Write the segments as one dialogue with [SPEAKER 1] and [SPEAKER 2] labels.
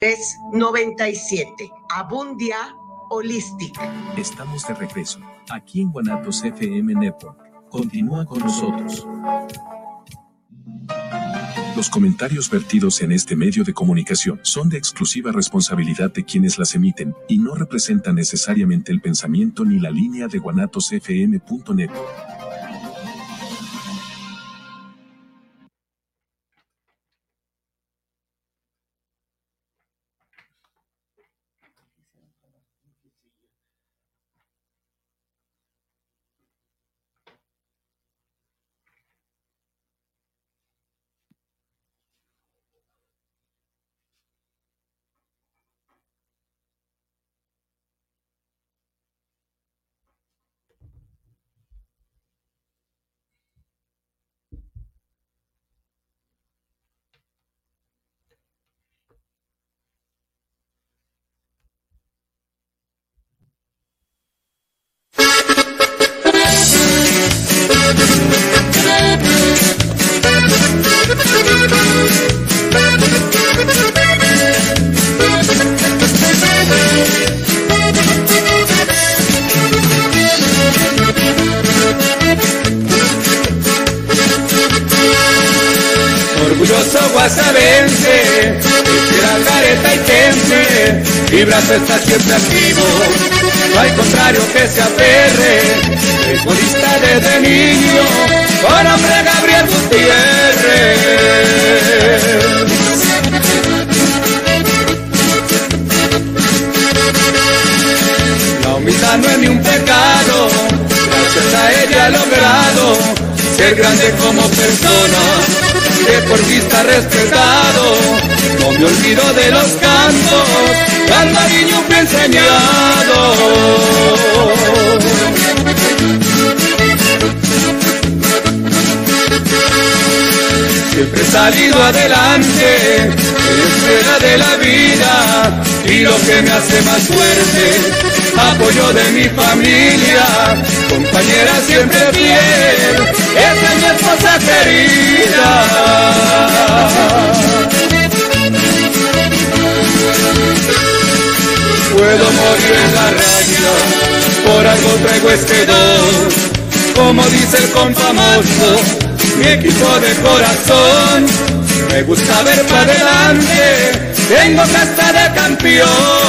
[SPEAKER 1] 397. Abundia Holistic.
[SPEAKER 2] Estamos de regreso, aquí en Guanatos FM Network. Continúa con nosotros. Los comentarios vertidos en este medio de comunicación son de exclusiva responsabilidad de quienes las emiten, y no representan necesariamente el pensamiento ni la línea de guanatosfm.net.
[SPEAKER 3] Orgulloso guasavense, gran careta y tense, mi brazo está siempre activo, no hay contrario que se aferre, futbolista desde niño, con hombre Gabriel Gutiérrez. La humildad no es ni un pecado, gracias a ella he logrado ser grande como persona, deportista respetado, no me olvido de los cantos, cantariño fui enseñado. Siempre he salido adelante, en la esfera de la vida, y lo que me hace más fuerte, apoyo de mi familia, compañera siempre fiel, esa es mi esposa querida. Puedo morir en la raya, por algo traigo este don, como dice el confamoso, mi equipo de corazón, me gusta ver para adelante, tengo casta de campeón.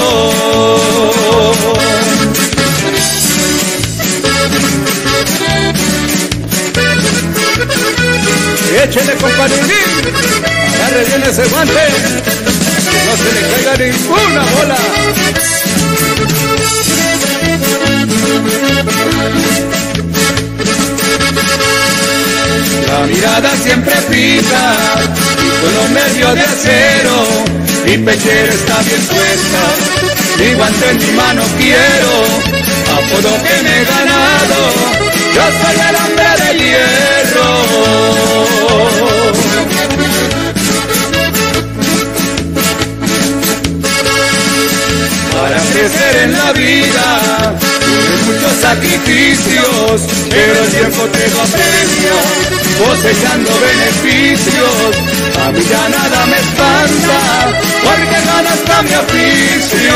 [SPEAKER 3] Échele, compañerín, agarre bien ese guante, que no se le caiga ninguna bola. La mirada siempre pica, y con los nervios de acero, mi pechera está bien puesta, mi guante en mi mano quiero, apodo que me he ganado, yo soy el hombre de hierro. Para crecer en la vida, tuve muchos sacrificios, pero el tiempo te lo apremia, cosechando beneficios, a mí ya nada me espanta, porque ganas está mi oficio.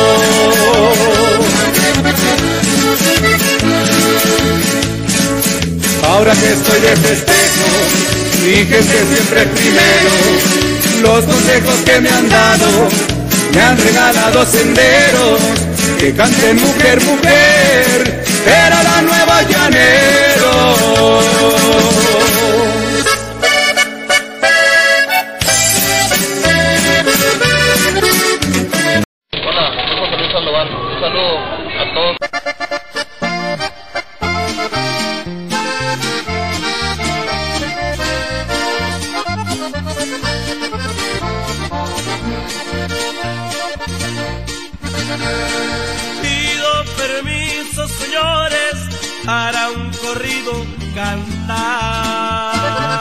[SPEAKER 3] Ahora que estoy de festejo, fíjense siempre primero, los consejos que me han dado, me han regalado senderos, que canten mujer, mujer, era la nueva llanero.
[SPEAKER 4] Hola, soy José Luis Sandoval, un saludo a todos.
[SPEAKER 5] Señores, para un corrido cantar.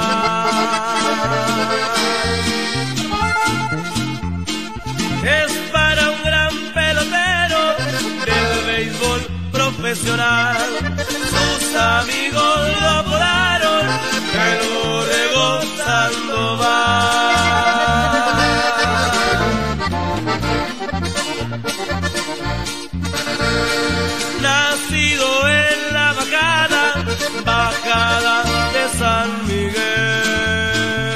[SPEAKER 5] Es para un gran pelotero del béisbol profesional. Sus amigos lo apodaron el Borrego Sandoval. Nacido en la bajada de San Miguel.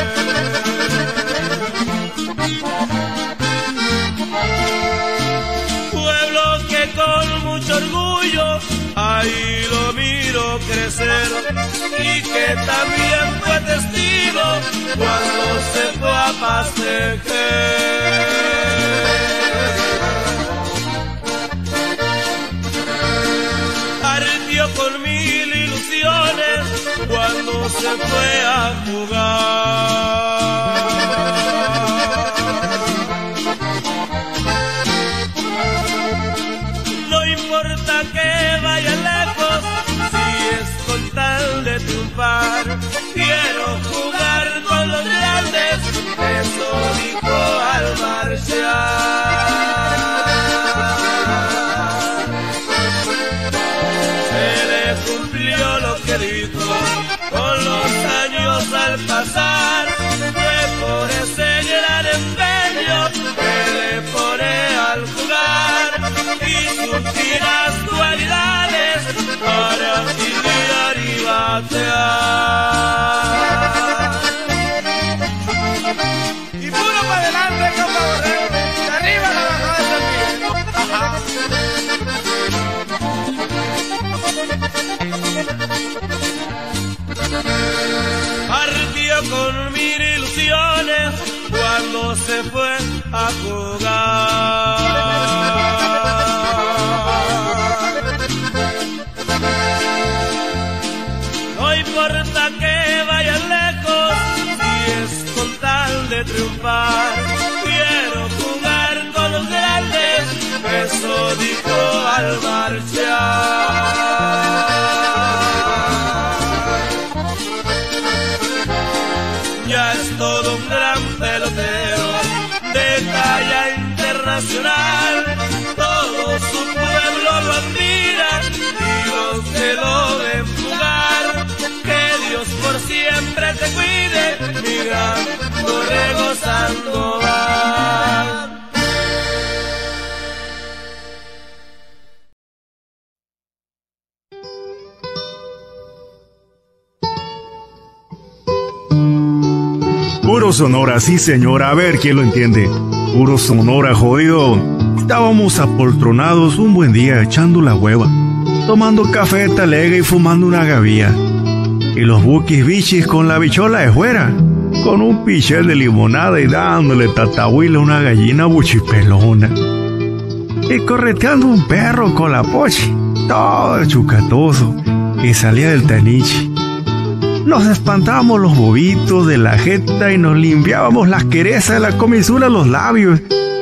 [SPEAKER 5] Pueblo que con mucho orgullo ahí lo miro crecer, y que también fue testigo cuando se fue a Pastejer. Partió con 1000 ilusiones cuando se fue a jugar. No importa que vaya lejos, si es con tal de triunfar. Quiero jugar con los grandes, eso dijo al marchar. Lo que dijo con los años al pasar, fue por ese gran empeño que le pone al jugar, y sus finas cualidades para tirar y batear. Y puro para adelante, compa Borrego, de arriba la bajada de San Miguel. Ajá. Partió con 1000 ilusiones cuando se fue a jugar. No importa que vayan lejos, si es con tal de triunfar. Quiero jugar con los grandes, eso dijo al marchar. Ya es todo un gran pelotero de talla internacional. Todo su pueblo lo admira y los que lo ven jugar. Que Dios por siempre te cuide, mi gran Borrego Sandoval.
[SPEAKER 6] Puro Sonora, sí señora, a ver quién lo entiende. Puro Sonora, jodido. Estábamos apoltronados un buen día echando la hueva, tomando café talega y fumando una gavía. Y los buquis bichis con la bichola de fuera, con un pichel de limonada y dándole tatahuila a una gallina buchipelona. Y correteando un perro con la poche, todo chucatoso, que salía del taniche. Nos espantábamos los bobitos de la jeta y nos limpiábamos las querezas de la comisura a los labios.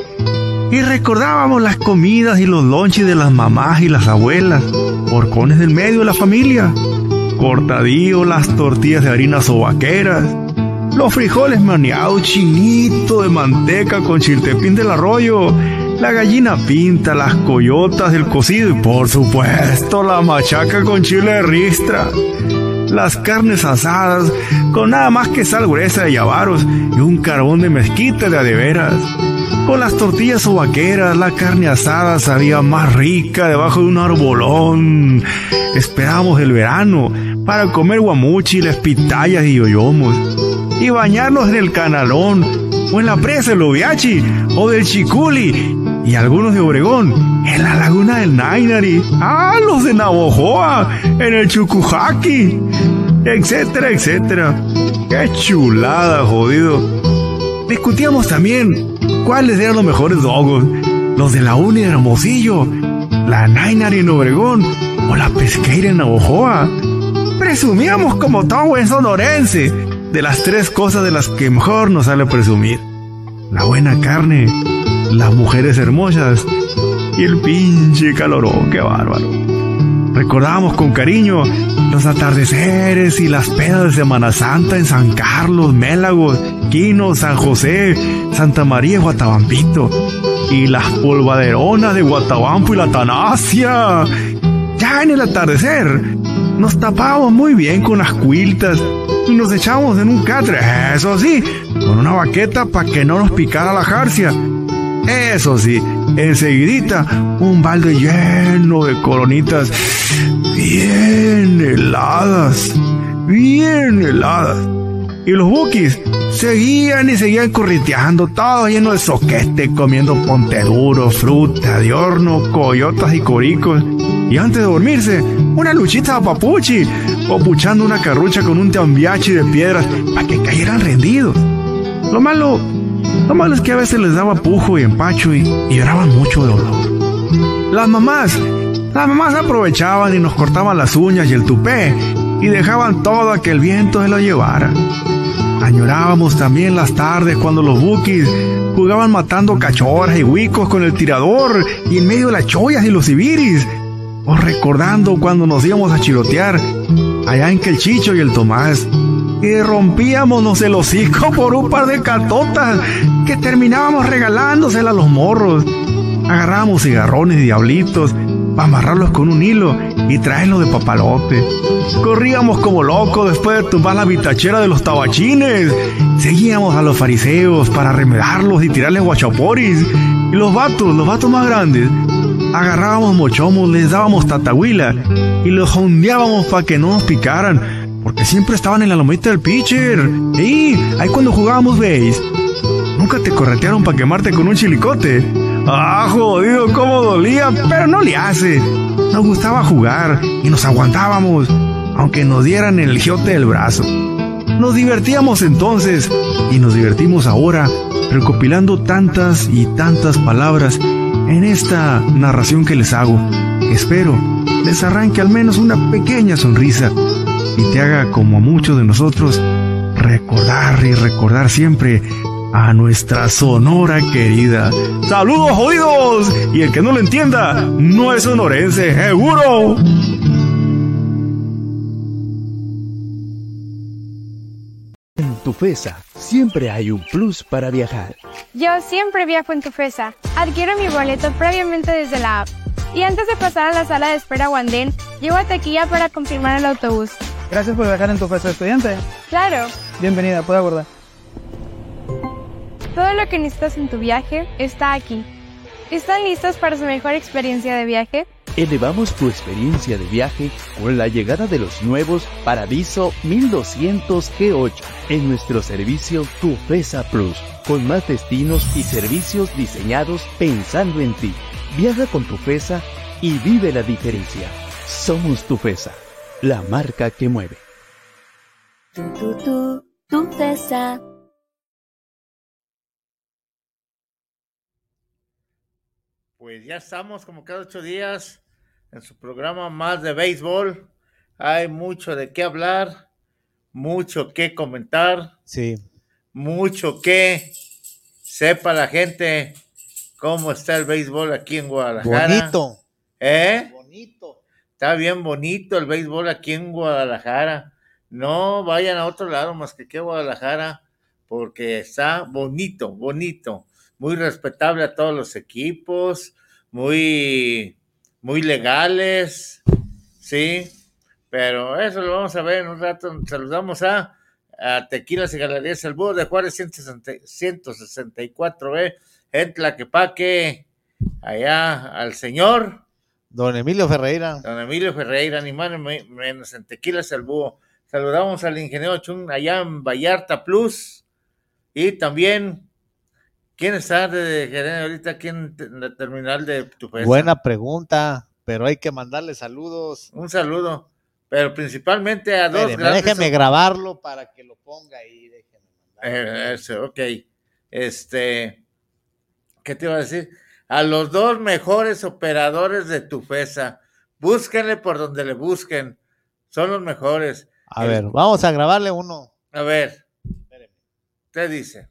[SPEAKER 6] Y recordábamos las comidas y los lonches de las mamás y las abuelas, porcones del medio de la familia, cortadillo, las tortillas de harina sobaqueras, los frijoles maneados chinitos de manteca con chiltepín del arroyo, la gallina pinta, las coyotas del cocido y por supuesto la machaca con chile de ristra. Las carnes asadas con nada más que sal gruesa de Yavaros y un carbón de mezquita de adeveras. Con las tortillas sobaqueras, la carne asada sabía más rica debajo de un arbolón. Esperábamos el verano para comer guamuchiles, pitayas y yoyomos, y bañarnos en el Canalón o en la presa del Oviachi o del Chiculi, y algunos de Obregón en la laguna del Nainari, los de Navojoa en el Chucujaqui, etcétera, etcétera. ¡Qué chulada, jodido! Discutíamos también cuáles eran los mejores dogos, los de la Uni de Hermosillo, la Nainari en Obregón o la Pesqueira en Navojoa. Presumíamos como todo buen sonorense de las tres cosas de las que mejor nos sale presumir: la buena carne, las mujeres hermosas y el pinche calorón. ¡Qué bárbaro! Recordábamos con cariño los atardeceres y las pedas de Semana Santa en San Carlos, Mélagos, Quino, San José, Santa María y Guatabampito, y las polvaderonas de Guatabampo y la Tanasia. Ya en el atardecer nos tapábamos muy bien con las cuiltas y nos echábamos en un catre, eso sí, con una baqueta para que no nos picara la jarcia. Eso sí, enseguidita un balde lleno de coronitas bien heladas. Y los Bukis seguían correteando, todo lleno de soquete, comiendo ponteduros, fruta de horno, coyotas y coricos. Y antes de dormirse, una luchita a papuchi, o puchando una carrucha con un tambiachi de piedras para que cayeran rendidos. Lo malo es que a veces les daba pujo y empacho y lloraban mucho de dolor. Las mamás aprovechaban y nos cortaban las uñas y el tupé y dejaban todo a que el viento se lo llevara. Añorábamos también las tardes cuando los Bukis jugaban matando cachorras y huicos con el tirador y en medio de las chollas y los ibiris. O recordando cuando nos íbamos a chirotear allá en que el Chicho y el Tomás y rompíamos el hocico por un par de catotas que terminábamos regalándoselas a los morros. Agarrábamos cigarrones y diablitos para amarrarlos con un hilo y traerlos de papalote. Corríamos como locos después de tumbar la bitachera de los tabachines. Seguíamos a los fariseos para remedarlos y tirarles guachaporis. Y los vatos más grandes, agarrábamos mochomos, les dábamos tatahuila y los jondeábamos para que no nos picaran, porque siempre estaban en la lomita del pitcher. Y ahí cuando jugábamos base, ¿nunca te corretearon para quemarte con un chilicote? ¡Ah, jodido, cómo dolía! Pero no le hace. Nos gustaba jugar y nos aguantábamos, aunque nos dieran el giote del brazo. Nos divertíamos entonces y nos divertimos ahora, recopilando tantas y tantas palabras en esta narración que les hago. Espero les arranque al menos una pequeña sonrisa y te haga, como a muchos de nosotros, recordar y recordar siempre a nuestra Sonora querida. ¡Saludos, jodidos! Y el que no lo entienda, no es sonorense, seguro.
[SPEAKER 7] En Tufesa siempre hay un plus para viajar.
[SPEAKER 8] Yo siempre viajo en Tufesa. Adquiero mi boleto previamente desde la app. Y antes de pasar a la sala de espera o andén, llego a taquilla para confirmar el autobús.
[SPEAKER 9] Gracias por viajar en Tufesa, estudiante.
[SPEAKER 8] Claro.
[SPEAKER 9] Bienvenida, puede abordar.
[SPEAKER 8] Todo lo que necesitas en tu viaje está aquí. ¿Están listos para su mejor experiencia de viaje?
[SPEAKER 7] Elevamos tu experiencia de viaje con la llegada de los nuevos Paradiso 1200 G8 en nuestro servicio Tufesa Plus, con más destinos y servicios diseñados pensando en ti. Viaja con Tufesa y vive la diferencia. Somos Tufesa, la marca que mueve.
[SPEAKER 10] Tufesa.
[SPEAKER 11] Pues ya estamos como cada 8 días en su programa más de béisbol. Hay mucho de qué hablar, mucho que comentar.
[SPEAKER 12] Sí.
[SPEAKER 11] Mucho que sepa la gente cómo está el béisbol aquí en Guadalajara.
[SPEAKER 12] Bonito.
[SPEAKER 11] Bonito. Está bien bonito el béisbol aquí en Guadalajara. No vayan a otro lado más que Guadalajara, porque está bonito, bonito. Muy respetable a todos los equipos, muy legales, sí, pero eso lo vamos a ver en un rato. Saludamos a Tequilas y Galerías El Búho de Juárez 164B, en Tlaquepaque, allá al señor
[SPEAKER 12] Don Emilio Ferreira,
[SPEAKER 11] ni más ni menos, en Tequilas El Búho. Saludamos al ingeniero Chun allá en Vallarta Plus, y también ¿quién está de gerente ahorita aquí en la terminal de Tufesa?
[SPEAKER 12] Buena pregunta, pero hay que mandarle saludos.
[SPEAKER 11] Un saludo, pero principalmente a dos grandes.
[SPEAKER 12] Déjeme grabarlo para que lo ponga ahí.
[SPEAKER 11] Eso, ok. ¿Qué te iba a decir? A los dos mejores operadores de Tufesa. Búsquenle por donde le busquen. Son los mejores.
[SPEAKER 12] A ver, vamos a grabarle uno.
[SPEAKER 11] A ver. Espéreme. ¿Qué dice?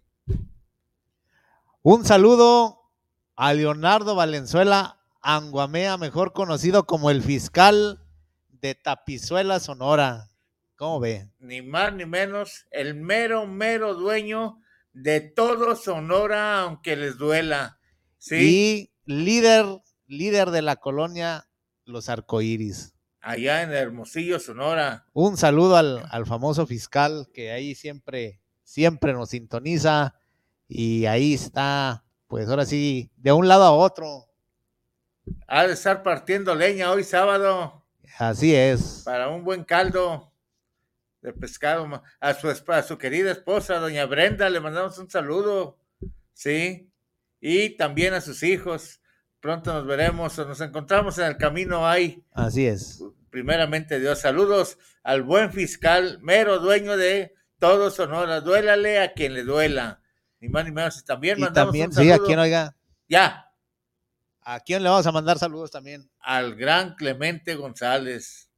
[SPEAKER 12] Un saludo a Leonardo Valenzuela Anguamea, mejor conocido como el fiscal de Tapizuela, Sonora. ¿Cómo ve?
[SPEAKER 11] Ni más ni menos, el mero dueño de todo Sonora, aunque les duela. ¿Sí?
[SPEAKER 12] Y líder de la colonia Los Arcoíris.
[SPEAKER 11] Allá en Hermosillo, Sonora.
[SPEAKER 12] Un saludo al famoso fiscal que ahí siempre nos sintoniza. Y ahí está pues ahora sí, de un lado a otro.
[SPEAKER 11] Ha de estar partiendo leña hoy sábado.
[SPEAKER 12] Así es.
[SPEAKER 11] Para un buen caldo de pescado. A su querida esposa, doña Brenda, le mandamos un saludo. Sí. Y también a sus hijos. Pronto nos veremos o nos encontramos en el camino ahí.
[SPEAKER 12] Así es.
[SPEAKER 11] Primeramente Dios. Saludos al buen fiscal, mero dueño de todo Sonora. Duélale a quien le duela. Ni más ni menos. También mandamos un saludo.
[SPEAKER 12] Sí, a quien oiga.
[SPEAKER 11] Ya.
[SPEAKER 12] ¿A quién le vamos a mandar saludos también?
[SPEAKER 11] Al gran Clemente González,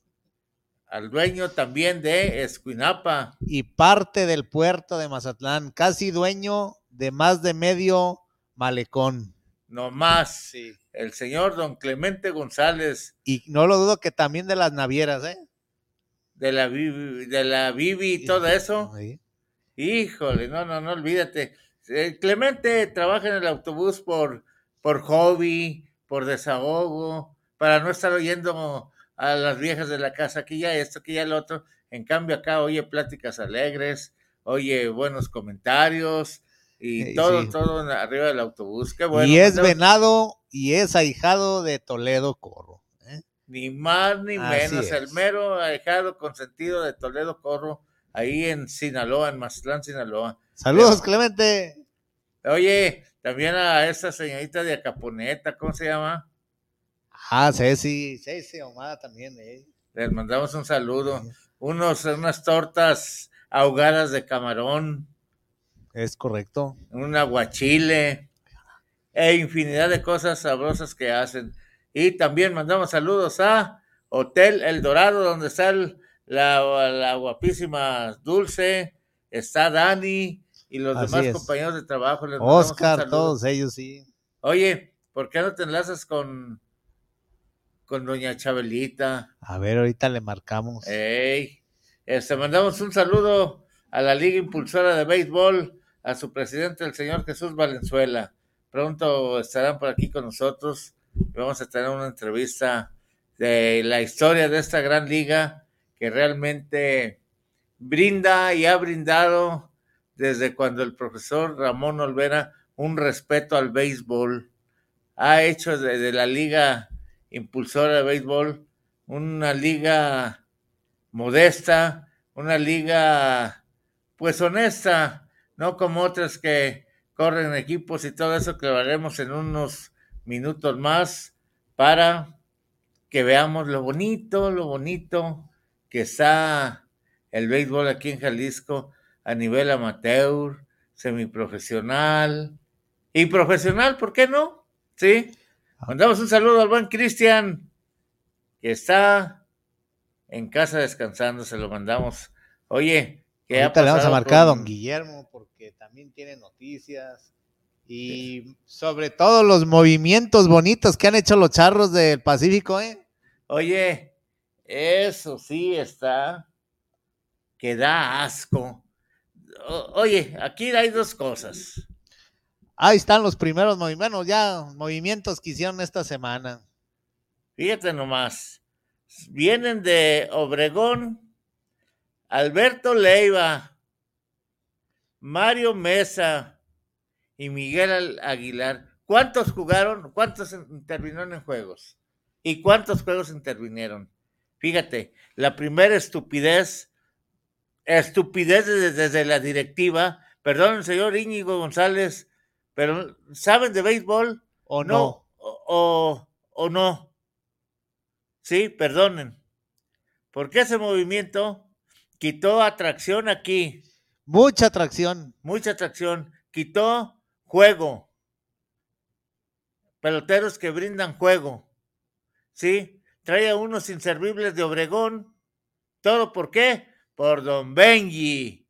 [SPEAKER 11] al dueño también de Escuinapa.
[SPEAKER 12] Y parte del puerto de Mazatlán, casi dueño de más de medio malecón.
[SPEAKER 11] No más,
[SPEAKER 12] sí.
[SPEAKER 11] El señor don Clemente González.
[SPEAKER 12] Y no lo dudo que también de las navieras, ¿eh?
[SPEAKER 11] De la Bibi y todo eso.
[SPEAKER 12] Sí.
[SPEAKER 11] Híjole, no olvídate. Clemente trabaja en el autobús por hobby, por desahogo, para no estar oyendo a las viejas de la casa, aquí ya esto, aquí ya lo otro. En cambio acá oye pláticas alegres, oye buenos comentarios y todo arriba del autobús. Qué bueno.
[SPEAKER 12] Y es venado y es ahijado de Toledo Corro.
[SPEAKER 11] Ni más ni menos, el mero ahijado consentido de Toledo Corro, ahí en Sinaloa, en Mazatlán, Sinaloa.
[SPEAKER 12] Saludos, Clemente.
[SPEAKER 11] Oye, también a esa señorita de Acaponeta, ¿cómo se llama?
[SPEAKER 12] Ceci Ahumada también.
[SPEAKER 11] Les mandamos un saludo. Unas tortas ahogadas de camarón.
[SPEAKER 12] Es correcto.
[SPEAKER 11] Un aguachile. E infinidad de cosas sabrosas que hacen. Y también mandamos saludos a Hotel El Dorado, donde está la guapísima Dulce, está Dani y los demás compañeros de trabajo. Les
[SPEAKER 12] Oscar, todos ellos, sí.
[SPEAKER 11] Oye, ¿por qué no te enlazas con doña Chabelita?
[SPEAKER 12] A ver, ahorita le marcamos.
[SPEAKER 11] Mandamos un saludo a la Liga Impulsora de Béisbol, a su presidente, el señor Jesús Valenzuela. Pronto estarán por aquí con nosotros. Vamos a tener una entrevista de la historia de esta gran liga que realmente brinda y ha brindado desde cuando el profesor Ramón Olvera un respeto al béisbol. Ha hecho de la Liga Impulsora de Béisbol una liga modesta, una liga pues honesta, no como otras que corren equipos y todo eso, que lo haremos en unos minutos más para que veamos lo bonito que está el béisbol aquí en Jalisco a nivel amateur, semiprofesional y profesional, ¿por qué no? Sí. Mandamos un saludo al buen Cristian, que está en casa descansando, se lo mandamos. Oye, ¿qué ha pasado?
[SPEAKER 12] Le vamos a marcar a don Guillermo, porque también tiene noticias. Y sobre todo los movimientos bonitos que han hecho los Charros del Pacífico, ¿eh?
[SPEAKER 11] Oye, eso sí está, que da asco. Oye, aquí hay dos cosas.
[SPEAKER 12] Ahí están los primeros movimientos que hicieron esta semana.
[SPEAKER 11] Fíjate nomás, vienen de Obregón, Alberto Leiva, Mario Mesa y Miguel Aguilar. ¿Cuántos jugaron? ¿Cuántos intervinieron en juegos? ¿Y cuántos juegos intervinieron? Fíjate, la primera estupidez desde la directiva. Perdón, señor Íñigo González, pero ¿saben de béisbol?
[SPEAKER 12] ¿O no?
[SPEAKER 11] ¿O no? Sí, perdonen. Porque ese movimiento quitó atracción aquí.
[SPEAKER 12] Mucha atracción.
[SPEAKER 11] Quitó juego. Peloteros que brindan juego. ¿Sí? Trae a unos inservibles de Obregón. ¿Todo por qué? Por don Benji.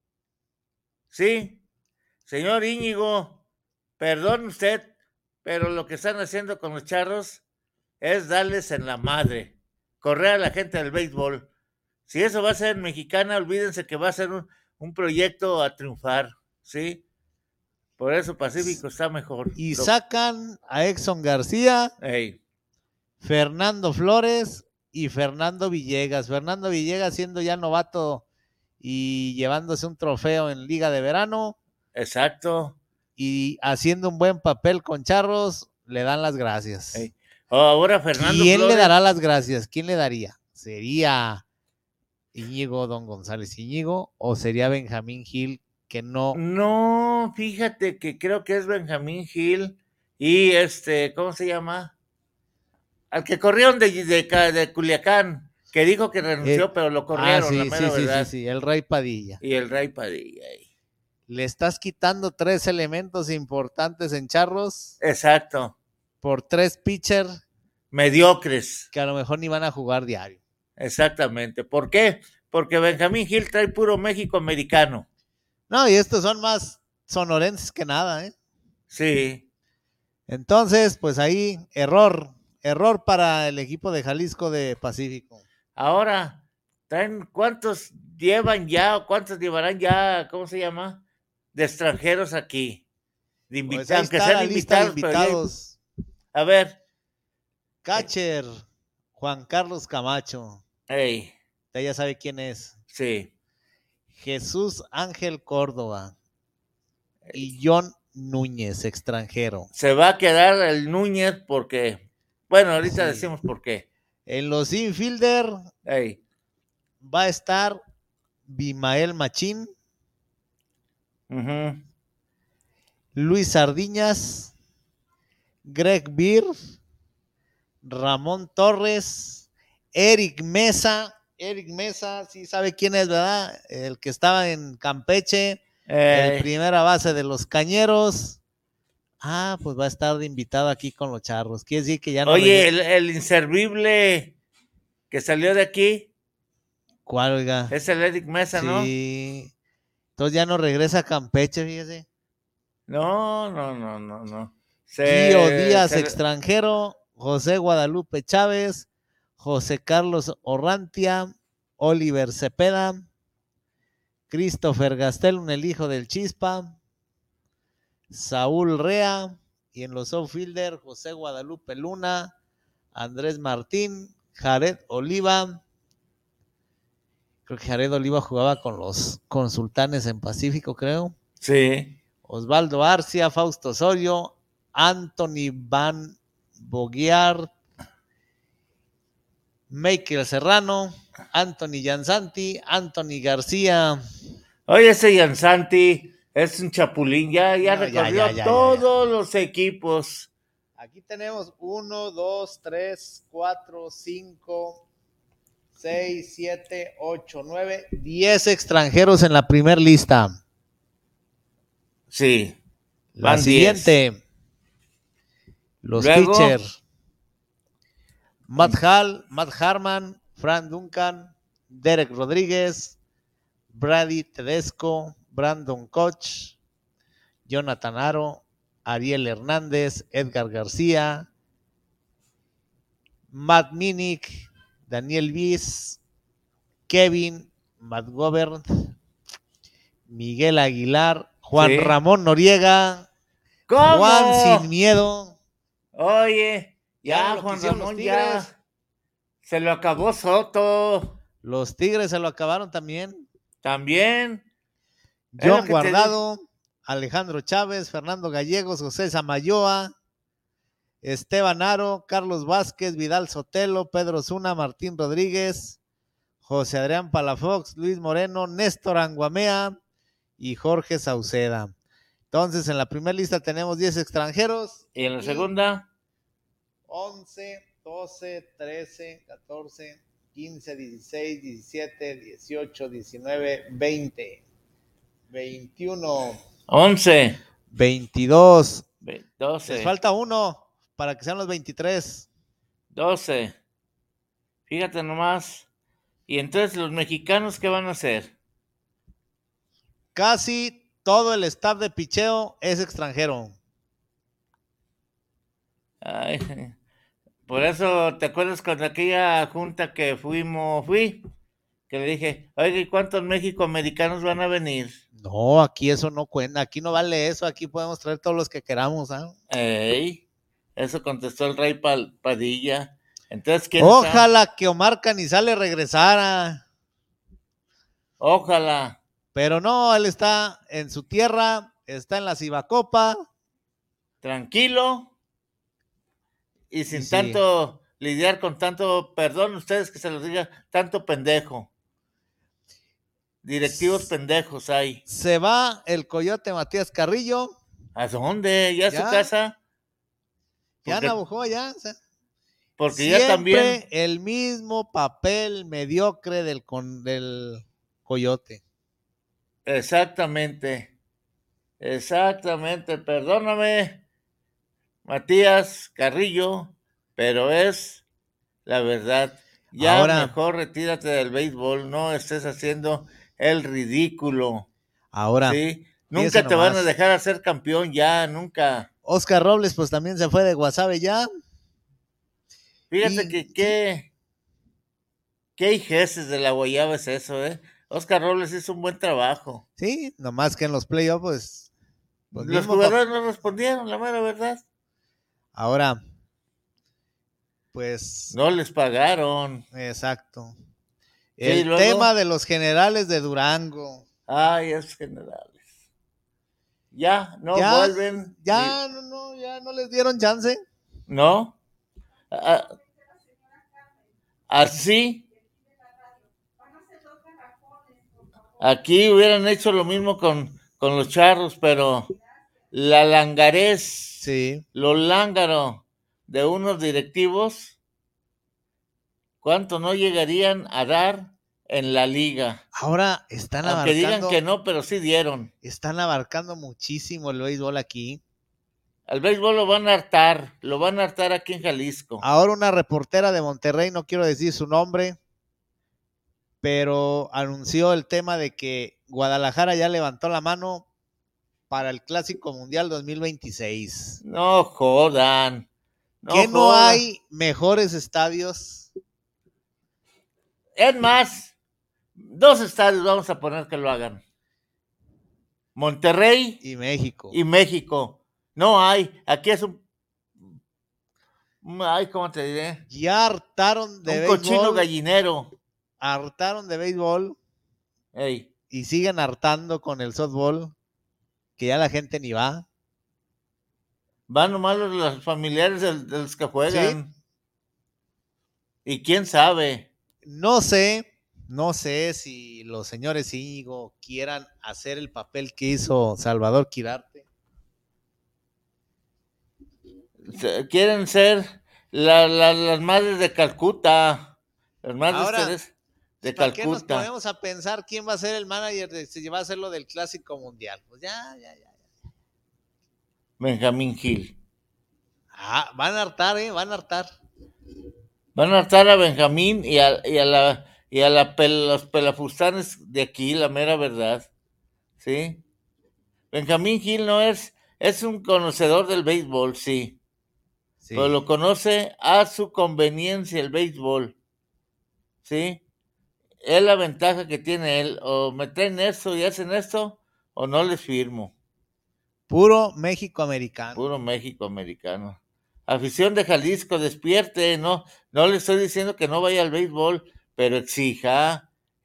[SPEAKER 11] ¿Sí? Señor Íñigo, perdón usted, pero lo que están haciendo con los Charros es darles en la madre, correr a la gente del béisbol. Si eso va a ser mexicana, olvídense que va a ser un proyecto a triunfar, ¿sí? Por eso Pacífico está mejor.
[SPEAKER 12] Y sacan a Exxon García, Fernando Flores y Fernando Villegas. Fernando Villegas siendo ya novato y llevándose un trofeo en Liga de Verano.
[SPEAKER 11] Exacto.
[SPEAKER 12] y haciendo un buen papel con Charros, le dan las gracias.
[SPEAKER 11] Hey. Ahora Fernando
[SPEAKER 12] ¿Quién
[SPEAKER 11] Flores
[SPEAKER 12] le dará las gracias? ¿Quién le daría? ¿Sería Íñigo Don González Íñigo o sería Benjamín Gil, que no?
[SPEAKER 11] No, fíjate que creo que es Benjamín Gil y ¿cómo se llama? Al que corrieron de Culiacán, que dijo que renunció, pero lo corrieron,
[SPEAKER 12] sí,
[SPEAKER 11] la mera verdad.
[SPEAKER 12] sí, el Rey Padilla.
[SPEAKER 11] Y el Rey Padilla.
[SPEAKER 12] Le estás quitando 3 elementos importantes en Charros.
[SPEAKER 11] Exacto.
[SPEAKER 12] Por 3 pitchers
[SPEAKER 11] mediocres.
[SPEAKER 12] Que a lo mejor ni van a jugar diario.
[SPEAKER 11] Exactamente. ¿Por qué? Porque Benjamín Gil trae puro México americano.
[SPEAKER 12] No, y estos son más sonorenses que nada, ¿eh?
[SPEAKER 11] Sí.
[SPEAKER 12] Entonces, pues ahí, error para el equipo de Jalisco de Pacífico.
[SPEAKER 11] Ahora, ¿cuántos llevan ya o cuántos llevarán ya, ¿cómo se llama? De extranjeros aquí. De invitados,
[SPEAKER 12] pues
[SPEAKER 11] aunque sean invitados. A ver.
[SPEAKER 12] Catcher, Juan Carlos Camacho.
[SPEAKER 11] Hey.
[SPEAKER 12] Usted ya sabe quién es.
[SPEAKER 11] Sí.
[SPEAKER 12] Jesús Ángel Córdoba. Y John Núñez, extranjero.
[SPEAKER 11] Se va a quedar el Núñez porque, bueno, ahorita decimos por qué.
[SPEAKER 12] En los infielder va a estar Bimael Machín, Luis Sardiñas, Greg Beer, Ramón Torres, Eric Mesa, sí sabe quién es, ¿verdad? El que estaba en Campeche, el primera base de los Cañeros. Pues va a estar de invitado aquí con los Charros. Quiere decir que ya no.
[SPEAKER 11] Oye, el inservible que salió de aquí.
[SPEAKER 12] ¿Cuál, oiga?
[SPEAKER 11] Es el Eric Mesa, ¿no?
[SPEAKER 12] Sí. Entonces ya no regresa a Campeche, fíjese.
[SPEAKER 11] No.
[SPEAKER 12] Gio Díaz, extranjero. José Guadalupe Chávez. José Carlos Orrantia. Oliver Cepeda. Christopher Gastelum, el hijo del Chispa. Saúl Rea, y en los outfielder, José Guadalupe Luna, Andrés Martín, Jared Oliva. Creo que Jared Oliva jugaba con los Sultanes en Pacífico, creo.
[SPEAKER 11] Sí.
[SPEAKER 12] Osvaldo Arcia, Fausto Osorio, Anthony Van Boguiar, Michael Serrano, Anthony Jansanti, Anthony García.
[SPEAKER 11] Oye, ese Jansanti es un chapulín, ya recorrió todos los equipos.
[SPEAKER 12] Aquí tenemos 1, 2, 3, 4, 5, 6, 7, 8, 9, 10 extranjeros en la primera lista.
[SPEAKER 11] Sí.
[SPEAKER 12] La siguiente. 10. Los pitchers. Matt Hall, Matt Harman, Frank Duncan, Derek Rodríguez, Brady Tedesco, Brandon Koch, Jonathan Aro, Ariel Hernández, Edgar García, Matt Minnick, Daniel Viz, Kevin McGovern, Miguel Aguilar, Juan Ramón Noriega,
[SPEAKER 11] ¿Cómo?
[SPEAKER 12] Juan Sin Miedo.
[SPEAKER 11] Oye, ya Juan Ramón ya se lo acabó Soto.
[SPEAKER 12] Los Tigres se lo acabaron también.
[SPEAKER 11] También.
[SPEAKER 12] John Guardado, Alejandro Chávez, Fernando Gallegos, José Samayoa, Esteban Aro, Carlos Vázquez, Vidal Sotelo, Pedro Zuna, Martín Rodríguez, José Adrián Palafox, Luis Moreno, Néstor Anguamea y Jorge Sauceda. Entonces, en la primera lista tenemos 10 extranjeros.
[SPEAKER 11] ¿Y en la segunda?
[SPEAKER 12] 11, 12, 13, 14, 15, 16, 17, 18, 19, 20, 21,
[SPEAKER 11] 11,
[SPEAKER 12] 22,
[SPEAKER 11] 12.
[SPEAKER 12] Les falta uno para que sean los 23.
[SPEAKER 11] 12. Fíjate nomás. ¿Y entonces los mexicanos qué van a hacer?
[SPEAKER 12] Casi todo el staff de picheo es extranjero.
[SPEAKER 11] Ay, por eso, ¿te acuerdas cuando aquella junta que fui? Que le dije, oiga, ¿y cuántos mexicoamericanos van a venir?
[SPEAKER 12] No, aquí eso no cuenta, aquí no vale eso, aquí podemos traer todos los que queramos, ¿ah?
[SPEAKER 11] Eso contestó el Rey Padilla. Entonces, ¿quién
[SPEAKER 12] Ojalá está? Que Omar Canizales regresara.
[SPEAKER 11] Ojalá.
[SPEAKER 12] Pero no, él está en su tierra, está en la Cibacopa.
[SPEAKER 11] Tranquilo. Y sin
[SPEAKER 12] Sí.
[SPEAKER 11] tanto lidiar con tanto, perdón ustedes que se los diga, tanto pendejo. Directivos pendejos hay.
[SPEAKER 12] Se va el Coyote Matías Carrillo.
[SPEAKER 11] ¿A dónde? ¿Ya a su
[SPEAKER 12] Ya.
[SPEAKER 11] casa?
[SPEAKER 12] Ya
[SPEAKER 11] Porque-
[SPEAKER 12] Navajo, ya. O sea,
[SPEAKER 11] Porque ya
[SPEAKER 12] siempre
[SPEAKER 11] también...
[SPEAKER 12] el mismo papel mediocre del Coyote.
[SPEAKER 11] Exactamente. Perdóname, Matías Carrillo, pero es la verdad. Ya
[SPEAKER 12] Ahora-
[SPEAKER 11] mejor retírate del béisbol, no estés haciendo el ridículo.
[SPEAKER 12] Ahora,
[SPEAKER 11] ¿sí? Nunca
[SPEAKER 12] fíjese
[SPEAKER 11] te van a
[SPEAKER 12] nomás.
[SPEAKER 11] dejar hacer campeón, ya, nunca.
[SPEAKER 12] Oscar Robles, pues también se fue de Guasave ya.
[SPEAKER 11] Fíjate
[SPEAKER 12] Y-
[SPEAKER 11] que qué hijeces de la guayaba es eso, ¿eh? Oscar Robles hizo un buen trabajo.
[SPEAKER 12] Sí, nomás que en los playoffs, pues
[SPEAKER 11] Los
[SPEAKER 12] mismo
[SPEAKER 11] jugadores no respondieron, la mera verdad.
[SPEAKER 12] Ahora, pues,
[SPEAKER 11] No les pagaron.
[SPEAKER 12] exacto.
[SPEAKER 11] Sí,
[SPEAKER 12] El
[SPEAKER 11] luego-
[SPEAKER 12] tema de los generales de Durango.
[SPEAKER 11] Ay, esos generales. Ya, no
[SPEAKER 12] Ya,
[SPEAKER 11] vuelven.
[SPEAKER 12] Ya no les dieron chance.
[SPEAKER 11] No. Ah, así. Aquí hubieran hecho lo mismo con los charros, pero la langarez,
[SPEAKER 12] Sí.
[SPEAKER 11] lo lángaro de unos directivos, ¿cuánto no llegarían a dar en la liga?
[SPEAKER 12] Ahora están
[SPEAKER 11] Aunque digan
[SPEAKER 12] abarcando,
[SPEAKER 11] que no, pero sí dieron.
[SPEAKER 12] están abarcando muchísimo el béisbol aquí.
[SPEAKER 11] Al béisbol lo van a hartar aquí en Jalisco.
[SPEAKER 12] Ahora una reportera de Monterrey, no quiero decir su nombre, pero anunció el tema de que Guadalajara ya levantó la mano para el Clásico Mundial 2026.
[SPEAKER 11] No jodan.
[SPEAKER 12] ¿Que no
[SPEAKER 11] jodan.
[SPEAKER 12] hay mejores estadios?
[SPEAKER 11] Es más, 2 estadios vamos a poner que lo hagan. Monterrey
[SPEAKER 12] Y México.
[SPEAKER 11] y México. No hay. Aquí es un... Ay, ¿cómo te diré?
[SPEAKER 12] Ya hartaron de
[SPEAKER 11] Un cochino
[SPEAKER 12] béisbol.
[SPEAKER 11] gallinero.
[SPEAKER 12] Hartaron de béisbol
[SPEAKER 11] Ey.
[SPEAKER 12] y siguen hartando con el softball, que ya la gente ni va.
[SPEAKER 11] Van nomás los familiares de los que juegan. Y quién sabe.
[SPEAKER 12] No sé si los señores Íñigo quieran hacer el papel que hizo Salvador Quirarte.
[SPEAKER 11] Quieren ser las madres de Calcuta. Las madres
[SPEAKER 12] Ahora,
[SPEAKER 11] de
[SPEAKER 12] ¿Para qué nos
[SPEAKER 11] Calcuta.
[SPEAKER 12] ponemos a pensar quién va a ser el manager de si va a hacer lo del Clásico Mundial? Pues ya.
[SPEAKER 11] Benjamín Gil.
[SPEAKER 12] Van a hartar, van a hartar.
[SPEAKER 11] Van a hartar a Benjamín y a los pelafustanes de aquí, la mera verdad. ¿Sí? Benjamín Gil no es un conocedor del béisbol, sí. Pero lo conoce a su conveniencia el béisbol. ¿Sí? Es la ventaja que tiene él. O me traen esto y hacen esto, o no les firmo.
[SPEAKER 12] Puro México americano.
[SPEAKER 11] Puro México americano. Afición de Jalisco, despierte, no le estoy diciendo que no vaya al béisbol, pero exija.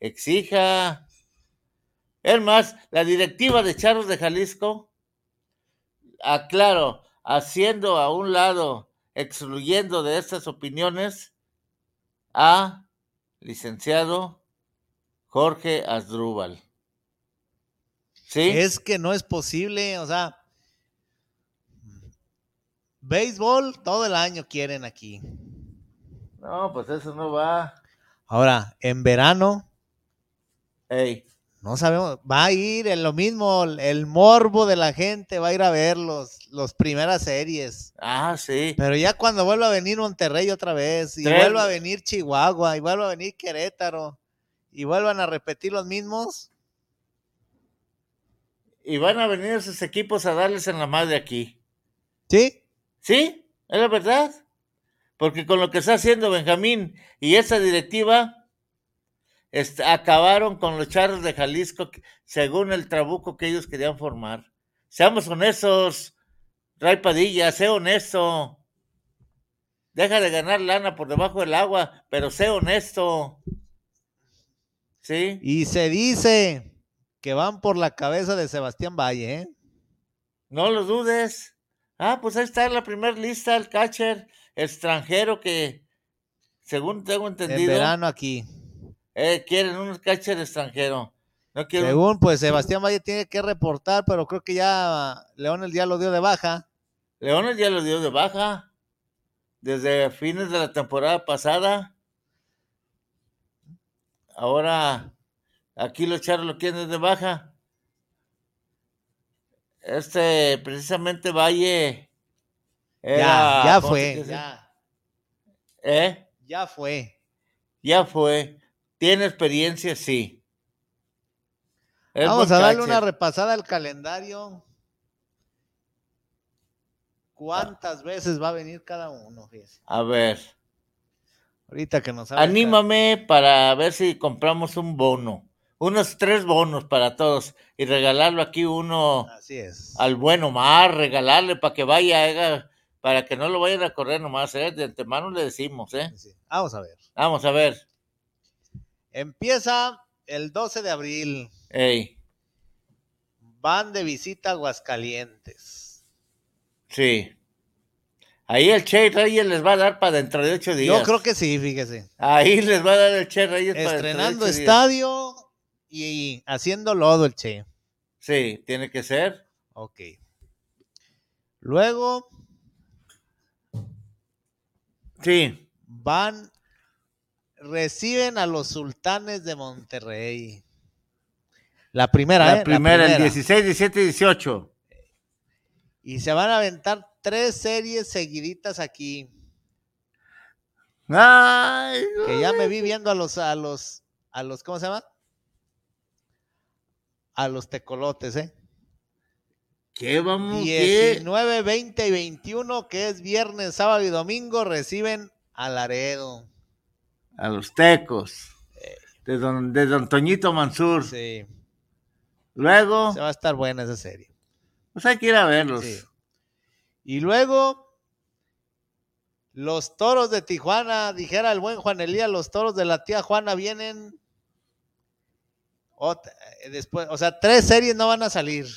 [SPEAKER 11] Es más, la directiva de Charros de Jalisco, aclaro, haciendo a un lado, excluyendo de estas opiniones a licenciado Jorge Asdrúbal. ¿Sí?
[SPEAKER 12] Es que no es posible, o sea, béisbol todo el año quieren aquí.
[SPEAKER 11] No, pues eso no va.
[SPEAKER 12] Ahora, en verano,
[SPEAKER 11] Ey.
[SPEAKER 12] no sabemos, va a ir en lo mismo, el morbo de la gente va a ir a ver los primeras series.
[SPEAKER 11] Ah, sí.
[SPEAKER 12] Pero ya cuando vuelva a venir Monterrey otra vez, y vuelva a venir Chihuahua, y vuelva a venir Querétaro, y vuelvan a repetir los mismos.
[SPEAKER 11] Y van a venir esos equipos a darles en la madre aquí.
[SPEAKER 12] ¿Sí?
[SPEAKER 11] Sí, es la verdad. Porque con lo que está haciendo Benjamín y esa directiva, acabaron con los Charros de Jalisco según el trabuco que ellos querían formar. Seamos honestos, Ray Padilla, sé honesto. Deja de ganar lana por debajo del agua, pero sé honesto. ¿Sí?
[SPEAKER 12] Y se dice que van por la cabeza de Sebastián Valle, ¿eh?
[SPEAKER 11] No lo dudes. Pues ahí está la primera lista, el catcher extranjero que, según tengo entendido,
[SPEAKER 12] En verano aquí.
[SPEAKER 11] quieren un catcher extranjero. No quieren
[SPEAKER 12] Según, pues Sebastián Valle tiene que reportar, pero creo que ya Leones ya lo dio de baja.
[SPEAKER 11] Leones ya lo dio de baja desde fines de la temporada pasada. Ahora aquí los Charros lo quieren de baja. Precisamente Valle era,
[SPEAKER 12] Ya
[SPEAKER 11] ¿cómo
[SPEAKER 12] fue.
[SPEAKER 11] se dice?
[SPEAKER 12] Ya. Ya fue.
[SPEAKER 11] Ya fue. ¿Tiene experiencia? Sí.
[SPEAKER 12] Vamos a darle una repasada al calendario. ¿Cuántas veces va a venir cada uno? Fíjese.
[SPEAKER 11] A ver.
[SPEAKER 12] Ahorita que nos
[SPEAKER 11] anímame para ver si compramos un bono. Unos 3 bonos para todos y regalarlo aquí uno.
[SPEAKER 12] Así es.
[SPEAKER 11] Al buen Omar, regalarle para que vaya, para que no lo vayan a correr nomás, de antemano le decimos,
[SPEAKER 12] Sí. Vamos a ver.
[SPEAKER 11] Vamos a ver.
[SPEAKER 12] Empieza el 12 de abril.
[SPEAKER 11] Ey.
[SPEAKER 12] Van de visita a Aguascalientes.
[SPEAKER 11] Sí. Ahí el Che Reyes les va a dar para dentro de 8 días.
[SPEAKER 12] Yo creo que sí, fíjese.
[SPEAKER 11] Ahí les va a dar el Che Reyes para
[SPEAKER 12] estrenando
[SPEAKER 11] dentro de 8
[SPEAKER 12] estadio y haciendo lodo el Che.
[SPEAKER 11] Sí, tiene que ser.
[SPEAKER 12] Ok. Luego.
[SPEAKER 11] Sí.
[SPEAKER 12] Reciben a los Sultanes de Monterrey. La primera,
[SPEAKER 11] La primera, el 16, 17 y 18.
[SPEAKER 12] Y se van a aventar 3 series seguiditas aquí.
[SPEAKER 11] Ay,
[SPEAKER 12] que ya me vi viendo a los, ¿cómo se llama? A los tecolotes,
[SPEAKER 11] ¿Qué vamos?
[SPEAKER 12] 19, 20 y 21, que es viernes, sábado y domingo, reciben a Laredo.
[SPEAKER 11] A los tecos. De don Toñito Mansur.
[SPEAKER 12] Sí.
[SPEAKER 11] Luego.
[SPEAKER 12] Se va a estar buena esa serie.
[SPEAKER 11] Pues hay que ir a verlos.
[SPEAKER 12] Sí. Y luego, los Toros de Tijuana, dijera el buen Juan Elías, los Toros de la tía Juana vienen después, o sea, 3 series no van a salir.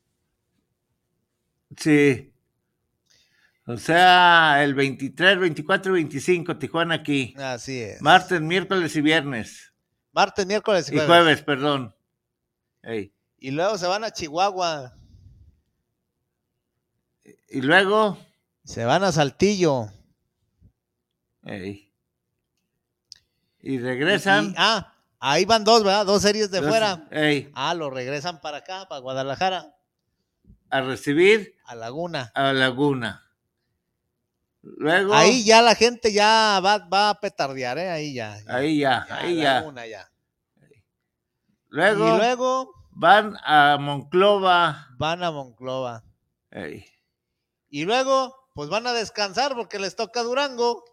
[SPEAKER 11] Sí. O sea, el 23, 24 y 25, Tijuana aquí.
[SPEAKER 12] Así es.
[SPEAKER 11] Martes, miércoles y viernes.
[SPEAKER 12] Martes, miércoles
[SPEAKER 11] y jueves. Perdón. Ey.
[SPEAKER 12] Y luego se van a Chihuahua.
[SPEAKER 11] Y luego
[SPEAKER 12] se van a Saltillo.
[SPEAKER 11] Ey. Y regresan.
[SPEAKER 12] Ahí van 2, ¿verdad? 2 series de fuera.
[SPEAKER 11] Ey.
[SPEAKER 12] Lo regresan para acá, para Guadalajara.
[SPEAKER 11] A recibir.
[SPEAKER 12] A Laguna.
[SPEAKER 11] A Laguna. Luego.
[SPEAKER 12] Ahí ya la gente ya va a petardear, Ahí ya.
[SPEAKER 11] Ahí ya.
[SPEAKER 12] Laguna ya.
[SPEAKER 11] Luego.
[SPEAKER 12] Y luego.
[SPEAKER 11] Van a Monclova.
[SPEAKER 12] Ey. Y luego, pues van a descansar porque les toca Durango.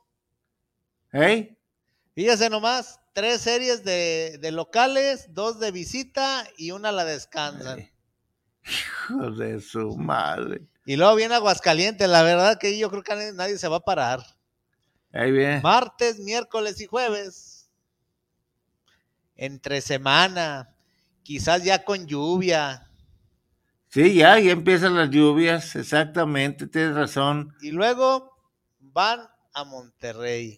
[SPEAKER 12] Fíjese nomás, 3 series de locales, 2 de visita y 1 la descansan.
[SPEAKER 11] Hijo de su madre.
[SPEAKER 12] Y luego viene Aguascalientes, la verdad que yo creo que nadie se va a parar.
[SPEAKER 11] Ahí viene.
[SPEAKER 12] Martes, miércoles y jueves. Entre semana, quizás ya con lluvia.
[SPEAKER 11] Sí, ya empiezan las lluvias, exactamente, tienes razón.
[SPEAKER 12] Y luego van a Monterrey.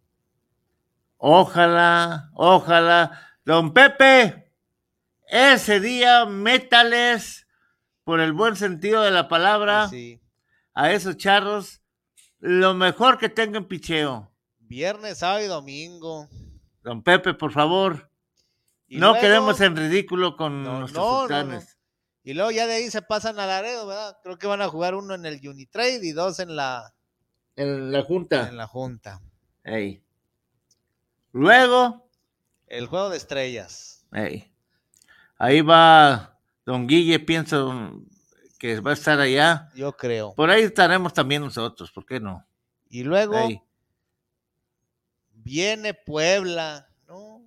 [SPEAKER 11] Ojalá. Don Pepe, ese día métales, por el buen sentido de la palabra,
[SPEAKER 12] sí,
[SPEAKER 11] a esos Charros, lo mejor que tengan picheo.
[SPEAKER 12] Viernes, sábado y domingo.
[SPEAKER 11] Don Pepe, por favor, no luego, quedemos en ridículo con nuestros Sultanes.
[SPEAKER 12] No. Y luego ya de ahí se pasan a Laredo, ¿verdad? Creo que van a jugar 1 en el Unitrade y 2 en la
[SPEAKER 11] Junta.
[SPEAKER 12] En la Junta.
[SPEAKER 11] Ey. Luego.
[SPEAKER 12] El Juego de Estrellas.
[SPEAKER 11] Ey. Ahí va don Guille, pienso que va a estar allá.
[SPEAKER 12] Yo creo.
[SPEAKER 11] Por ahí estaremos también nosotros, ¿por qué no?
[SPEAKER 12] Y luego viene Puebla, ¿no?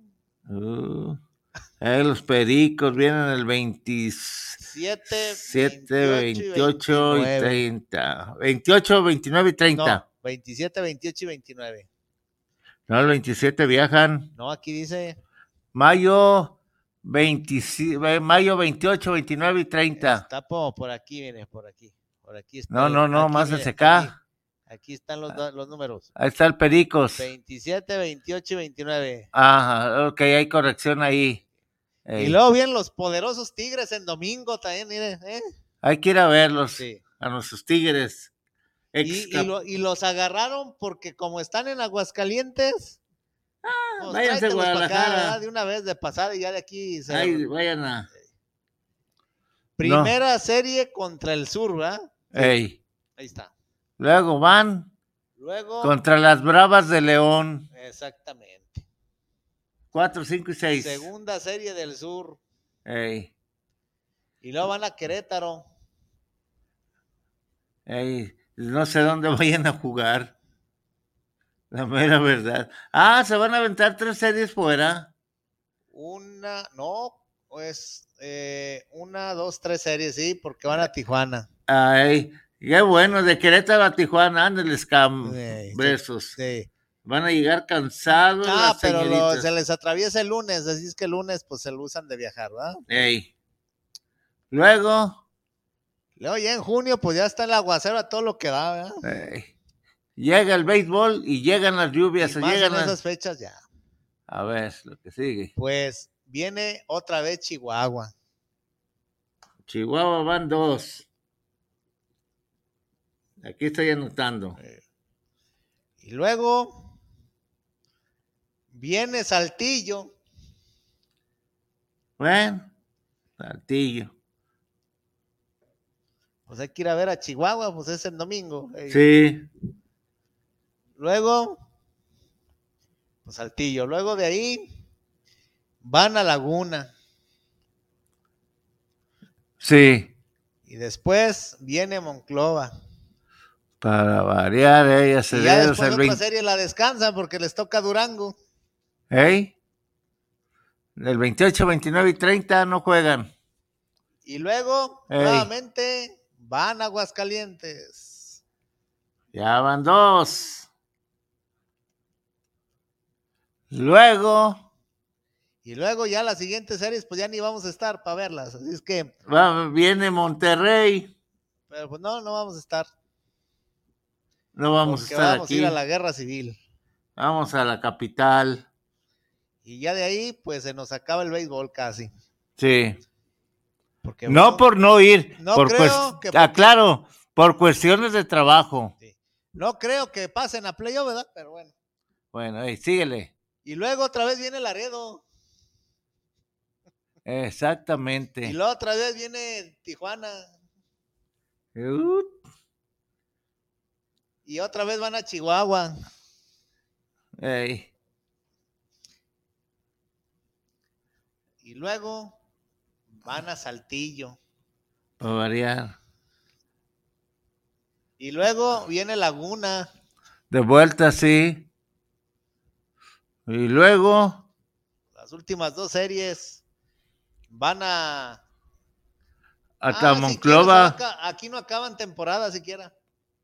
[SPEAKER 11] Los Pericos vienen el 27, 28 y 30. 28, 29 y 30.
[SPEAKER 12] No, 27, 28 y 29.
[SPEAKER 11] No, el 27 viajan.
[SPEAKER 12] No, aquí dice.
[SPEAKER 11] Mayo, mayo 28, 29 y 30.
[SPEAKER 12] Está por aquí, viene, por aquí. Está
[SPEAKER 11] No,
[SPEAKER 12] aquí,
[SPEAKER 11] más
[SPEAKER 12] miren,
[SPEAKER 11] hacia acá.
[SPEAKER 12] Aquí están los números.
[SPEAKER 11] Ahí está el Pericos.
[SPEAKER 12] 27, 28 y 29.
[SPEAKER 11] Ajá, ok, hay corrección ahí.
[SPEAKER 12] Y luego vienen los poderosos Tigres en domingo también, miren.
[SPEAKER 11] Hay que ir a verlos,
[SPEAKER 12] sí.
[SPEAKER 11] A nuestros Tigres.
[SPEAKER 12] Y los agarraron porque como están en Aguascalientes, pues
[SPEAKER 11] váyanse a Guadalajara.
[SPEAKER 12] Acá, de una vez de pasada y ya de aquí.
[SPEAKER 11] Vayan a...
[SPEAKER 12] Primera serie contra el Sur, ¿verdad?
[SPEAKER 11] Ahí
[SPEAKER 12] está.
[SPEAKER 11] Luego van contra las Bravas de León.
[SPEAKER 12] Exactamente.
[SPEAKER 11] 4, 5 y 6.
[SPEAKER 12] Segunda serie del Sur.
[SPEAKER 11] Y
[SPEAKER 12] luego van a Querétaro.
[SPEAKER 11] No sé dónde vayan a jugar. La mera verdad. Se van a aventar 3 series fuera.
[SPEAKER 12] 1, 2, 3 series, sí, porque van a Tijuana.
[SPEAKER 11] Qué bueno, de Querétaro a Tijuana, ándeles besos.
[SPEAKER 12] Sí.
[SPEAKER 11] Van a llegar cansados.
[SPEAKER 12] Pero se les atraviesa el lunes, así es que el lunes pues se lo usan de viajar, ¿verdad?
[SPEAKER 11] Luego
[SPEAKER 12] ya en junio pues ya está el aguacero a todo lo que da, ¿verdad?
[SPEAKER 11] Llega el béisbol y llegan las lluvias.
[SPEAKER 12] Y más en esas fechas ya.
[SPEAKER 11] A ver, lo que sigue.
[SPEAKER 12] Pues viene otra vez Chihuahua.
[SPEAKER 11] Chihuahua van 2. Aquí estoy anotando.
[SPEAKER 12] Y luego viene Saltillo.
[SPEAKER 11] Bueno, Saltillo.
[SPEAKER 12] Pues hay que ir a ver a Chihuahua, pues es el domingo.
[SPEAKER 11] Sí.
[SPEAKER 12] Luego, pues Saltillo. Luego de ahí van a Laguna.
[SPEAKER 11] Sí.
[SPEAKER 12] Y después viene Monclova.
[SPEAKER 11] Para variar, ya se
[SPEAKER 12] y ya después otra serie la descansan porque les toca Durango.
[SPEAKER 11] El 28, 29 y 30 no juegan.
[SPEAKER 12] Y luego, nuevamente, van a Aguascalientes.
[SPEAKER 11] Ya van 2. Luego
[SPEAKER 12] ya las siguientes series, pues ya ni vamos a estar para verlas. Así es que...
[SPEAKER 11] viene Monterrey.
[SPEAKER 12] Pero pues no vamos a estar.
[SPEAKER 11] No vamos a estar
[SPEAKER 12] vamos
[SPEAKER 11] aquí.
[SPEAKER 12] A ir a la guerra civil.
[SPEAKER 11] Vamos a la capital.
[SPEAKER 12] Y ya de ahí, pues se nos acaba el béisbol casi.
[SPEAKER 11] Sí.
[SPEAKER 12] Porque,
[SPEAKER 11] no por no ir.
[SPEAKER 12] No creo que...
[SPEAKER 11] claro, por cuestiones de trabajo.
[SPEAKER 12] Sí. No creo que pasen a playoff, ¿verdad? Pero bueno.
[SPEAKER 11] Bueno, síguele.
[SPEAKER 12] Y luego otra vez viene Laredo.
[SPEAKER 11] Exactamente.
[SPEAKER 12] Y luego otra vez viene Tijuana. Y otra vez van a Chihuahua. Y luego van a Saltillo.
[SPEAKER 11] Para variar.
[SPEAKER 12] Y luego viene Laguna.
[SPEAKER 11] De vuelta, sí. Y luego
[SPEAKER 12] las últimas 2 series van a
[SPEAKER 11] Monclova.
[SPEAKER 12] Aquí no acaban temporada siquiera.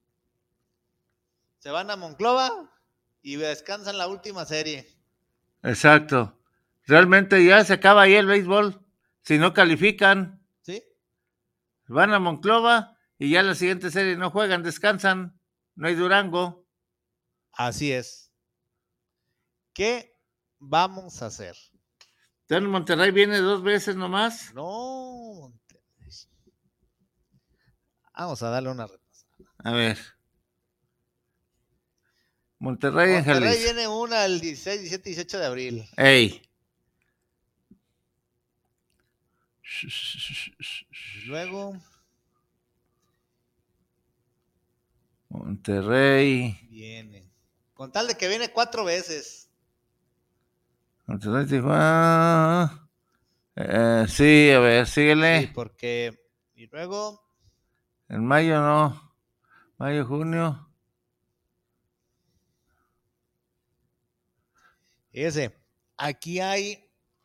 [SPEAKER 12] Se van a Monclova y descansan la última serie.
[SPEAKER 11] Exacto. Realmente ya se acaba ahí el béisbol. Si no califican.
[SPEAKER 12] Sí.
[SPEAKER 11] Van a Monclova y ya la siguiente serie no juegan, descansan. No hay Durango.
[SPEAKER 12] Así es. ¿Qué vamos a hacer?
[SPEAKER 11] ¿Entonces Monterrey viene 2 veces nomás?
[SPEAKER 12] No, Monterrey. Vamos a darle una repasada.
[SPEAKER 11] A ver. Monterrey en Jalisco.
[SPEAKER 12] Monterrey viene una el 16, 17, 18 de abril. Luego
[SPEAKER 11] Monterrey
[SPEAKER 12] viene. Con tal de que viene 4 veces.
[SPEAKER 11] Monterrey, Tijuana. Sí, a ver, síguele.
[SPEAKER 12] Sí, porque. Y luego.
[SPEAKER 11] En mayo no. Mayo, junio.
[SPEAKER 12] Aquí hay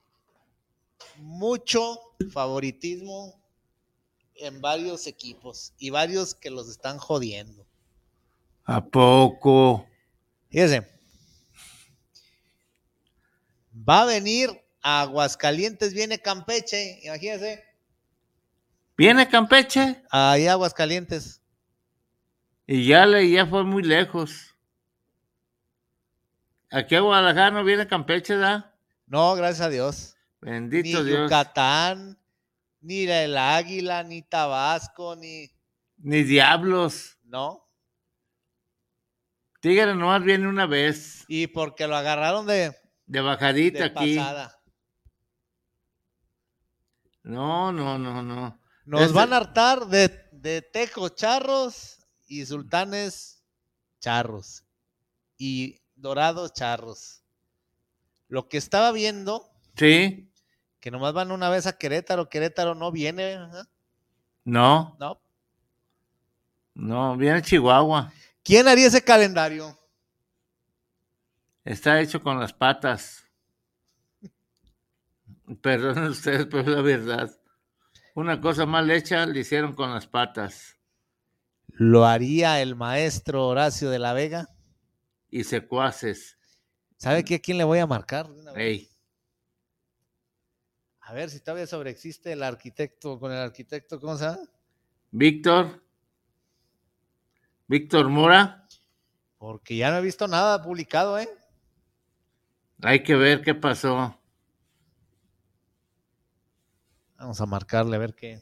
[SPEAKER 12] mucho favoritismo en varios equipos y varios que los están jodiendo.
[SPEAKER 11] ¿A poco?
[SPEAKER 12] Fíjese. Va a venir Aguascalientes viene Campeche, imagínense.
[SPEAKER 11] ¿Viene Campeche?
[SPEAKER 12] Ahí Aguascalientes.
[SPEAKER 11] Y ya fue muy lejos. Aquí a Guadalajara no viene Campeche, ¿da?
[SPEAKER 12] No, gracias a Dios.
[SPEAKER 11] Bendito
[SPEAKER 12] ni
[SPEAKER 11] Dios.
[SPEAKER 12] Yucatán, ni el Águila, ni Tabasco, ni
[SPEAKER 11] Diablos.
[SPEAKER 12] No.
[SPEAKER 11] Tigre nomás viene una vez.
[SPEAKER 12] Y porque lo agarraron de
[SPEAKER 11] bajadita
[SPEAKER 12] de
[SPEAKER 11] aquí.
[SPEAKER 12] pasada.
[SPEAKER 11] No.
[SPEAKER 12] Nos van a hartar de Tecos charros y Sultanes charros y Dorados charros. Lo que estaba viendo,
[SPEAKER 11] sí,
[SPEAKER 12] que nomás van una vez a Querétaro no viene, ¿eh?
[SPEAKER 11] No, viene Chihuahua.
[SPEAKER 12] ¿Quién haría ese calendario?
[SPEAKER 11] Está hecho con las patas. Perdonen ustedes, pero es la verdad. Una cosa mal hecha le hicieron con las patas.
[SPEAKER 12] ¿Lo haría el maestro Horacio de la Vega?
[SPEAKER 11] Y secuaces.
[SPEAKER 12] ¿Sabe qué? ¿A quién le voy a marcar?
[SPEAKER 11] Ey.
[SPEAKER 12] A ver si todavía sobreexiste el arquitecto, con el arquitecto, ¿cómo se llama?
[SPEAKER 11] Víctor Mora.
[SPEAKER 12] Porque ya no he visto nada publicado, ¿eh?
[SPEAKER 11] Hay que ver qué pasó.
[SPEAKER 12] Vamos a marcarle a ver qué.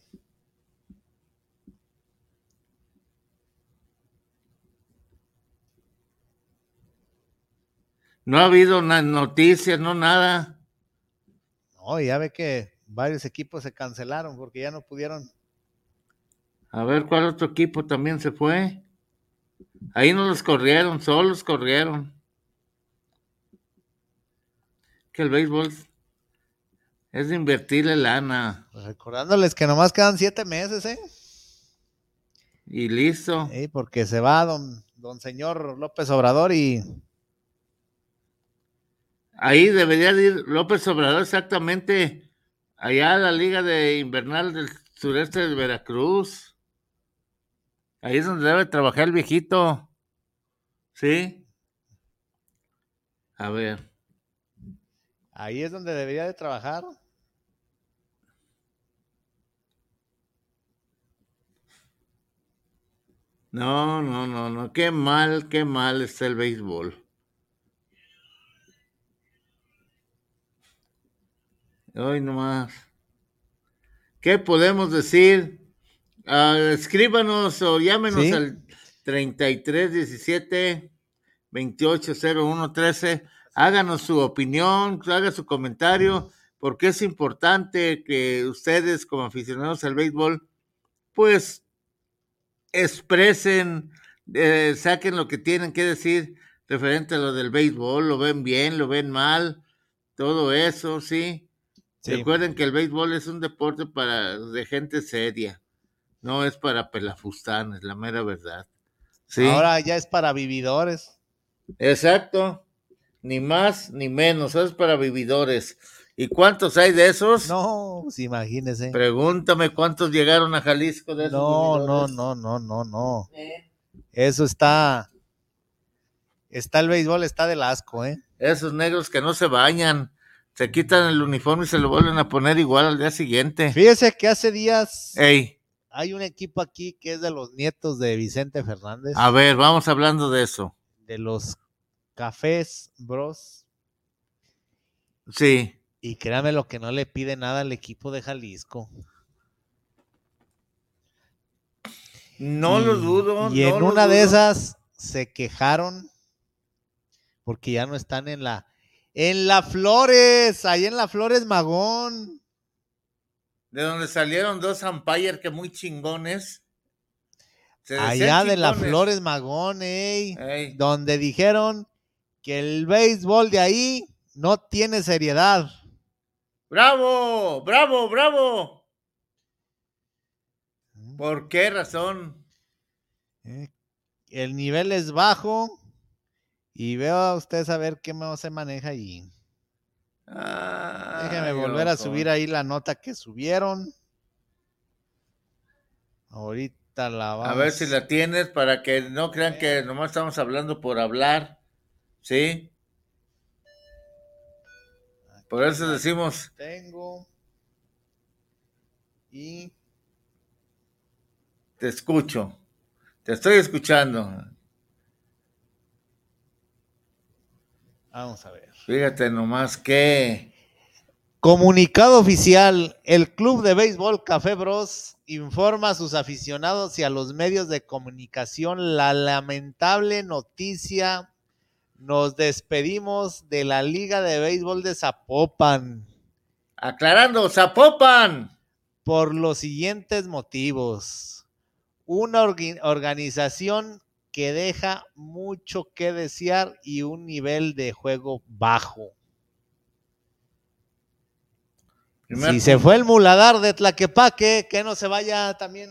[SPEAKER 11] No ha habido noticias, no nada.
[SPEAKER 12] No, ya ve que varios equipos se cancelaron porque ya no pudieron.
[SPEAKER 11] A ver cuál otro equipo también se fue. Ahí no los corrieron, solo los corrieron. Que el béisbol es de invertirle lana.
[SPEAKER 12] Recordándoles que nomás quedan 7 meses, ¿eh?
[SPEAKER 11] Y listo.
[SPEAKER 12] Sí, porque se va don señor López Obrador y...
[SPEAKER 11] Ahí debería de ir López Obrador exactamente allá a la Liga de Invernal del Sureste de Veracruz. Ahí es donde debe trabajar el viejito. ¿Sí? A ver.
[SPEAKER 12] Ahí es donde debería de trabajar.
[SPEAKER 11] No. Qué mal está el béisbol. Hoy nomás. ¿Qué podemos decir? Escríbanos o llámenos
[SPEAKER 12] ¿Sí?
[SPEAKER 11] al 3317 280113. Háganos su opinión, haga su comentario, porque es importante que ustedes, como aficionados al béisbol, pues expresen, saquen lo que tienen que decir referente a lo del béisbol. Lo ven bien, lo ven mal, todo eso, ¿sí?
[SPEAKER 12] Sí.
[SPEAKER 11] Recuerden que el béisbol es un deporte de gente seria, no es para pelafustanes, la mera verdad. ¿Sí?
[SPEAKER 12] Ahora ya es para vividores.
[SPEAKER 11] Exacto, ni más ni menos, es para vividores. ¿Y cuántos hay de esos?
[SPEAKER 12] No, pues imagínese.
[SPEAKER 11] Pregúntame cuántos llegaron a Jalisco de esos vividores.
[SPEAKER 12] No. Eso está el béisbol, está del asco, ¿eh?
[SPEAKER 11] Esos negros que no se bañan, se quitan el uniforme y se lo vuelven a poner igual al día siguiente.
[SPEAKER 12] Fíjese que hace días
[SPEAKER 11] Ey.
[SPEAKER 12] Hay un equipo aquí que es de los nietos de Vicente Fernández.
[SPEAKER 11] A ver, vamos hablando de eso.
[SPEAKER 12] De los Cafés Bros.
[SPEAKER 11] Sí.
[SPEAKER 12] Y créame lo que no le pide nada al equipo de Jalisco.
[SPEAKER 11] No lo dudo.
[SPEAKER 12] Y en una de esas se quejaron porque ya no están en la Flores, ahí en la Flores Magón.
[SPEAKER 11] De donde salieron 2 umpires que muy chingones.
[SPEAKER 12] Allá de la Flores Magón, donde dijeron que el béisbol de ahí no tiene seriedad.
[SPEAKER 11] ¡Bravo! ¡Bravo! ¡Bravo! ¿Por qué razón?
[SPEAKER 12] El nivel es bajo y veo a usted saber qué se maneja ahí. Déjeme volver a subir ahí la nota que subieron. Ahorita la vamos.
[SPEAKER 11] A ver si la tienes para que no crean que nomás estamos hablando por hablar. ¿Sí? Por eso decimos.
[SPEAKER 12] Tengo. Y.
[SPEAKER 11] Te escucho. Te estoy escuchando.
[SPEAKER 12] Vamos a ver.
[SPEAKER 11] Fíjate nomás que.
[SPEAKER 12] Comunicado oficial. El Club de Béisbol Café Bros informa a sus aficionados y a los medios de comunicación la lamentable noticia. Nos despedimos de la Liga de Béisbol de Zapopan.
[SPEAKER 11] Aclarando, Zapopan.
[SPEAKER 12] Por los siguientes motivos. Una organización que deja mucho que desear y un nivel de juego bajo. Si se fue el Muladar de Tlaquepaque, que no se vaya también.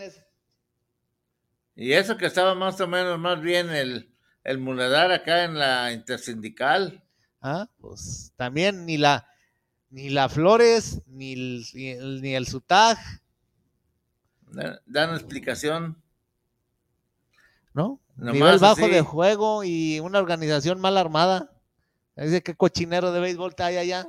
[SPEAKER 11] Y eso que estaba más o menos, más bien el Muladar acá en la Intersindical.
[SPEAKER 12] Ah, pues también ni la Flores, ni el Sutag.
[SPEAKER 11] Dan explicación.
[SPEAKER 12] ¿No?
[SPEAKER 11] Nomás
[SPEAKER 12] nivel bajo
[SPEAKER 11] así.
[SPEAKER 12] de juego y una organización mal armada. Dice que cochinero de béisbol hay allá.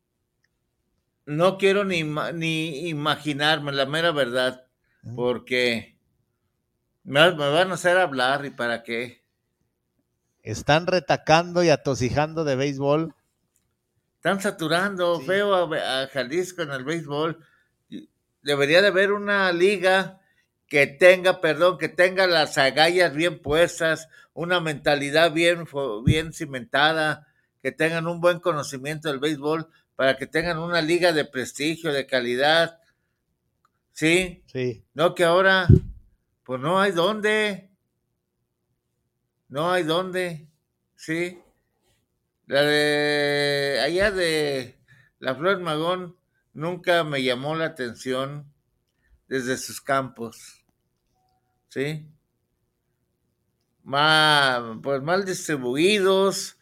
[SPEAKER 11] No quiero ni imaginarme la mera verdad, porque me van a hacer hablar, ¿y para qué?
[SPEAKER 12] Están retacando y atocijando de béisbol.
[SPEAKER 11] Están saturando feo a Jalisco en el béisbol. Debería de haber una liga que tenga las agallas bien puestas, una mentalidad bien cimentada, que tengan un buen conocimiento del béisbol, para que tengan una liga de prestigio, de calidad. ¿Sí?
[SPEAKER 12] Sí.
[SPEAKER 11] No que ahora, pues no hay dónde. No hay dónde. ¿Sí? La de allá de la Flores Magón nunca me llamó la atención desde sus campos. ¿Sí? Pues mal distribuidos,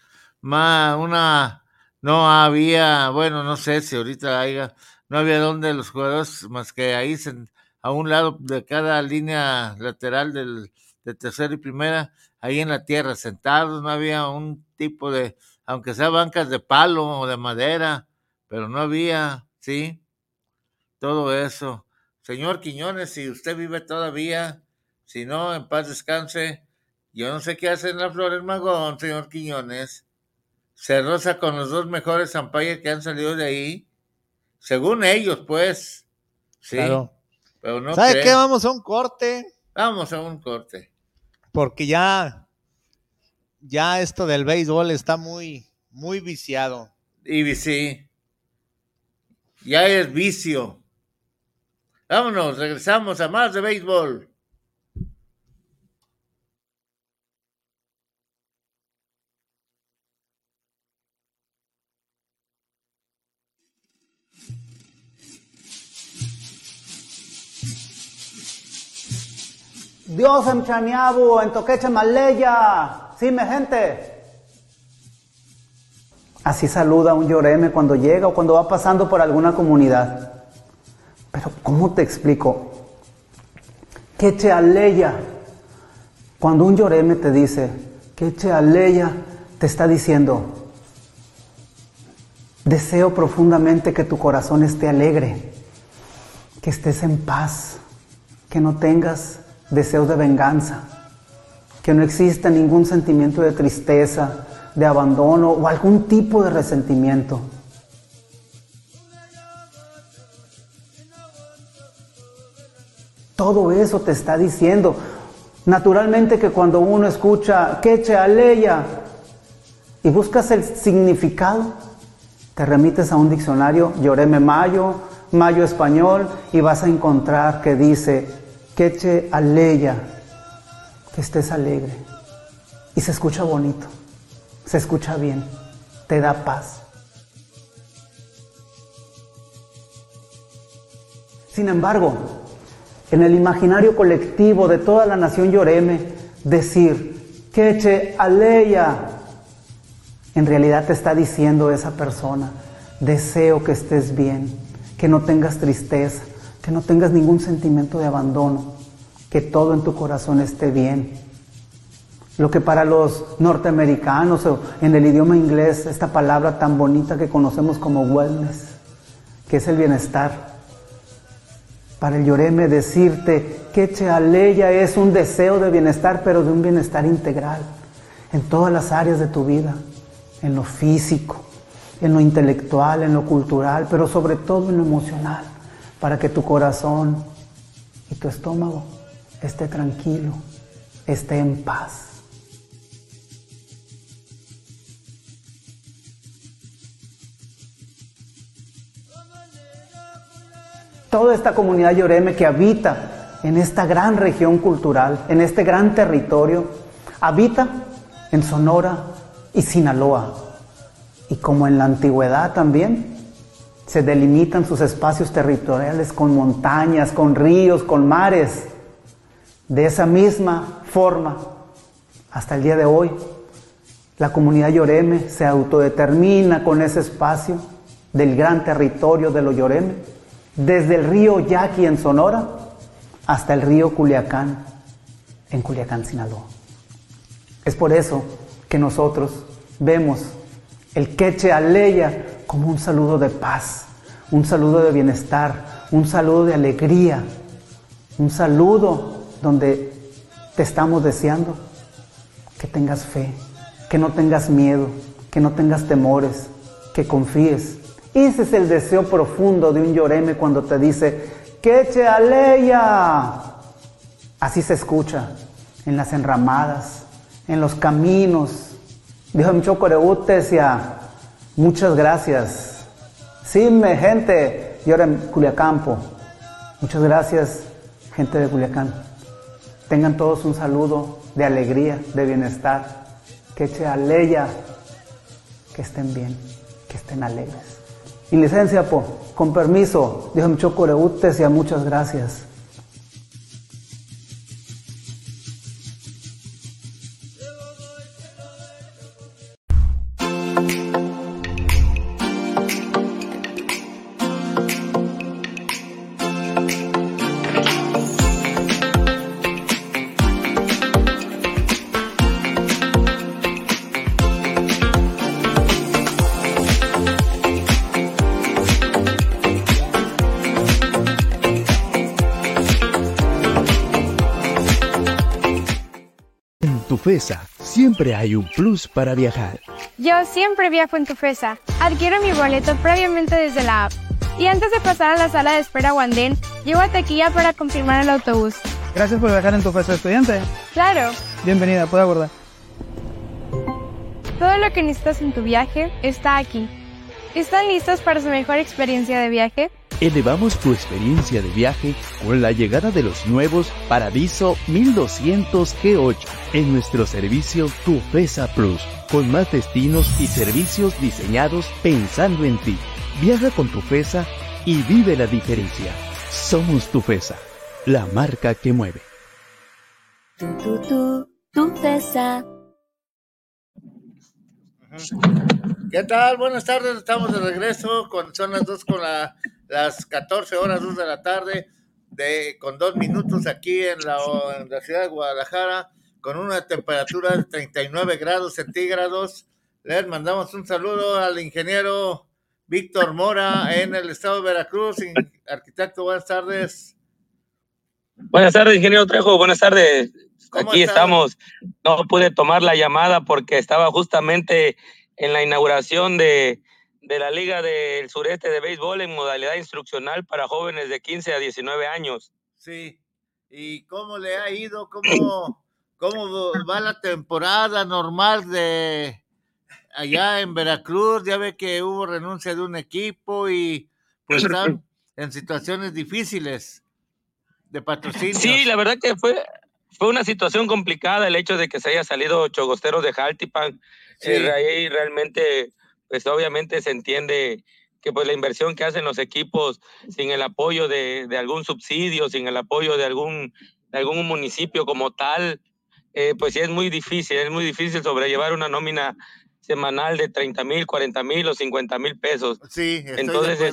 [SPEAKER 11] no había, bueno, no sé si ahorita no había donde los jugadores, más que ahí a un lado de cada línea lateral de tercera y primera, ahí en la tierra, sentados, no había un tipo de, aunque sea bancas de palo o de madera, pero no había, ¿sí? Todo eso. Señor Quiñones, si usted vive todavía, si no, en paz descanse. Yo no sé qué hace en la Flores Magón, señor Quiñones. Se roza con los dos mejores umpires que han salido de ahí, según ellos, pues. Sí,
[SPEAKER 12] claro.
[SPEAKER 11] Pero no
[SPEAKER 12] ¿Sabe qué? Vamos a un corte.
[SPEAKER 11] Vamos a un corte.
[SPEAKER 12] Porque ya esto del béisbol está muy, muy viciado.
[SPEAKER 11] Y sí, ya es vicio. Vámonos, regresamos a más de béisbol.
[SPEAKER 10] Dios en Chaniabu, en Toqueche Maleya. Sí, mi gente. Así saluda un yoreme cuando llega o cuando va pasando por alguna comunidad. Pero, ¿cómo te explico? Queche Aleya. Cuando un yoreme te dice Queche Aleya, te está diciendo: deseo profundamente que tu corazón esté alegre, que estés en paz, que no tengas deseos de venganza, que no exista ningún sentimiento de tristeza, de abandono o algún tipo de resentimiento. Todo eso te está diciendo. Naturalmente que cuando uno escucha Queche Aleya y buscas el significado, te remites a un diccionario Yoreme Mayo, Mayo español, y vas a encontrar que dice Queche Aleya, que estés alegre. Y se escucha bonito, se escucha bien, te da paz. Sin embargo, en el imaginario colectivo de toda la nación yoreme, decir Queche Aleya, en realidad te está diciendo esa persona: deseo que estés bien, que no tengas tristeza, que no tengas ningún sentimiento de abandono, que todo en tu corazón esté bien. Lo que para los norteamericanos o en el idioma inglés, esta palabra tan bonita que conocemos como wellness, que es el bienestar. Para el Yoreme decirte que Chealeya es un deseo de bienestar, pero de un bienestar integral, en todas las áreas de tu vida, en lo físico, en lo intelectual, en lo cultural, pero sobre todo en lo emocional, para que tu corazón y tu estómago esté tranquilo, esté en paz. Toda esta comunidad Yoreme que habita en esta gran región cultural, en este gran territorio, habita en Sonora y Sinaloa. Y como en la antigüedad también, se delimitan sus espacios territoriales con montañas, con ríos, con mares. De esa misma forma, hasta el día de hoy, la comunidad Yoreme se autodetermina con ese espacio del gran territorio de los Yoreme, desde el río Yaqui en Sonora hasta el río Culiacán en Culiacán, Sinaloa. Es por eso que nosotros vemos el Quechealeya como un saludo de paz, un saludo de bienestar, un saludo de alegría, un saludo donde te estamos deseando que tengas fe, que no tengas miedo, que no tengas temores, que confíes. Ese es el deseo profundo de un Yoreme cuando te dice Quechealeya. Así se escucha en las enramadas, en los caminos. Dijo Mchocoreútesia, muchas gracias. Sí, gente, Yorem Culiacampo. Muchas gracias, gente de Culiacán. Tengan todos un saludo de alegría, de bienestar. Quechealeya, que estén bien, que estén alegres. Y licencia, con permiso, dijo Mchocoreútesia, muchas gracias.
[SPEAKER 7] Tufesa, siempre hay un plus para viajar.
[SPEAKER 8] Yo siempre viajo en Tufesa. Adquiero mi boleto previamente desde la app. Y antes de pasar a la sala de espera Guandén, llego a taquilla para confirmar el autobús.
[SPEAKER 9] Gracias por viajar en Tufesa, estudiante.
[SPEAKER 8] Claro.
[SPEAKER 9] Bienvenida, puede abordar.
[SPEAKER 8] Todo lo que necesitas en tu viaje está aquí. ¿Están listos para su mejor experiencia de viaje?
[SPEAKER 7] Elevamos tu experiencia de viaje con la llegada de los nuevos Paradiso 1200 G8 en nuestro servicio Tufesa Plus, con más destinos y servicios diseñados pensando en ti. Viaja con Tufesa y vive la diferencia. Somos Tufesa, la marca que mueve.
[SPEAKER 13] Tufesa.
[SPEAKER 11] ¿Qué tal? Buenas tardes, estamos de regreso, son las 2 con las 14 horas, 2 de la tarde, con 2 minutos aquí en la ciudad de Guadalajara, con una temperatura de 39 grados centígrados. Les mandamos un saludo al ingeniero Víctor Mora en el estado de Veracruz. Arquitecto, buenas tardes.
[SPEAKER 14] Buenas tardes, ingeniero Trejo, buenas tardes. Aquí
[SPEAKER 11] está?
[SPEAKER 14] estamos. No pude tomar la llamada porque estaba justamente en la inauguración de la Liga del Sureste de Béisbol en modalidad instruccional para jóvenes de 15 a 19 años.
[SPEAKER 11] Sí, ¿y cómo le ha ido? ¿Cómo va la temporada normal de allá en Veracruz? Ya ve que hubo renuncia de un equipo y pues están en situaciones difíciles de patrocinio.
[SPEAKER 14] Sí, la verdad que fue una situación complicada el hecho de que se haya salido Chogosteros de Jaltipan.
[SPEAKER 11] Sí.
[SPEAKER 14] Ahí realmente, pues obviamente se entiende que pues la inversión que hacen los equipos sin el apoyo de algún subsidio, sin el apoyo de algún municipio como tal, pues sí es muy difícil sobrellevar una nómina semanal de 30,000, 40,000 o 50,000 pesos.
[SPEAKER 11] Sí,
[SPEAKER 14] entonces,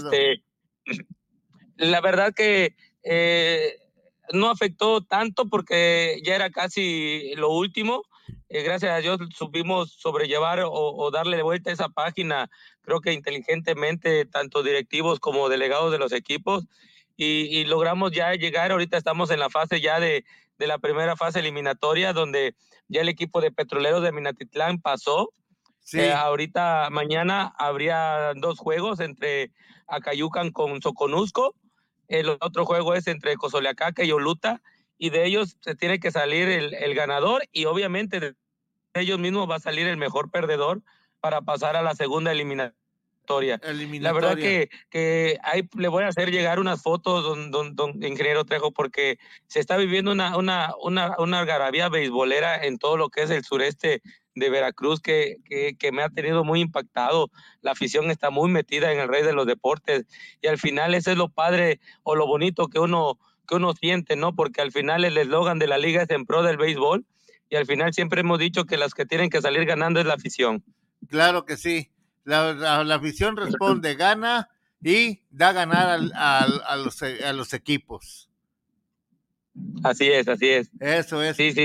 [SPEAKER 14] la verdad que no afectó tanto porque ya era casi lo último. gracias a Dios supimos sobrellevar o darle vuelta a esa página, creo que inteligentemente, tanto directivos como delegados de los equipos, y logramos ya llegar. Ahorita estamos en la fase ya de la primera fase eliminatoria, donde ya el equipo de Petroleros de Minatitlán pasó.
[SPEAKER 11] Sí.
[SPEAKER 14] Ahorita mañana habría 2 juegos entre Acayucan con Soconusco. El otro juego es entre Cozoleacaca y Oluta, y de ellos se tiene que salir el ganador, y obviamente de ellos mismos va a salir el mejor perdedor para pasar a la segunda eliminatoria. La verdad que ahí le voy a hacer llegar unas fotos, don ingeniero Trejo, porque se está viviendo una algarabía beisbolera en todo lo que es el sureste de Veracruz, que me ha tenido muy impactado. La afición está muy metida en el rey de los deportes, y al final ese es lo padre o lo bonito que uno siente, ¿no? Porque al final el eslogan de la liga es en pro del béisbol, y al final siempre hemos dicho que las que tienen que salir ganando es la afición.
[SPEAKER 11] Claro que sí. La afición responde, gana y da a ganar a los equipos.
[SPEAKER 14] Así es.
[SPEAKER 11] Eso es.
[SPEAKER 14] Sí,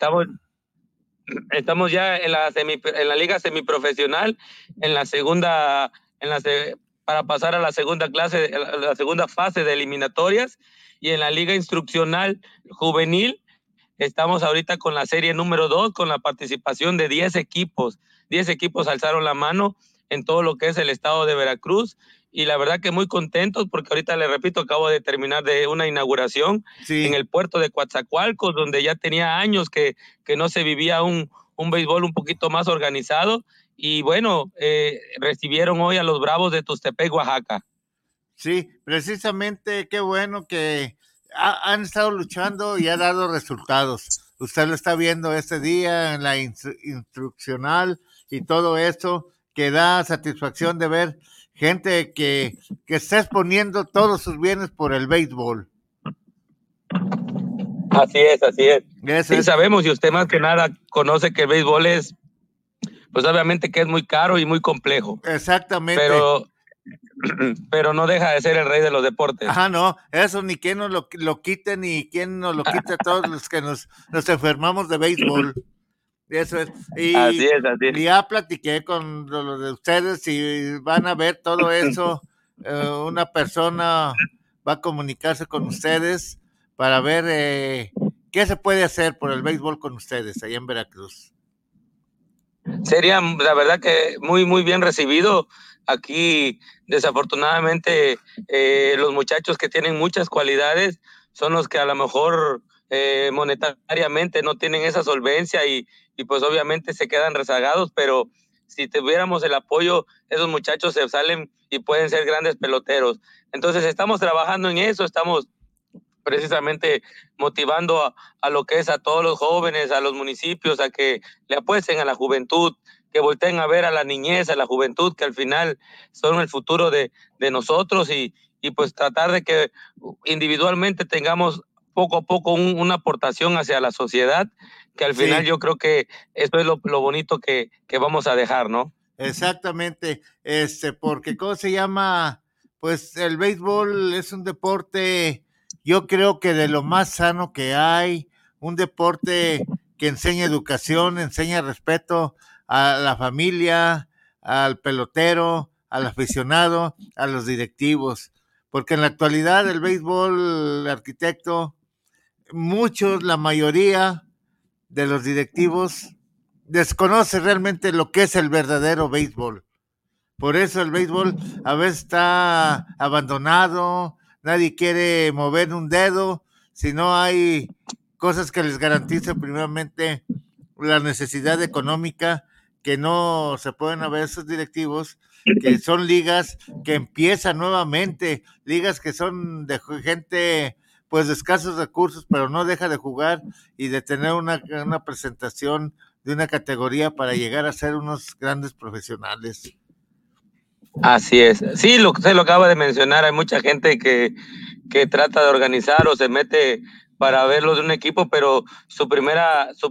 [SPEAKER 14] estamos ya en la liga semiprofesional, en la segunda, para pasar a la segunda fase de eliminatorias, y en la liga instruccional juvenil estamos ahorita con la serie número 2, con la participación de 10 equipos. 10 equipos alzaron la mano en todo lo que es el estado de Veracruz, y la verdad que muy contentos, porque ahorita, le repito, acabo de terminar de una inauguración en el puerto de Coatzacoalcos, donde ya tenía años que no se vivía un béisbol un poquito más organizado, y bueno, recibieron hoy a los Bravos de Tustepec, Oaxaca.
[SPEAKER 11] Sí, precisamente, qué bueno que han estado luchando y ha dado resultados. Usted lo está viendo este día en la instruccional y todo eso, que da satisfacción de ver gente que está exponiendo todos sus bienes por el béisbol.
[SPEAKER 14] Así es. Sí, sabemos, y usted más que nada conoce que el béisbol es, pues obviamente que es muy caro y muy complejo.
[SPEAKER 11] Exactamente.
[SPEAKER 14] Pero no deja de ser el rey de los deportes.
[SPEAKER 11] Ajá, no, eso ni quien nos lo quite, ni quien nos lo quite a todos los que nos enfermamos de béisbol. Eso es. Y,
[SPEAKER 14] así es.
[SPEAKER 11] Ya platiqué con los de ustedes y van a ver todo eso. Una persona va a comunicarse con ustedes para ver qué se puede hacer por el béisbol con ustedes allá en Veracruz.
[SPEAKER 14] Sería, la verdad, que muy, muy bien recibido. Aquí, desafortunadamente, los muchachos que tienen muchas cualidades son los que a lo mejor monetariamente no tienen esa solvencia, y pues obviamente se quedan rezagados, pero si tuviéramos el apoyo, esos muchachos se salen y pueden ser grandes peloteros. Entonces estamos trabajando en eso, estamos precisamente motivando a lo que es a todos los jóvenes, a los municipios, a que le apuesten a la juventud, que volteen a ver a la niñez, a la juventud, que al final son el futuro de nosotros, y pues tratar de que individualmente tengamos poco a poco una aportación hacia la sociedad, que al final yo creo que esto es lo bonito que vamos a dejar, ¿no?
[SPEAKER 11] Exactamente, porque ¿cómo se llama? Pues el béisbol es un deporte, yo creo que de lo más sano que hay, un deporte que enseña educación, enseña respeto a la familia, al pelotero, al aficionado, a los directivos, porque en la actualidad el béisbol, el arquitecto, muchos, la mayoría de los directivos desconoce realmente lo que es el verdadero béisbol. Por eso el béisbol a veces está abandonado, nadie quiere mover un dedo, si no hay cosas que les garanticen primeramente la necesidad económica, que no se pueden ver esos directivos, que son ligas que empiezan nuevamente, ligas que son de gente pues de escasos recursos, pero no deja de jugar y de tener una presentación de una categoría para llegar a ser unos grandes profesionales.
[SPEAKER 14] Así es. Sí, usted lo acaba de mencionar, hay mucha gente que trata de organizar o se mete para verlo de un equipo, pero su primer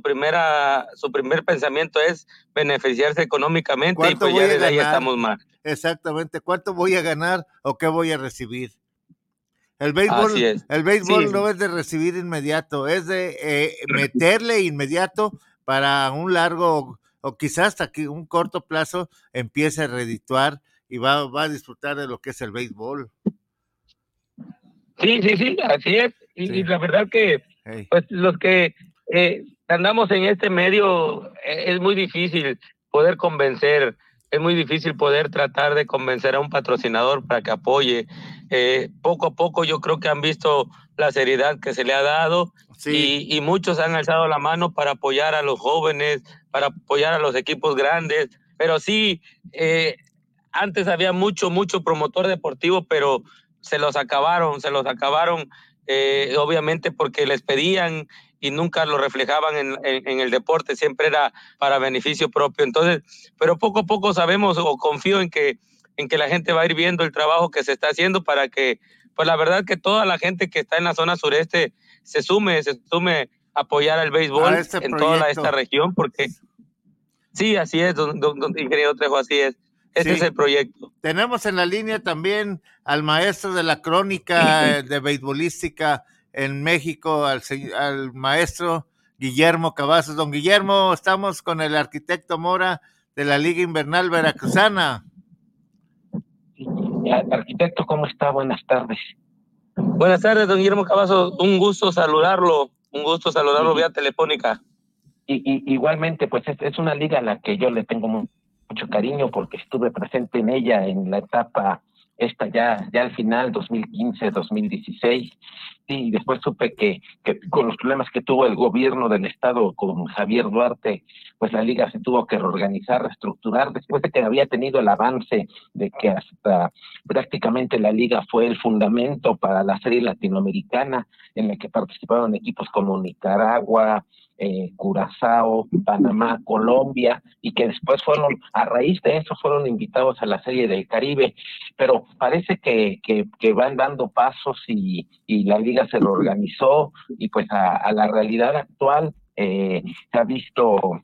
[SPEAKER 14] pensamiento es beneficiarse económicamente, y pues ya desde ahí estamos mal.
[SPEAKER 11] Exactamente, ¿cuánto voy a ganar o qué voy a recibir? El béisbol no es de recibir inmediato, es de meterle inmediato para un largo o quizás hasta aquí un corto plazo empiece a redituar y va a disfrutar de lo que es el béisbol.
[SPEAKER 14] Sí, así es. Y la verdad que pues los que andamos en este medio es muy difícil poder convencer, es muy difícil poder tratar de convencer a un patrocinador para que apoye. Poco a poco yo creo que han visto la seriedad que se le ha dado y muchos han alzado la mano para apoyar a los jóvenes, para apoyar a los equipos grandes, pero sí, antes había mucho promotor deportivo, pero se los acabaron, obviamente porque les pedían y nunca lo reflejaban en el deporte, siempre era para beneficio propio. Entonces, pero poco a poco sabemos o confío en que la gente va a ir viendo el trabajo que se está haciendo para que, pues la verdad que toda la gente que está en la zona sureste se sume a apoyar al béisbol en toda esta región, porque sí, así es, don ingeniero Trejo, así es. Ese es el proyecto.
[SPEAKER 11] Tenemos en la línea también al maestro de la crónica de beisbolística en México, al maestro Guillermo Cavazos. Don Guillermo, estamos con el arquitecto Mora de la Liga Invernal Veracruzana.
[SPEAKER 13] Arquitecto, ¿cómo está? Buenas tardes.
[SPEAKER 14] Buenas tardes, don Guillermo Cavazos. Un gusto saludarlo vía telefónica.
[SPEAKER 13] Igualmente, pues es una liga a la que yo le tengo mucho cariño porque estuve presente en ella en la etapa ya al final, 2015-2016, y después supe que con los problemas que tuvo el gobierno del estado con Javier Duarte, pues la liga se tuvo que reorganizar, reestructurar, después de que había tenido el avance de que hasta prácticamente la liga fue el fundamento para la serie latinoamericana, en la que participaron equipos como Nicaragua, Curazao, Panamá, Colombia, y que después a raíz de eso fueron invitados a la Serie del Caribe, pero parece que van dando pasos y la liga se reorganizó y pues a la realidad actual se han visto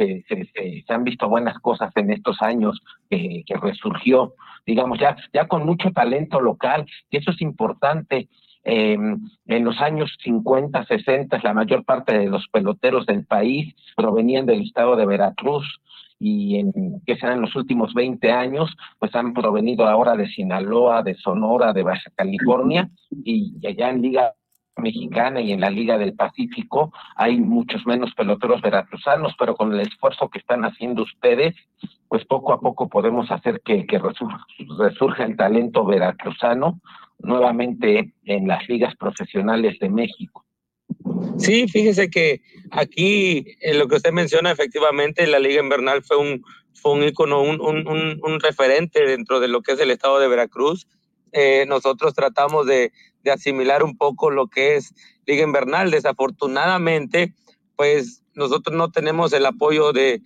[SPEAKER 13] buenas cosas en estos años que resurgió, digamos, ya con mucho talento local, y eso es importante. En los años 50, 60, la mayor parte de los peloteros del país provenían del estado de Veracruz, y que serán los últimos 20 años, pues han provenido ahora de Sinaloa, de Sonora, de Baja California, y allá en Liga Mexicana y en la Liga del Pacífico hay muchos menos peloteros veracruzanos, pero con el esfuerzo que están haciendo ustedes, pues poco a poco podemos hacer que resurja el talento veracruzano nuevamente en las ligas profesionales de México.
[SPEAKER 14] Sí, fíjese que aquí lo que usted menciona, efectivamente, la Liga Invernal fue un ícono, un referente dentro de lo que es el estado de Veracruz. Nosotros tratamos de asimilar un poco lo que es Liga Invernal. Desafortunadamente, pues nosotros no tenemos el apoyo de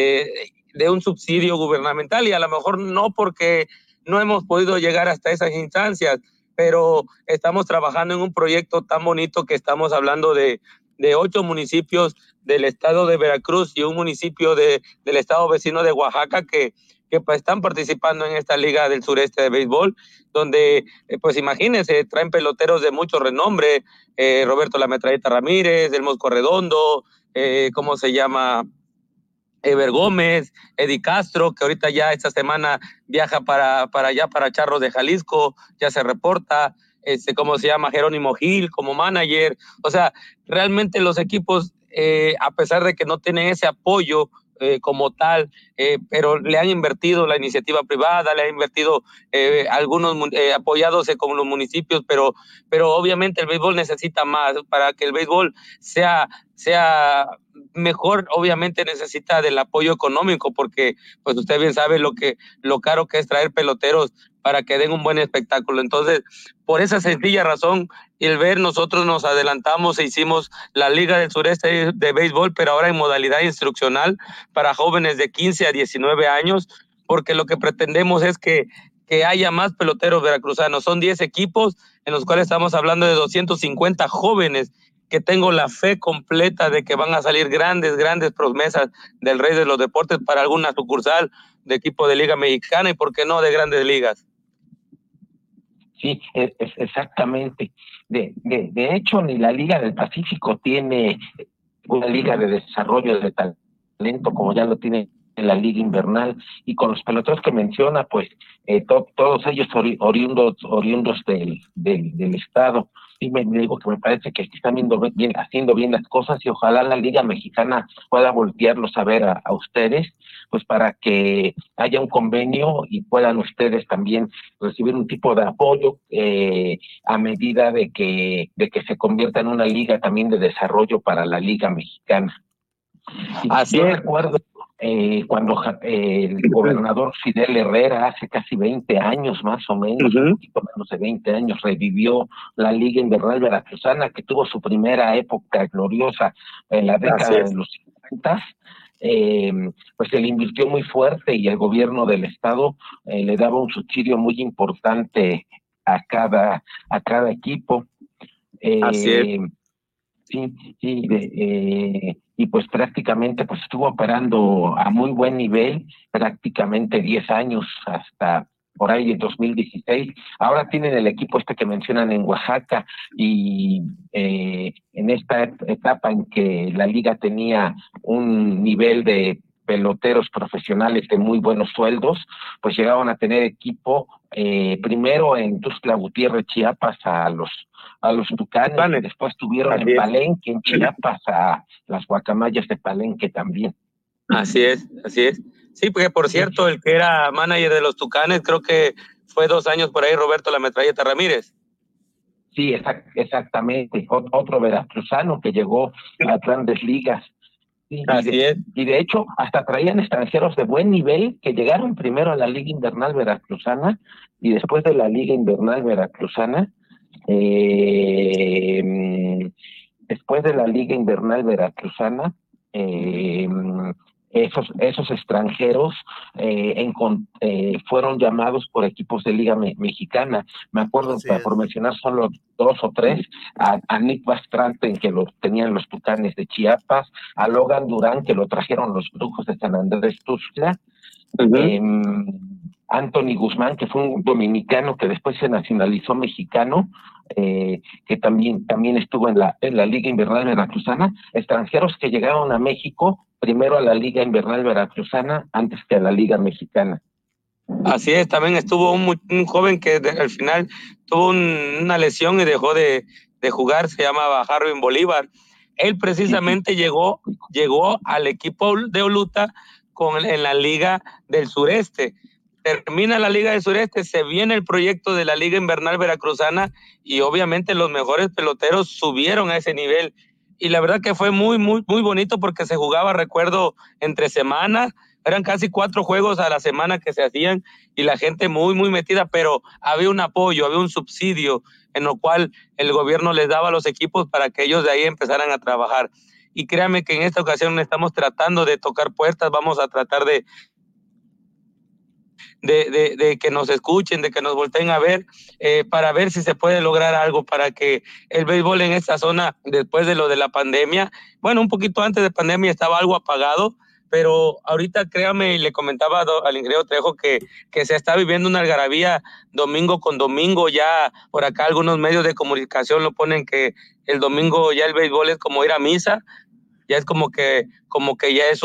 [SPEAKER 14] un subsidio gubernamental, y a lo mejor no porque no hemos podido llegar hasta esas instancias, pero estamos trabajando en un proyecto tan bonito que estamos hablando de 8 municipios del estado de Veracruz y un municipio del estado vecino de Oaxaca que pues están participando en esta Liga del Sureste de Béisbol, donde, pues imagínense, traen peloteros de mucho renombre, Roberto La Metralleta Ramírez, El Mosco Redondo, ¿cómo se llama?, Ever Gómez, Eddie Castro, que ahorita ya esta semana viaja para allá, para Charros de Jalisco, ya se reporta, ¿cómo se llama?, Jerónimo Gil como manager. O sea, realmente los equipos, a pesar de que no tienen ese apoyo como tal, pero le han invertido la iniciativa privada, le han invertido algunos apoyados con los municipios, pero obviamente el béisbol necesita más. Para que el béisbol sea mejor, obviamente necesita del apoyo económico, porque pues usted bien sabe lo caro que es traer peloteros para que den un buen espectáculo. Entonces, por esa sencilla razón, nosotros nos adelantamos e hicimos la Liga del Sureste de Béisbol, pero ahora en modalidad instruccional para jóvenes de 15 a 19 años, porque lo que pretendemos es que haya más peloteros veracruzanos. Son 10 equipos en los cuales estamos hablando de 250 jóvenes, que tengo la fe completa de que van a salir grandes promesas del rey de los deportes para alguna sucursal de equipo de Liga Mexicana y, ¿por qué no, de grandes ligas?
[SPEAKER 13] Sí, exactamente. De hecho, ni la Liga del Pacífico tiene una liga de desarrollo de talento como ya lo tiene en la liga invernal, y con los peloteros que menciona, pues todos ellos oriundos del estado. Y me digo que me parece que están haciendo bien las cosas, y ojalá la liga mexicana pueda voltearlos a ver a ustedes, pues para que haya un convenio y puedan ustedes también recibir un tipo de apoyo a medida de que se convierta en una liga también de desarrollo para la liga mexicana.
[SPEAKER 14] Así
[SPEAKER 13] yo
[SPEAKER 14] es.
[SPEAKER 13] recuerdo cuando el gobernador Fidel Herrera hace casi 20 años más o menos, un poquito menos de 20 años, revivió la Liga Invernal Veracruzana, que tuvo su primera época gloriosa en la década de los 50. Pues se le invirtió muy fuerte, y el gobierno del estado le daba un subsidio muy importante a cada equipo.
[SPEAKER 14] Así es.
[SPEAKER 13] Y pues prácticamente pues estuvo operando a muy buen nivel, prácticamente 10 años, hasta por ahí de 2016. Ahora tienen el equipo que mencionan en Oaxaca, y en esta etapa en que la liga tenía un nivel de peloteros profesionales de muy buenos sueldos, pues llegaron a tener equipo primero en Tuxtla Gutiérrez, Chiapas, a los Tucanes, y después tuvieron en Palenque, en Chiapas, a las Guacamayas de Palenque también.
[SPEAKER 14] Así es. Sí, porque por cierto, el que era manager de los Tucanes, creo que fue 2 años por ahí, Roberto La Metralleta Ramírez.
[SPEAKER 13] Sí, exactamente. Otro veracruzano que llegó a grandes ligas. Sí, y de hecho, hasta traían extranjeros de buen nivel que llegaron primero a la Liga Invernal Veracruzana, y después de la Liga Invernal Veracruzana, esos extranjeros fueron llamados por equipos de Liga Mexicana. Me acuerdo, por mencionar solo 2 o 3, a Nick Bastranten, que lo tenían los Tucanes de Chiapas, a Logan Durán, que lo trajeron los Brujos de San Andrés Tuxtla, Anthony Guzmán, que fue un dominicano que después se nacionalizó mexicano, que también estuvo en la Liga Invernal Veracruzana. Extranjeros que llegaron a México primero a la Liga Invernal Veracruzana antes que a la Liga Mexicana.
[SPEAKER 14] Así es, también estuvo un joven que al final tuvo una lesión y dejó de jugar, se llamaba Harvin Bolívar. Él precisamente llegó al equipo de Oluta en la Liga del Sureste. Termina la Liga del Sureste, se viene el proyecto de la Liga Invernal Veracruzana, y obviamente los mejores peloteros subieron a ese nivel. Y la verdad que fue muy, muy, muy bonito, porque se jugaba, recuerdo, entre semanas. Eran casi 4 juegos a la semana que se hacían, y la gente muy, muy metida, pero había un apoyo, había un subsidio en lo cual el gobierno les daba a los equipos para que ellos de ahí empezaran a trabajar. Y créanme que en esta ocasión estamos tratando de tocar puertas, vamos a tratar de que nos escuchen, de que nos volteen a ver, para ver si se puede lograr algo para que el béisbol en esta zona, después de lo de la pandemia, bueno, un poquito antes de pandemia estaba algo apagado, pero ahorita créame, y le comentaba al ingeniero Trejo que se está viviendo una algarabía domingo con domingo. Ya por acá algunos medios de comunicación lo ponen que el domingo ya el béisbol es como ir a misa, ya es como que ya es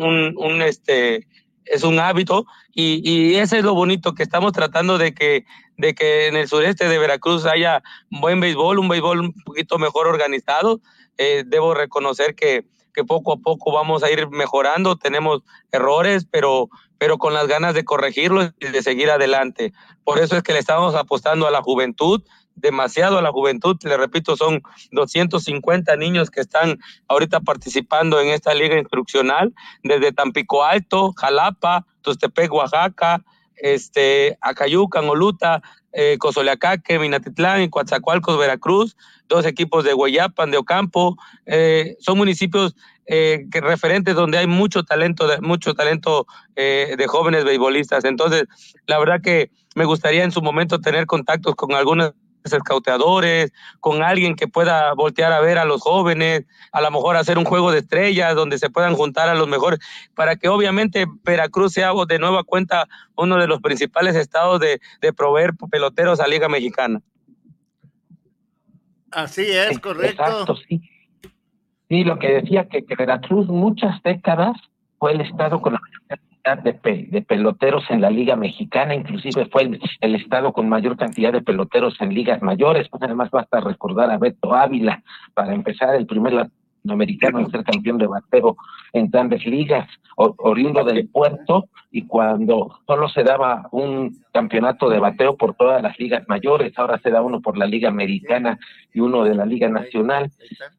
[SPEAKER 14] es un hábito, y eso es lo bonito, que estamos tratando de que en el sureste de Veracruz haya buen béisbol, un béisbol un poquito mejor organizado. Debo reconocer que poco a poco vamos a ir mejorando, tenemos errores, pero con las ganas de corregirlos y de seguir adelante. Por eso es que le estamos apostando a la juventud, demasiado a la juventud. Le repito, son 250 niños que están ahorita participando en esta liga instruccional, desde Tampico Alto, Jalapa, Tustepec, Oaxaca, Acayucan, Oluta, Cozoleacaque, Minatitlán y Coatzacoalcos, Veracruz, 2 equipos de Hueyapan, de Ocampo. Son municipios referentes donde hay mucho talento de jóvenes beisbolistas. Entonces, la verdad que me gustaría en su momento tener contactos con algunos escauteadores, con alguien que pueda voltear a ver a los jóvenes, a lo mejor hacer un juego de estrellas donde se puedan juntar a los mejores, para que obviamente Veracruz sea de nueva cuenta uno de los principales estados de proveer peloteros a Liga Mexicana.
[SPEAKER 11] Así es, correcto.
[SPEAKER 13] Exacto, sí. Sí, lo que decía que Veracruz muchas décadas fue el estado con la mayor cantidad de peloteros en la Liga Mexicana, inclusive fue el estado con mayor cantidad de peloteros en ligas mayores, pues además basta recordar a Beto Ávila para empezar, el primer latinoamericano en ser campeón de bateo en grandes ligas, oriundo del puerto, y cuando solo se daba un campeonato de bateo por todas las ligas mayores, ahora se da uno por la Liga Americana y uno de la Liga Nacional.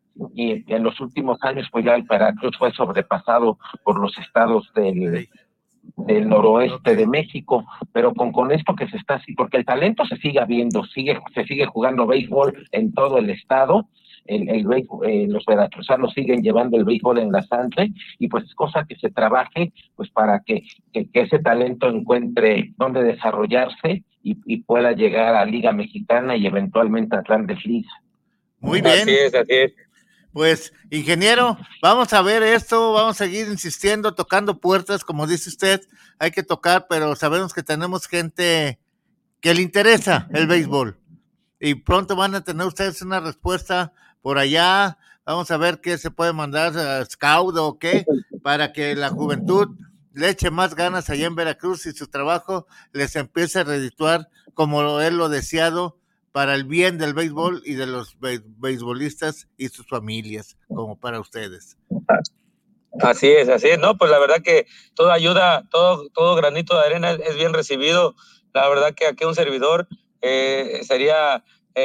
[SPEAKER 13] Y en los últimos años pues ya el Veracruz fue sobrepasado por los estados del noroeste de México, pero con esto que se está así, porque el talento se sigue viendo, se sigue jugando béisbol en todo el estado, los veracruzanos siguen llevando el béisbol en la sangre, y pues es cosa que se trabaje pues para que ese talento encuentre dónde desarrollarse y pueda llegar a Liga Mexicana y eventualmente a Grandes Ligas.
[SPEAKER 11] Muy bien.
[SPEAKER 14] Así es.
[SPEAKER 11] Pues, ingeniero, vamos a ver esto, vamos a seguir insistiendo, tocando puertas, como dice usted, hay que tocar, pero sabemos que tenemos gente que le interesa el béisbol, y pronto van a tener ustedes una respuesta por allá. Vamos a ver qué se puede mandar a Scout o qué, para que la juventud le eche más ganas allá en Veracruz y su trabajo les empiece a redituar como él lo deseado, para el bien del béisbol y de los beisbolistas y sus familias, como para ustedes.
[SPEAKER 14] Así es, no, pues la verdad que toda ayuda, todo granito de arena es bien recibido. La verdad que aquí un servidor estaría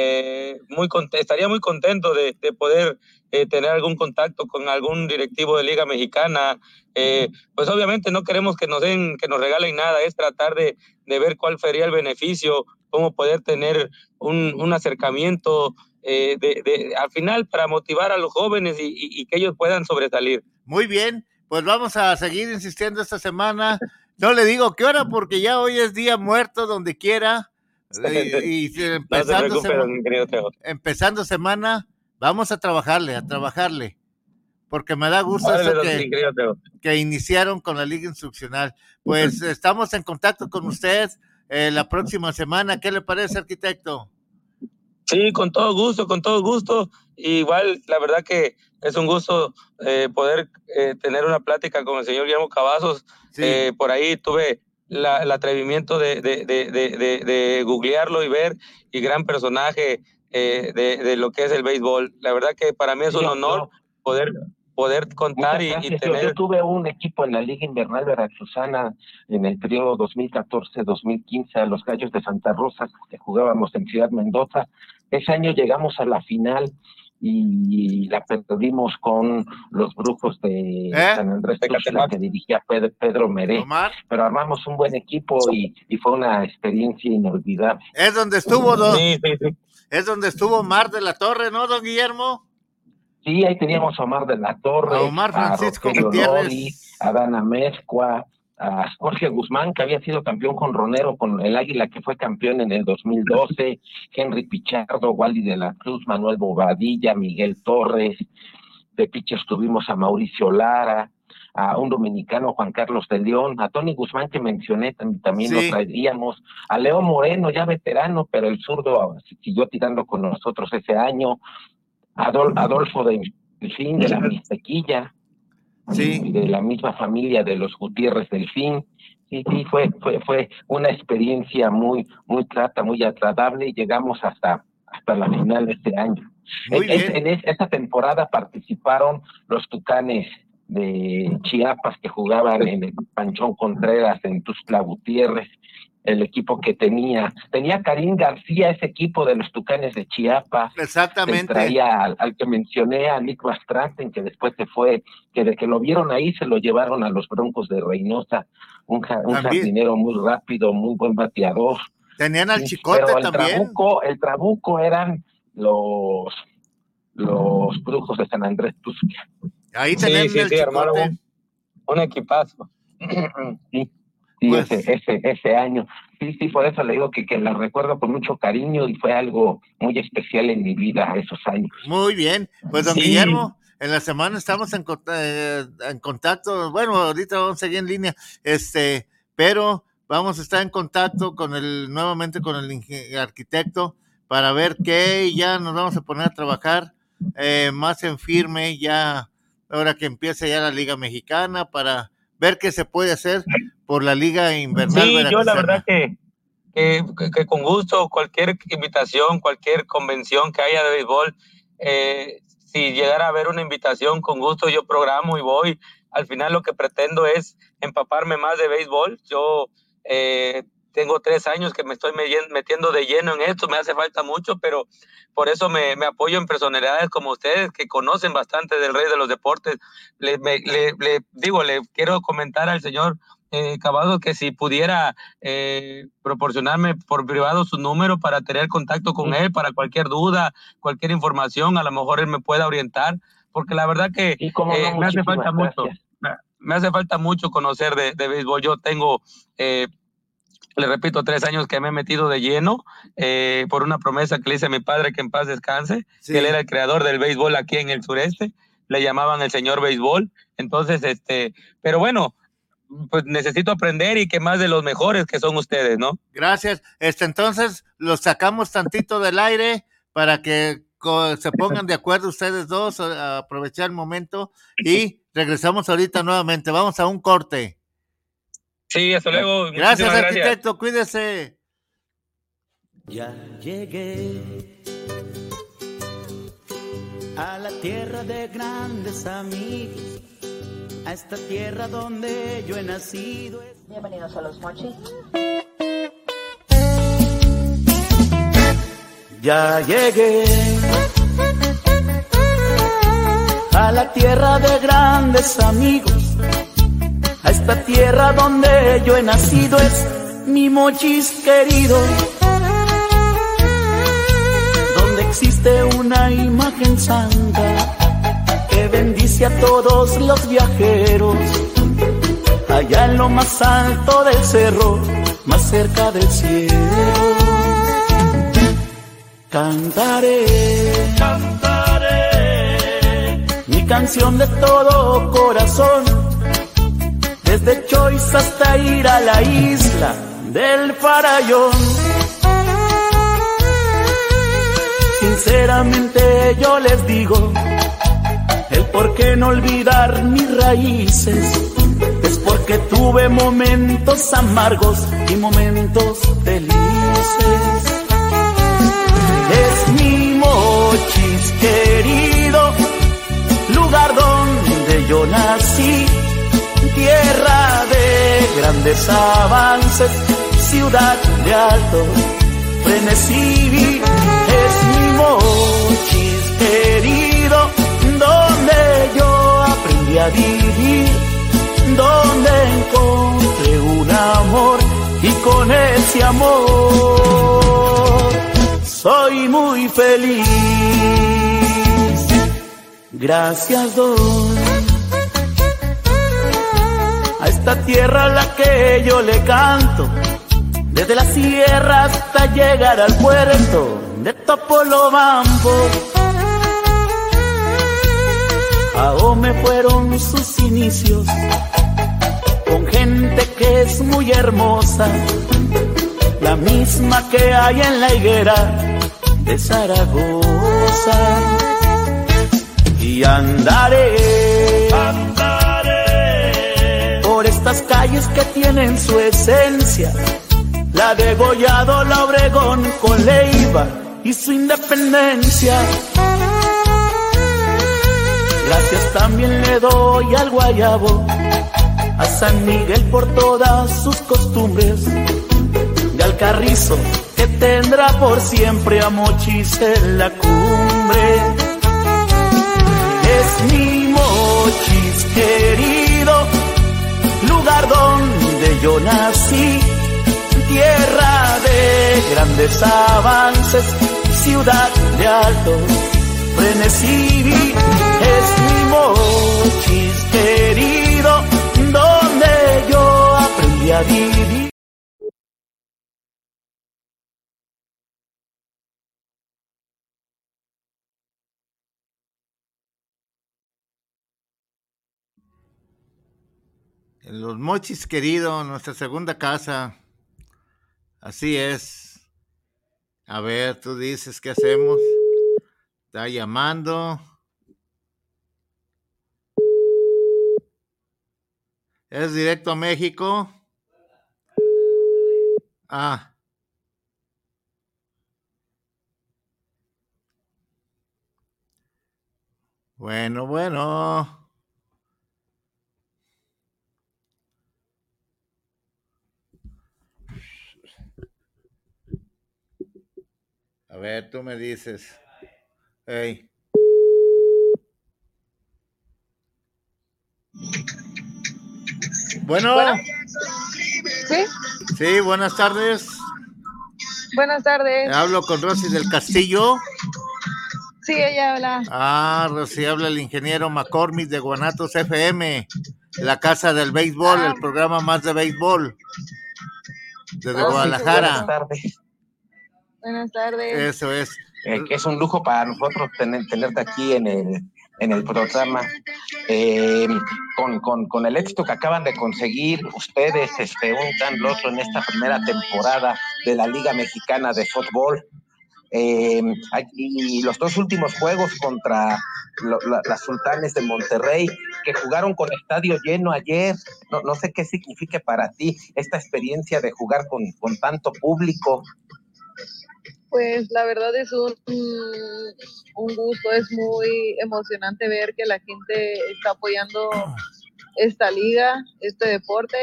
[SPEAKER 14] muy contento de poder tener algún contacto con algún directivo de Liga Mexicana. Pues obviamente no queremos que nos regalen nada, es tratar de ver cuál sería el beneficio, cómo poder tener un acercamiento al final para motivar a los jóvenes y que ellos puedan sobresalir.
[SPEAKER 11] Muy bien, pues vamos a seguir insistiendo esta semana. No le digo qué hora porque ya hoy es día muerto donde quiera, y empezando semana, vamos a trabajarle, porque me da gusto eso que iniciaron con la Liga Instruccional. Pues estamos en contacto con usted la próxima semana. ¿Qué le parece, arquitecto?
[SPEAKER 14] Sí, con todo gusto. Igual, la verdad que es un gusto poder tener una plática con el señor Guillermo Cavazos. Sí. Por ahí tuve el atrevimiento de googlearlo y ver, y gran personaje de lo que es el béisbol. La verdad que para mí es un honor poder contar y tener...
[SPEAKER 13] Yo tuve un equipo en la Liga Invernal Veracruzana en el periodo 2014-2015 a los Gallos de Santa Rosa, que jugábamos en Ciudad Mendoza. Ese año llegamos a la final y la perdimos con los Brujos de San Andrés Tuxtla, que dirigía Pedro Meré. Pero armamos un buen equipo y fue una experiencia inolvidable.
[SPEAKER 11] Es donde estuvo es donde estuvo Omar de la Torre, ¿no, don Guillermo?
[SPEAKER 13] Sí, ahí teníamos a Omar de la Torre,
[SPEAKER 11] a Omar Francisco Gutiérrez,
[SPEAKER 13] a Dana Mezcua, a Jorge Guzmán, que había sido campeón con Ronero, con el Águila, que fue campeón en el 2012, Henry Pichardo, Wally de la Cruz, Manuel Bobadilla, Miguel Torres. De pitchers tuvimos a Mauricio Lara, a un dominicano, Juan Carlos de León, a Tony Guzmán, que mencioné, también lo traeríamos, a Leo Moreno, ya veterano, pero el zurdo siguió tirando con nosotros ese año, Adolfo Delfín, de la Mixtequilla, de la misma familia de los Gutiérrez Delfín. Sí, fue una experiencia muy grata, muy agradable, y llegamos hasta la final de este año. En esta temporada participaron los Tucanes de Chiapas, que jugaban en el Panchón Contreras, en Tuxtla Gutiérrez, el equipo que tenía Karim García, ese equipo de los Tucanes de Chiapas.
[SPEAKER 11] Exactamente.
[SPEAKER 13] Traía al que mencioné, a Nick Bastraten, que después se fue, que de que lo vieron ahí se lo llevaron a los Broncos de Reynosa, un jardinero muy rápido, muy buen bateador.
[SPEAKER 11] Tenían al Chicote
[SPEAKER 13] pero
[SPEAKER 11] también.
[SPEAKER 13] El Trabuco eran los Brujos de San Andrés Tuxtla.
[SPEAKER 11] Ahí tenían el Chicote.
[SPEAKER 14] Un equipazo.
[SPEAKER 13] Sí, pues, ese año. Sí, por eso le digo que la recuerdo con mucho cariño, y fue algo muy especial en mi vida esos años.
[SPEAKER 11] Muy bien, pues don Guillermo, en la semana estamos en contacto. Bueno, ahorita vamos a seguir en línea, pero vamos a estar en contacto nuevamente con el arquitecto para ver qué, y ya nos vamos a poner a trabajar más en firme ya, ahora que empiece ya la Liga Mexicana, para ver qué se puede hacer por la Liga Invernal
[SPEAKER 14] Sí, yo la
[SPEAKER 11] Veracruzana.
[SPEAKER 14] verdad que con gusto, cualquier invitación, cualquier convención que haya de béisbol, si llegara a haber una invitación, con gusto yo programo y voy. Al final lo que pretendo es empaparme más de béisbol. Yo tengo 3 años que me estoy metiendo de lleno en esto, me hace falta mucho, pero por eso me apoyo en personalidades como ustedes que conocen bastante del rey de los deportes. Le quiero comentar al señor Cavado que si pudiera proporcionarme por privado su número para tener contacto con él, para cualquier duda, cualquier información, a lo mejor él me pueda orientar, porque la verdad que me hace falta mucho. Me hace falta mucho conocer de béisbol. Yo tengo, le repito, 3 años que me he metido de lleno por una promesa que le hice a mi padre, que en paz descanse, que él era el creador del béisbol aquí en el sureste, le llamaban el señor béisbol. Entonces, pero bueno, pues necesito aprender y que más de los mejores que son ustedes, ¿no?
[SPEAKER 11] Gracias. Entonces los sacamos tantito del aire para que se pongan de acuerdo ustedes dos, a aprovechar el momento, y regresamos ahorita nuevamente. Vamos a un corte.
[SPEAKER 14] Sí, hasta luego.
[SPEAKER 11] Gracias, arquitecto. Cuídese.
[SPEAKER 15] Ya llegué a la tierra de grandes amigos, a esta tierra donde yo he nacido.
[SPEAKER 16] Bienvenidos a Los Mochis.
[SPEAKER 15] Ya llegué a la tierra de grandes amigos, a esta tierra donde yo he nacido, es mi Mochis querido, donde existe una imagen santa que bendice a todos los viajeros, allá en lo más alto del cerro, más cerca del cielo. Cantaré, cantaré mi canción de todo corazón, desde Choice hasta ir a la isla del Farallón. Sinceramente yo les digo, el por qué no olvidar mis raíces, es porque tuve momentos amargos y momentos felices. Es mi Mochis querido, lugar donde yo nací, tierra de grandes avances, ciudad de alto frenesí. Es mi Mochis querido, donde yo aprendí a vivir, donde encontré un amor y con ese amor soy muy feliz. Gracias doy a esta tierra a la que yo le canto, desde la sierra hasta llegar al puerto de Topolobampo. A Ome fueron sus inicios, con gente que es muy hermosa, la misma que hay en la higuera de Zaragoza. Y andaré, andaré por estas calles que tienen su esencia, la de Gollado, la Obregón con Leiva y su independencia. Gracias también le doy al Guayabo, a San Miguel por todas sus costumbres, y al Carrizo que tendrá por siempre a Mochis en la cumbre. Es mi Mochis querido, lugar donde yo nací, tierra de grandes avances, ciudad de alto frenesí. Es mi Mochis querido, donde yo aprendí a vivir.
[SPEAKER 11] Los Mochis querido, nuestra segunda casa. Así es. A ver, tú dices, ¿qué hacemos? Está llamando. ¿Es directo a México? Ah. Bueno. A ver, tú me dices. Hey. Bueno.
[SPEAKER 16] ¿Sí?
[SPEAKER 11] Sí, buenas tardes.
[SPEAKER 16] Buenas tardes.
[SPEAKER 11] Hablo con Rosy del Castillo.
[SPEAKER 16] Sí, ella habla.
[SPEAKER 11] Rosy, habla el ingeniero McCormick de Guanatos FM, la casa del béisbol, el programa más de béisbol desde Guadalajara.
[SPEAKER 13] Buenas tardes.
[SPEAKER 16] Buenas tardes.
[SPEAKER 11] Eso es.
[SPEAKER 13] Que es un lujo para nosotros tenerte aquí en el programa. Con el éxito que acaban de conseguir ustedes, un tan loto en esta primera temporada de la Liga Mexicana de Fútbol. Y los 2 últimos juegos contra las Sultanes de Monterrey, que jugaron con estadio lleno ayer, no sé qué significa para ti esta experiencia de jugar con tanto público.
[SPEAKER 16] Pues la verdad es un gusto, es muy emocionante ver que la gente está apoyando esta liga, este deporte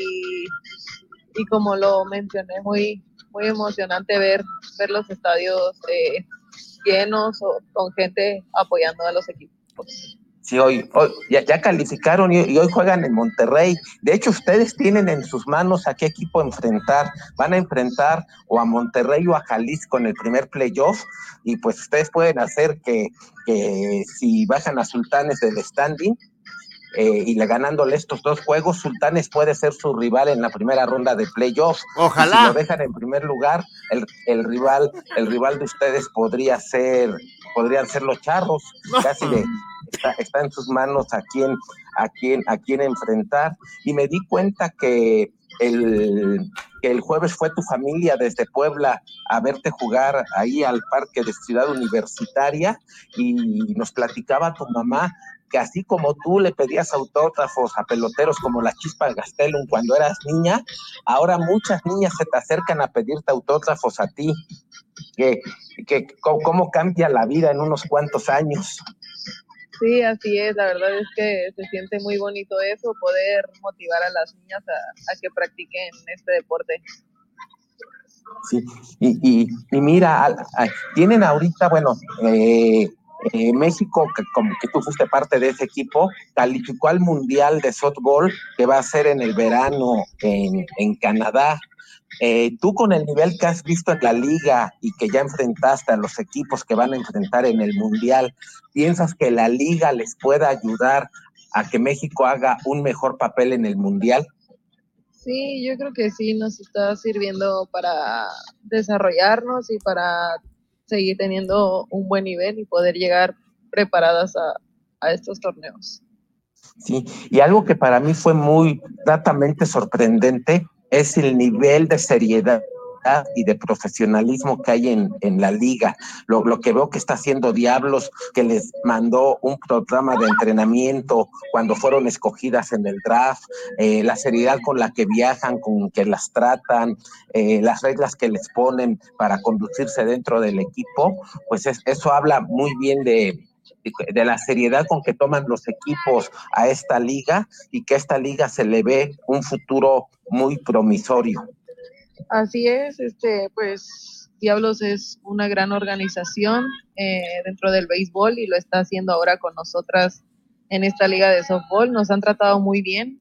[SPEAKER 16] y como lo mencioné, muy emocionante ver los estadios llenos o con gente apoyando a los equipos.
[SPEAKER 13] Sí, hoy ya calificaron y hoy juegan en Monterrey. De hecho, ustedes tienen en sus manos a qué equipo enfrentar. Van a enfrentar o a Monterrey o a Jalisco en el primer playoff, y pues ustedes pueden hacer que si bajan a Sultanes del standing, y ganándole estos 2 juegos, Sultanes puede ser su rival en la primera ronda de playoff.
[SPEAKER 11] Ojalá.
[SPEAKER 13] Y si lo dejan en primer lugar, el rival de ustedes podrían ser los Charros. Casi está en sus manos a quién enfrentar. Y me di cuenta que el jueves fue tu familia desde Puebla a verte jugar ahí al parque de Ciudad Universitaria, y nos platicaba tu mamá que así como tú le pedías autógrafos a peloteros como la Chispa Gastelum cuando eras niña, ahora muchas niñas se te acercan a pedirte autógrafos a ti. ¿Cómo cambia la vida en unos cuantos años?
[SPEAKER 16] Sí, así es, la verdad es que se siente muy bonito eso, poder motivar a las niñas a que practiquen este deporte.
[SPEAKER 13] Sí, y mira, tienen ahorita, México, como que tú fuiste parte de ese equipo, calificó al Mundial de Softball que va a ser en el verano en Canadá. Tú, con el nivel que has visto en la liga y que ya enfrentaste a los equipos que van a enfrentar en el Mundial, ¿piensas que la liga les pueda ayudar a que México haga un mejor papel en el Mundial?
[SPEAKER 16] Sí, yo creo que sí nos está sirviendo para desarrollarnos y para seguir teniendo un buen nivel y poder llegar preparadas a estos torneos.
[SPEAKER 13] Sí, y algo que para mí fue muy gratamente sorprendente es el nivel de seriedad y de profesionalismo que hay en la liga. Lo que veo que está haciendo Diablos, que les mandó un programa de entrenamiento cuando fueron escogidas en el draft, la seriedad con la que viajan, con que las tratan, las reglas que les ponen para conducirse dentro del equipo, pues eso habla muy bien de la seriedad con que toman los equipos a esta liga, y que a esta liga se le ve un futuro muy promisorio.
[SPEAKER 16] Así es, pues Diablos es una gran organización dentro del béisbol y lo está haciendo ahora con nosotras en esta liga de softball. Nos han tratado muy bien,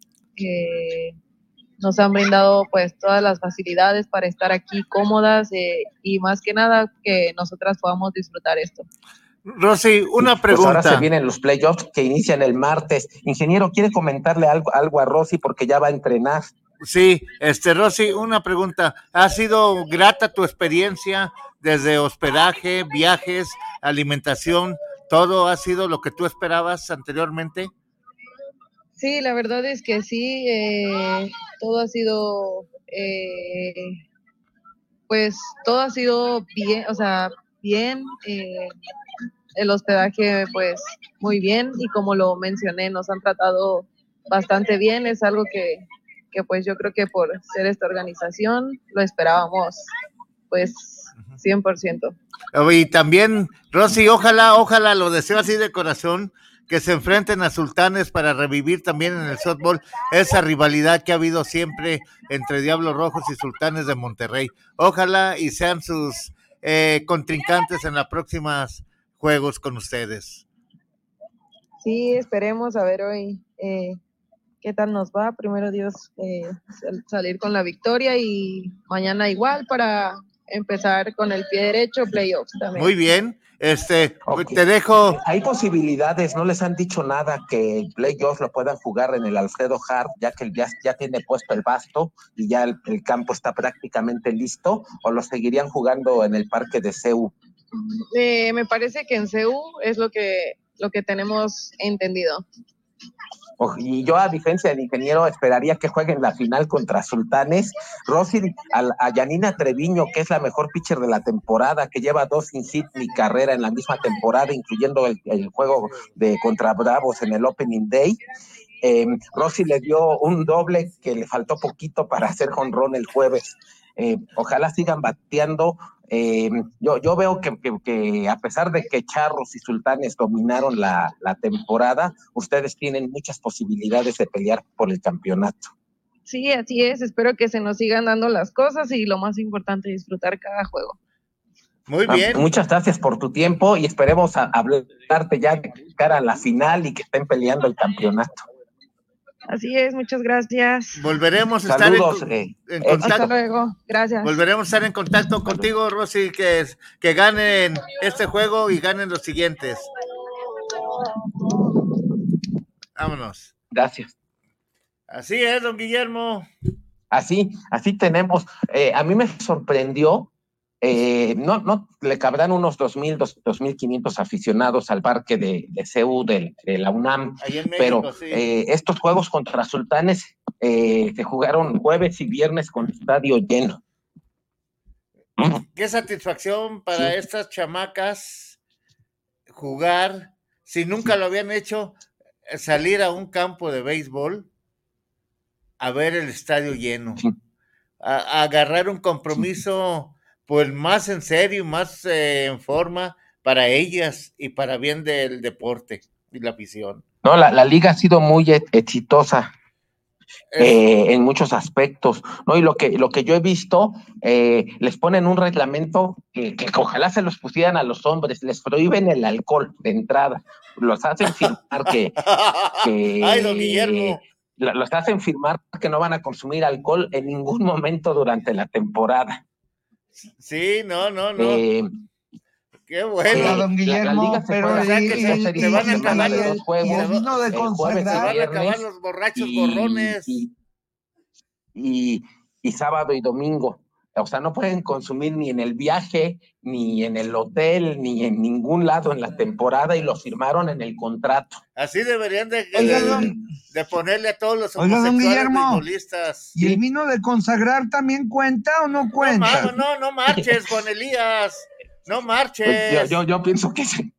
[SPEAKER 16] nos han brindado pues todas las facilidades para estar aquí cómodas y más que nada que nosotras podamos disfrutar esto.
[SPEAKER 11] Rosy, una pregunta.
[SPEAKER 13] Pues ahora se vienen los playoffs que inician el martes. Ingeniero, ¿quiere comentarle algo a Rosy porque ya va a entrenar?
[SPEAKER 11] Sí, Rosy, una pregunta. ¿Ha sido grata tu experiencia desde hospedaje, viajes, alimentación? ¿Todo ha sido lo que tú esperabas anteriormente?
[SPEAKER 16] Sí, la verdad es que sí, todo ha sido, pues todo ha sido bien, o sea, bien. el hospedaje pues muy bien y como lo mencioné, nos han tratado bastante bien, es algo que pues yo creo que por ser esta organización lo esperábamos pues 100%.
[SPEAKER 11] Y también, Rosy, ojalá, lo deseo así de corazón, que se enfrenten a Sultanes para revivir también en el softball esa rivalidad que ha habido siempre entre Diablos Rojos y Sultanes de Monterrey. Ojalá y sean sus contrincantes en los próximos juegos con ustedes.
[SPEAKER 16] Sí, esperemos a ver hoy qué tal nos va. Primero Dios, salir con la victoria y mañana igual para empezar con el pie derecho, playoffs también.
[SPEAKER 11] Muy bien.
[SPEAKER 17] Okay.
[SPEAKER 11] Te dejo.
[SPEAKER 17] Hay posibilidades, no les han dicho nada que el playoff lo puedan jugar en el Alfredo Hart, ya que ya tiene puesto el basto y ya el campo está prácticamente listo, o lo seguirían jugando en el parque de CEU.
[SPEAKER 16] Me parece que en CEU es lo que tenemos entendido.
[SPEAKER 17] Y yo, a diferencia del ingeniero, esperaría que jueguen la final contra Sultanes. Rosy, a Yanina Treviño, que es la mejor pitcher de la temporada, que lleva 2 sin hit ni carrera en la misma temporada, incluyendo el juego contra Bravos en el Opening Day. Rosy le dio un doble que le faltó poquito para hacer jonrón el jueves. Ojalá sigan bateando. Yo veo que a pesar de que Charros y Sultanes dominaron la temporada, ustedes tienen muchas posibilidades de pelear por el campeonato.
[SPEAKER 16] Sí, así es. Espero que se nos sigan dando las cosas y lo más importante, disfrutar cada juego.
[SPEAKER 11] Muy bien.
[SPEAKER 17] Muchas gracias por tu tiempo y esperemos hablarte ya de cara a la final y que estén peleando el campeonato.
[SPEAKER 16] Así es, muchas gracias.
[SPEAKER 11] Volveremos a estar en contacto.
[SPEAKER 16] Hasta luego, gracias.
[SPEAKER 11] Volveremos a estar en contacto contigo, Rosy, que ganen este juego y ganen los siguientes. Vámonos.
[SPEAKER 17] Gracias.
[SPEAKER 11] Así es, don Guillermo.
[SPEAKER 17] Así tenemos. A mí me sorprendió. No le cabrán unos 2,000, 2,500 aficionados al parque de CEU de la UNAM, México, pero sí. Estos juegos contra Sultanes se jugaron jueves y viernes con estadio lleno.
[SPEAKER 11] Qué satisfacción para estas chamacas jugar, si nunca lo habían hecho, salir a un campo de béisbol a ver el estadio lleno, a agarrar un compromiso pues más en serio, más en forma para ellas y para bien del deporte y la afición.
[SPEAKER 17] No, la liga ha sido muy exitosa en muchos aspectos, ¿no? Y lo que yo he visto, les ponen un reglamento que ojalá se los pusieran a los hombres, les prohíben el alcohol de entrada, los hacen firmar que
[SPEAKER 11] ¡ay, don Guillermo!
[SPEAKER 17] Los hacen firmar que no van a consumir alcohol en ningún momento durante la temporada.
[SPEAKER 11] Sí, no. Qué bueno.
[SPEAKER 18] Don Guillermo,
[SPEAKER 11] pero se van a acabar
[SPEAKER 17] los juegos.
[SPEAKER 18] El vino de consagrar.
[SPEAKER 11] Se van a acabar los borrachos gorrones.
[SPEAKER 17] Y sábado y domingo. O sea, no pueden consumir ni en el viaje, ni en el hotel, ni en ningún lado en la temporada, y lo firmaron en el contrato.
[SPEAKER 11] Así deberían de ponerle a todos los
[SPEAKER 18] homosexuales
[SPEAKER 11] beisbolistas.
[SPEAKER 18] ¿Y el vino de consagrar también cuenta o no cuenta?
[SPEAKER 11] No marches, Juan Elías. No marches.
[SPEAKER 17] Yo pienso que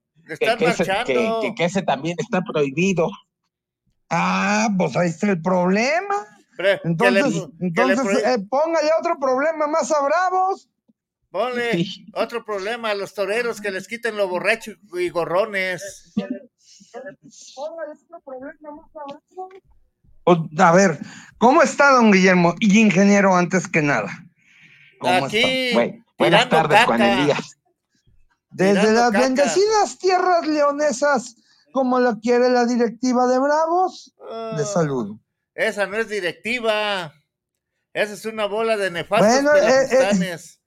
[SPEAKER 17] ese también está prohibido.
[SPEAKER 18] Ah, pues ahí está el problema. Entonces póngale otro problema más a Bravos.
[SPEAKER 11] Ponle otro problema a los toreros, que les quiten los borrachos y gorrones.
[SPEAKER 18] Póngale otro problema más a Bravos. A ver, ¿cómo está don Guillermo? Y ingeniero, antes que nada.
[SPEAKER 11] Aquí,
[SPEAKER 17] buenas tardes, Juan Elías.
[SPEAKER 18] Desde las bendecidas tierras leonesas, como lo quiere la directiva de Bravos, de saludo.
[SPEAKER 11] Esa no es directiva, esa es una bola de nefastos pelafustanes.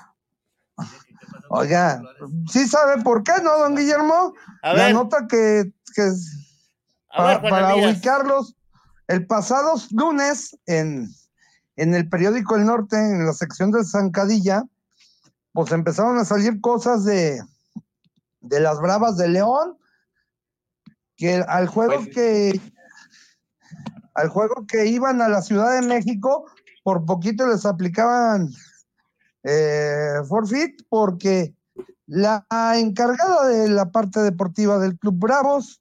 [SPEAKER 18] Oiga, ¿sí sabe por qué, no, don Guillermo? La nota que para ubicarlos, el pasado lunes en el periódico El Norte, en la sección de Zancadilla, pues empezaron a salir cosas de las Bravas de León, que al juego que iban a la Ciudad de México, por poquito les aplicaban forfeit, porque La encargada de la parte deportiva del Club Bravos.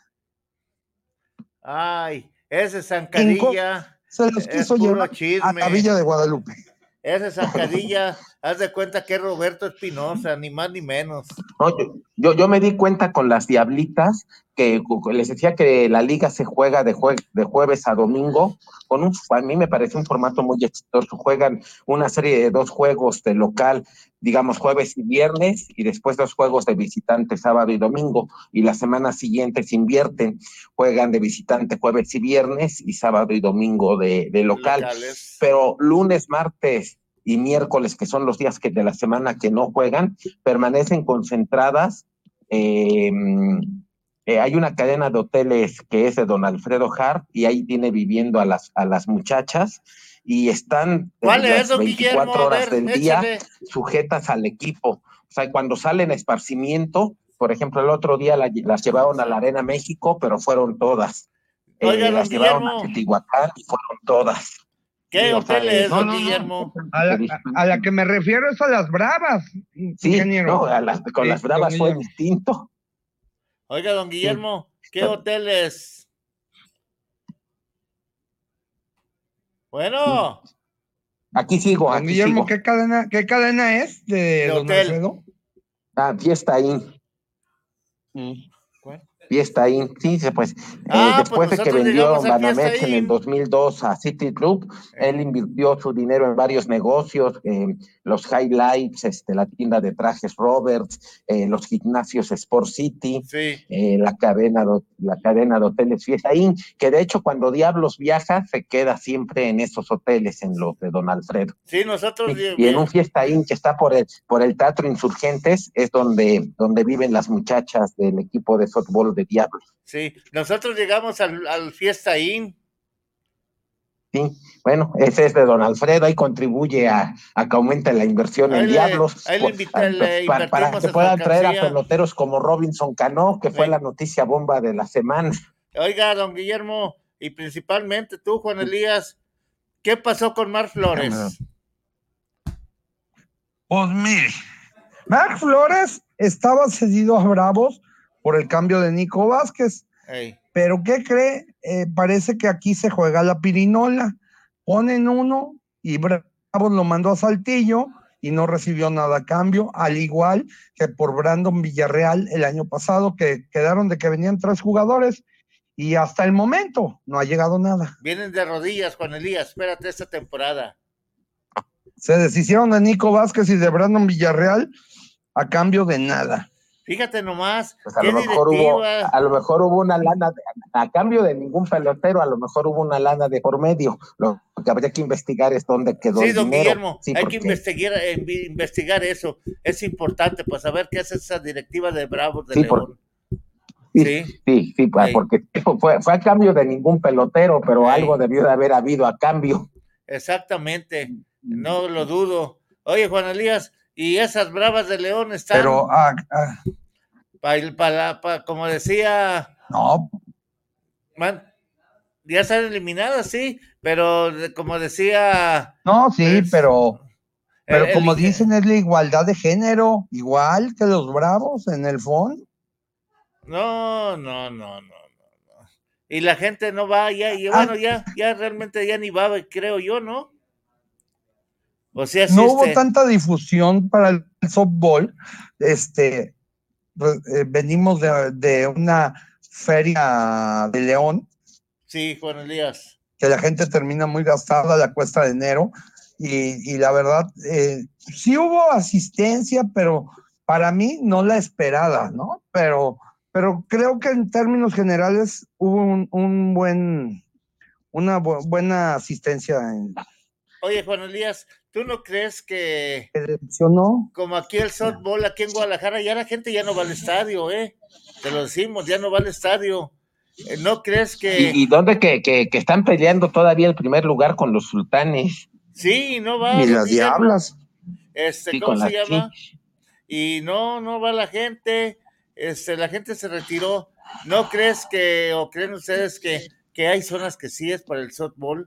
[SPEAKER 11] Ay, ese Zancadilla
[SPEAKER 18] se los quiso llevar a la Villa de Guadalupe.
[SPEAKER 11] Ese Zancadilla, haz de cuenta que es Roberto Espinosa, ni más ni menos.
[SPEAKER 17] No, yo me di cuenta con las Diablitas que les decía que la liga se juega de jueves a domingo, a mí me parece un formato muy exitoso. Juegan una serie de 2 juegos de local, digamos jueves y viernes, y después 2 juegos de visitante sábado y domingo, y la semana siguiente se invierten, juegan de visitante jueves y viernes, y sábado y domingo de local. Locales. Pero lunes, martes y miércoles, que son los días de la semana que no juegan, permanecen concentradas. Hay una cadena de hoteles que es de don Alfredo Hart, y ahí tiene viviendo a las muchachas, y están las 24 horas del día sujetas al equipo. O sea, cuando salen a esparcimiento, por ejemplo, el otro día las llevaron a la Arena México, pero fueron todas. Las llevaron a Teotihuacán y fueron todas.
[SPEAKER 11] ¿Qué hotel es, don Guillermo?
[SPEAKER 18] A la que me refiero es a las Bravas.
[SPEAKER 17] Sí, ingeniero. Con las Bravas fue distinto.
[SPEAKER 11] Oiga, don Guillermo, ¿qué hotel es? Bueno.
[SPEAKER 17] Aquí sigo.
[SPEAKER 18] Don Guillermo,
[SPEAKER 17] sigo.
[SPEAKER 18] ¿qué cadena es de don
[SPEAKER 11] hotel?
[SPEAKER 18] Alfredo?
[SPEAKER 17] Fiesta Inn. Fiesta Inn, sí, pues después de que vendió Banamex en el 2002 a City Club, él invirtió su dinero en varios negocios, los Highlights, la tienda de trajes Roberts, los gimnasios Sport City, la cadena de hoteles Fiesta Inn, que de hecho cuando Diablos viaja se queda siempre en esos hoteles, en los de don Alfredo.
[SPEAKER 11] Sí, nosotros...
[SPEAKER 17] Y en un Fiesta Inn que está por el Teatro Insurgentes es donde viven las muchachas del equipo de fútbol de Diablos.
[SPEAKER 11] Sí, nosotros llegamos al Fiesta Inn.
[SPEAKER 17] Sí, bueno, ese es de don Alfredo, ahí contribuye a que aumente la inversión en Diablos, para que puedan traer a peloteros como Robinson Cano, que fue la noticia bomba de la semana.
[SPEAKER 11] Oiga, don Guillermo, y principalmente tú, Juan Elías, ¿qué pasó con Marc Flores?
[SPEAKER 18] Pues mire, Marc Flores estaba cedido a Bravos por el cambio de Nico Vázquez. Pero ¿qué cree? Parece que aquí se juega la pirinola. Ponen uno y Bravos lo mandó a Saltillo y no recibió nada a cambio, al igual que por Brandon Villarreal el año pasado, que quedaron de que venían 3 jugadores y hasta el momento no ha llegado nada.
[SPEAKER 11] Vienen de rodillas, Juan Elías, espérate esta temporada.
[SPEAKER 18] Se deshicieron de Nico Vázquez y de Brandon Villarreal a cambio de nada.
[SPEAKER 11] Fíjate nomás,
[SPEAKER 17] pues a lo mejor hubo una lana, a cambio de ningún pelotero, a lo mejor hubo una lana de por medio. Lo que habría que investigar es dónde quedó el dinero.
[SPEAKER 11] Sí, don Guillermo, hay que investigar eso. Es importante, pues, saber qué hace esa directiva de Bravos de León.
[SPEAKER 17] Sí, porque fue a cambio de ningún pelotero, pero algo debió de haber habido a cambio.
[SPEAKER 11] Exactamente, no lo dudo. Oye, Juan Elías, y esas Bravas de León están...
[SPEAKER 18] Pero...
[SPEAKER 11] como decía...
[SPEAKER 18] No.
[SPEAKER 11] Ya están eliminadas, sí, pero como decía...
[SPEAKER 18] No, sí, pues, pero como dicen, es la igualdad de género, igual que los Bravos en el fondo.
[SPEAKER 11] No. Y la gente no va ya, y bueno, ya realmente ya ni va, creo yo, ¿no? O sea,
[SPEAKER 18] no hubo tanta difusión para el softball. Venimos de una feria de León.
[SPEAKER 11] Sí, Juan Elías.
[SPEAKER 18] Que la gente termina muy gastada la cuesta de enero. Y la verdad, sí hubo asistencia, pero para mí no la esperada, ¿no? Pero creo que en términos generales hubo una buena asistencia.
[SPEAKER 11] Oye, Juan Elías, ¿tú no crees que
[SPEAKER 18] como
[SPEAKER 11] aquí el softball, aquí en Guadalajara, ya la gente ya no va al estadio, te lo decimos, ya no va al estadio? ¿No crees que...?
[SPEAKER 17] ¿Y dónde que están peleando todavía el primer lugar con los Sultanes?
[SPEAKER 11] Sí, no va.
[SPEAKER 18] Y las Diablas.
[SPEAKER 11] ¿Cómo se llama? Y no va la gente, la gente se retiró. ¿No crees o creen ustedes que hay zonas que sí es para el softball?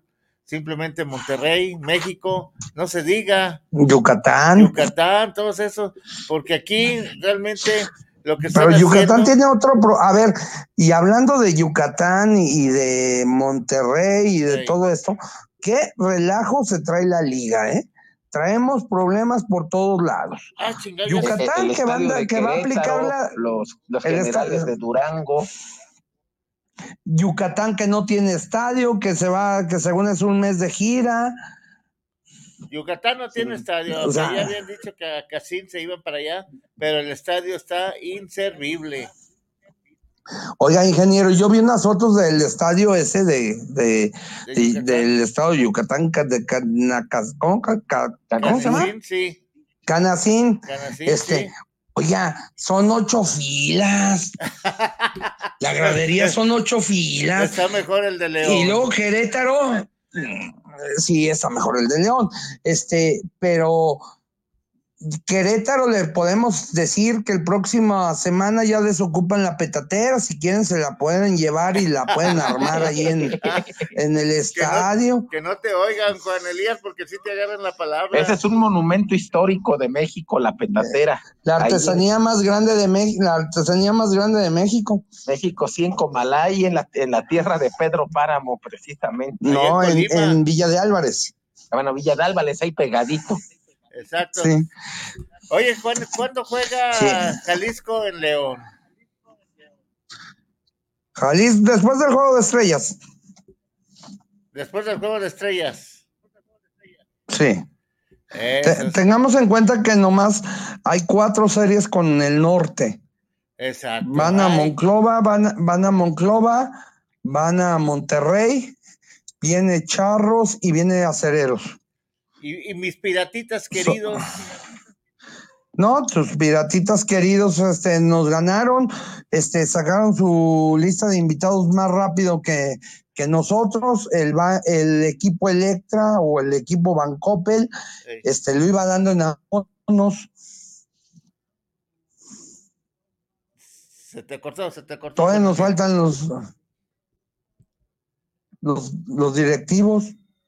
[SPEAKER 11] simplemente Monterrey, México, no se diga.
[SPEAKER 18] Yucatán,
[SPEAKER 11] todos esos, porque aquí realmente lo que
[SPEAKER 18] pero
[SPEAKER 11] están
[SPEAKER 18] Yucatán
[SPEAKER 11] haciendo...
[SPEAKER 18] tiene a ver, y hablando de Yucatán y de Monterrey y de todo esto, qué relajo se trae la liga, ¿eh? Traemos problemas por todos lados. Yucatán que va a aplicar
[SPEAKER 17] los
[SPEAKER 18] el
[SPEAKER 17] Generales de Durango.
[SPEAKER 18] Yucatán que no tiene estadio, que según es un mes de gira.
[SPEAKER 11] Yucatán no tiene estadio,
[SPEAKER 18] o sea,
[SPEAKER 11] ya habían dicho que a Casín se iban para allá, pero el estadio está inservible.
[SPEAKER 18] Oiga, ingeniero, yo vi unas fotos del estadio ese del estado de Yucatán, ¿cómo se llama?
[SPEAKER 11] Sí.
[SPEAKER 18] Canacín.
[SPEAKER 11] Sí.
[SPEAKER 18] Oiga, son 8 filas. La gradería son 8 filas.
[SPEAKER 11] Está mejor el de León.
[SPEAKER 18] Y luego Querétaro, sí, está mejor el de León. Pero Querétaro le podemos decir que el próxima semana ya desocupan la petatera, si quieren se la pueden llevar y la pueden armar ahí en el estadio.
[SPEAKER 11] Que no te oigan, Juan Elías, porque sí te agarran la palabra.
[SPEAKER 17] Ese es un monumento histórico de México, la petatera.
[SPEAKER 18] La artesanía más grande de México.
[SPEAKER 17] México, sí, en Comalay, en la tierra de Pedro Páramo, precisamente.
[SPEAKER 18] No, en Villa de Álvarez.
[SPEAKER 17] Bueno, Villa de Álvarez, ahí pegadito.
[SPEAKER 11] Exacto.
[SPEAKER 18] Sí.
[SPEAKER 11] Oye, ¿cuándo juega Jalisco en León?
[SPEAKER 18] Jalisco, después del Juego de Estrellas.
[SPEAKER 11] Después del Juego de Estrellas.
[SPEAKER 18] Sí. Tengamos en cuenta que nomás hay 4 series con el norte.
[SPEAKER 11] Exacto.
[SPEAKER 18] Van a Monclova, van a Monclova, van a Monterrey, viene Charros y viene Acereros.
[SPEAKER 11] Y mis piratitas queridos.
[SPEAKER 18] No, tus piratitas queridos nos ganaron, sacaron su lista de invitados más rápido que nosotros, el equipo Electra o el equipo Bancoppel, lo iba dando en abonos.
[SPEAKER 11] Se te cortó.
[SPEAKER 18] Todavía nos faltan los directivos.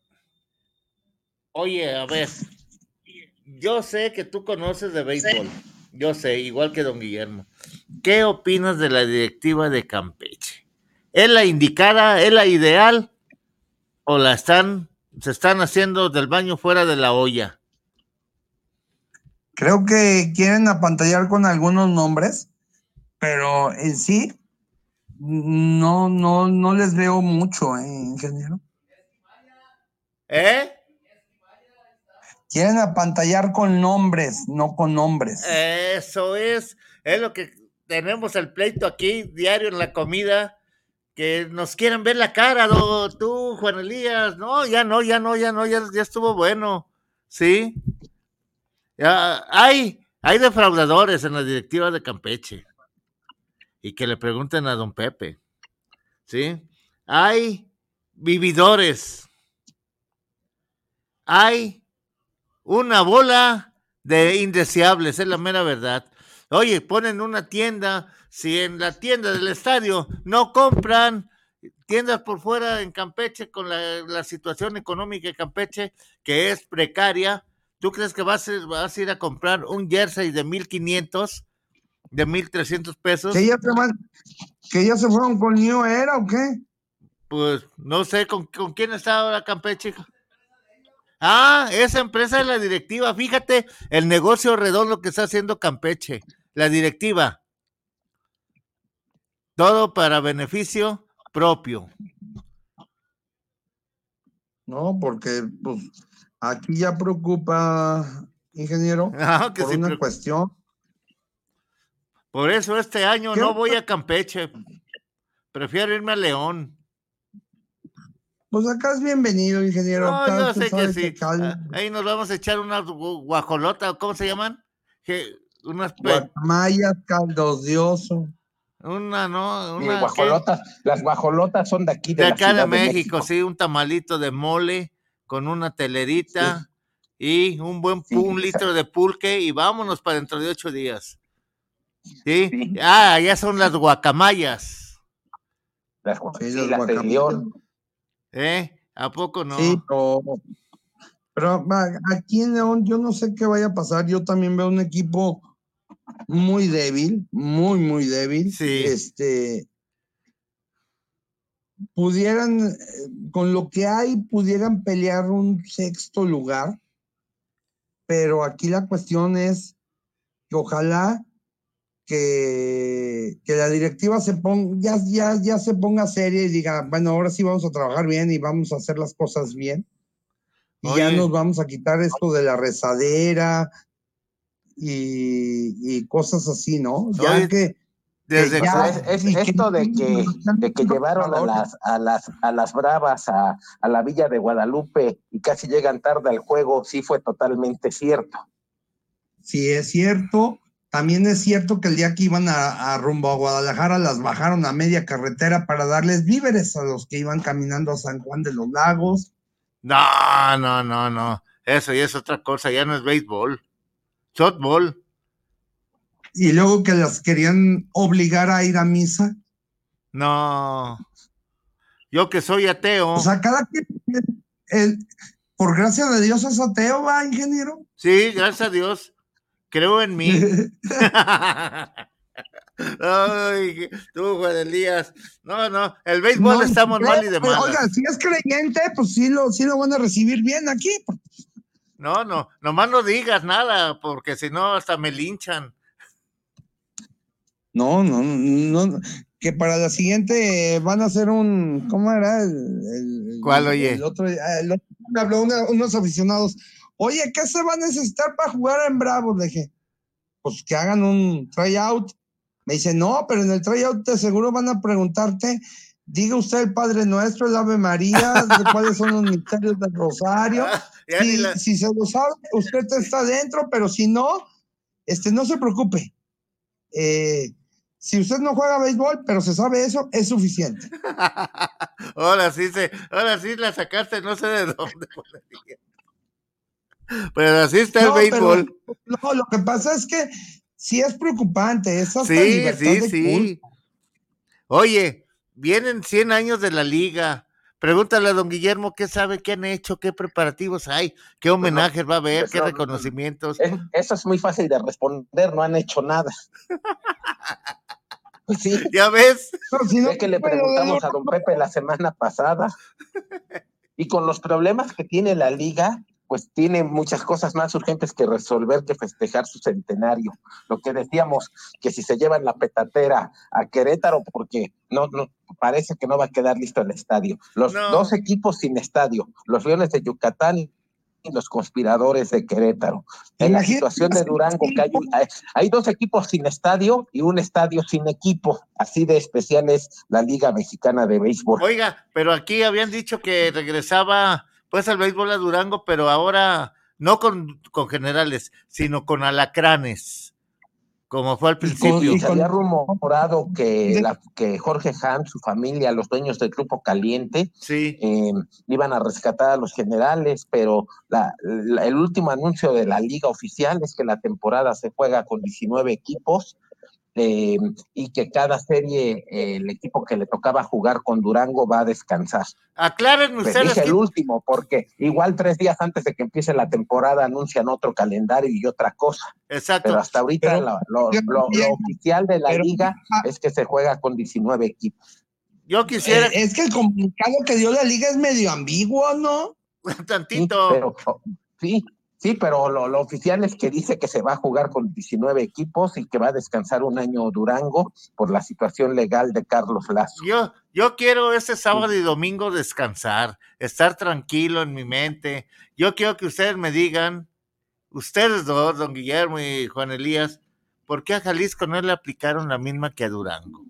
[SPEAKER 11] Oye, a ver, yo sé que tú conoces de béisbol, yo sé, igual que don Guillermo. ¿Qué opinas de la directiva de Campeche? ¿Es la indicada, es la ideal o se están haciendo del baño fuera de la olla?
[SPEAKER 18] Creo que quieren apantallar con algunos nombres, pero en sí no les veo mucho, ingeniero. Quieren apantallar con nombres, no con nombres.
[SPEAKER 11] Eso es lo que tenemos el pleito aquí diario en la comida, que nos quieren ver la cara, tú, Juan Elías. No, ya estuvo bueno, ¿sí? Ya, hay defraudadores en la directiva de Campeche, y que le pregunten a don Pepe, ¿sí? Hay vividores, hay una bola de indeseables, es la mera verdad. Oye, ponen una tienda, si en la tienda del estadio no compran, tiendas por fuera en Campeche con la situación económica de Campeche, que es precaria, ¿tú crees que vas a ir a comprar un jersey de 1,500, de 1,300 pesos?
[SPEAKER 18] ¿Que ya se fueron con New Era o qué?
[SPEAKER 11] Pues no sé, ¿con quién está ahora Campeche? Esa empresa es la directiva. Fíjate el negocio redondo que está haciendo Campeche, la directiva. Todo para beneficio propio.
[SPEAKER 18] No, porque pues aquí ya preocupa, ingeniero,
[SPEAKER 11] Que
[SPEAKER 18] por
[SPEAKER 11] sí,
[SPEAKER 18] una cuestión.
[SPEAKER 11] Por eso este año no voy a Campeche. Prefiero irme a León.
[SPEAKER 18] Pues acá es bienvenido, ingeniero.
[SPEAKER 11] No, yo sé que sí.
[SPEAKER 18] Ahí
[SPEAKER 11] nos vamos a echar una guajolota, ¿cómo se llaman?
[SPEAKER 18] Guacamayas, caldos de oso.
[SPEAKER 17] Las guajolotas son de aquí,
[SPEAKER 11] de acá de México, sí, un tamalito de mole con una telerita y un litro de pulque y vámonos para dentro de 8 días. ¿Sí? Ya son las guacamayas.
[SPEAKER 17] Las de León.
[SPEAKER 11] ¿A poco no?
[SPEAKER 18] Sí, pero aquí en León yo no sé qué vaya a pasar. Yo también veo un equipo muy débil, muy débil.
[SPEAKER 11] Sí.
[SPEAKER 18] Pudieran, con lo que hay, pudieran pelear un sexto lugar, pero aquí la cuestión es que ojalá que la directiva se ponga, ya se ponga seria y diga, bueno, ahora sí vamos a trabajar bien y vamos a hacer las cosas bien. Y ya nos vamos a quitar esto de la rezadera y cosas así, ¿no? Ya que
[SPEAKER 17] esto de que llevaron a las Bravas a la Villa de Guadalupe y casi llegan tarde al juego, sí fue totalmente cierto.
[SPEAKER 18] Sí, es cierto. También es cierto que el día que iban a rumbo a Guadalajara las bajaron a media carretera para darles víveres a los que iban caminando a San Juan de los Lagos.
[SPEAKER 11] No. Eso ya es otra cosa, ya no es béisbol. Softball.
[SPEAKER 18] Y luego que las querían obligar a ir a misa.
[SPEAKER 11] No. Yo que soy ateo.
[SPEAKER 18] O sea, cada quien, por gracia de Dios es ateo, ¿va, ingeniero?
[SPEAKER 11] Sí, gracias a Dios. Creo en mí. Ay, tú, Juan Elías. No, el béisbol estamos mal y de malas.
[SPEAKER 18] Oiga, si es creyente, pues sí lo van a recibir bien aquí.
[SPEAKER 11] No, nomás no digas nada, porque si no hasta me linchan.
[SPEAKER 18] No, que para la siguiente van a hacer un, ¿cómo era?
[SPEAKER 11] ¿Cuál, oye?
[SPEAKER 18] El otro me habló unos aficionados. Oye, ¿qué se va a necesitar para jugar en Bravos? Le dije, pues que hagan un tryout. Me dice, no, pero en el tryout de seguro van a preguntarte, diga usted el Padre Nuestro, el Ave María, cuáles son los misterios del Rosario. Si se lo sabe, usted está dentro, pero si no, no se preocupe. Si usted no juega béisbol, pero se sabe eso, es suficiente.
[SPEAKER 11] Ahora sí la sacaste, no sé de dónde. Pero así está el béisbol.
[SPEAKER 18] No, lo que pasa es que sí es preocupante, es hasta
[SPEAKER 11] sí,
[SPEAKER 18] libertad de culto.
[SPEAKER 11] Oye, vienen 100 años de la liga. Pregúntale a don Guillermo qué sabe, qué han hecho, qué preparativos hay, qué homenajes va a haber, qué reconocimientos.
[SPEAKER 17] Eso es muy fácil de responder, no han hecho nada. Pues sí.
[SPEAKER 11] ¿Ya ves?
[SPEAKER 17] Es que le preguntamos a don Pepe la semana pasada. Y con los problemas que tiene la liga, pues tiene muchas cosas más urgentes que resolver que festejar su centenario. Lo que decíamos, que si se llevan la petatera a Querétaro, porque no parece que no va a quedar listo el estadio. Los dos equipos sin estadio, los Leones de Yucatán y los Conspiradores de Querétaro. En la situación de Durango, que hay dos equipos sin estadio y un estadio sin equipo. Así de especial es la Liga Mexicana de Béisbol.
[SPEAKER 11] Oiga, pero aquí habían dicho que regresaba pues al béisbol a Durango, pero ahora no con generales, sino con alacranes, como fue al principio.
[SPEAKER 17] Se había rumorado que Jorge Han, su familia, los dueños del Grupo Caliente, iban a rescatar a los generales, pero el último anuncio de la liga oficial es que la temporada se juega con 19 equipos, y que cada serie el equipo que le tocaba jugar con Durango va a descansar.
[SPEAKER 11] Aclaren ustedes.
[SPEAKER 17] Dije el último, porque igual 3 días antes de que empiece la temporada anuncian otro calendario y otra cosa.
[SPEAKER 11] Exacto.
[SPEAKER 17] Pero hasta ahorita lo oficial de la liga es que se juega con 19 equipos.
[SPEAKER 11] Yo quisiera.
[SPEAKER 18] Es que el comunicado que dio la liga es medio ambiguo, ¿no?
[SPEAKER 11] Tantito.
[SPEAKER 17] Sí, pero lo oficial es que dice que se va a jugar con 19 equipos y que va a descansar un año Durango por la situación legal de Carlos Lazo.
[SPEAKER 11] Yo quiero ese sábado y domingo descansar, estar tranquilo en mi mente. Yo quiero que ustedes me digan, ustedes dos, don Guillermo y Juan Elías, ¿por qué a Jalisco no le aplicaron la misma que a Durango?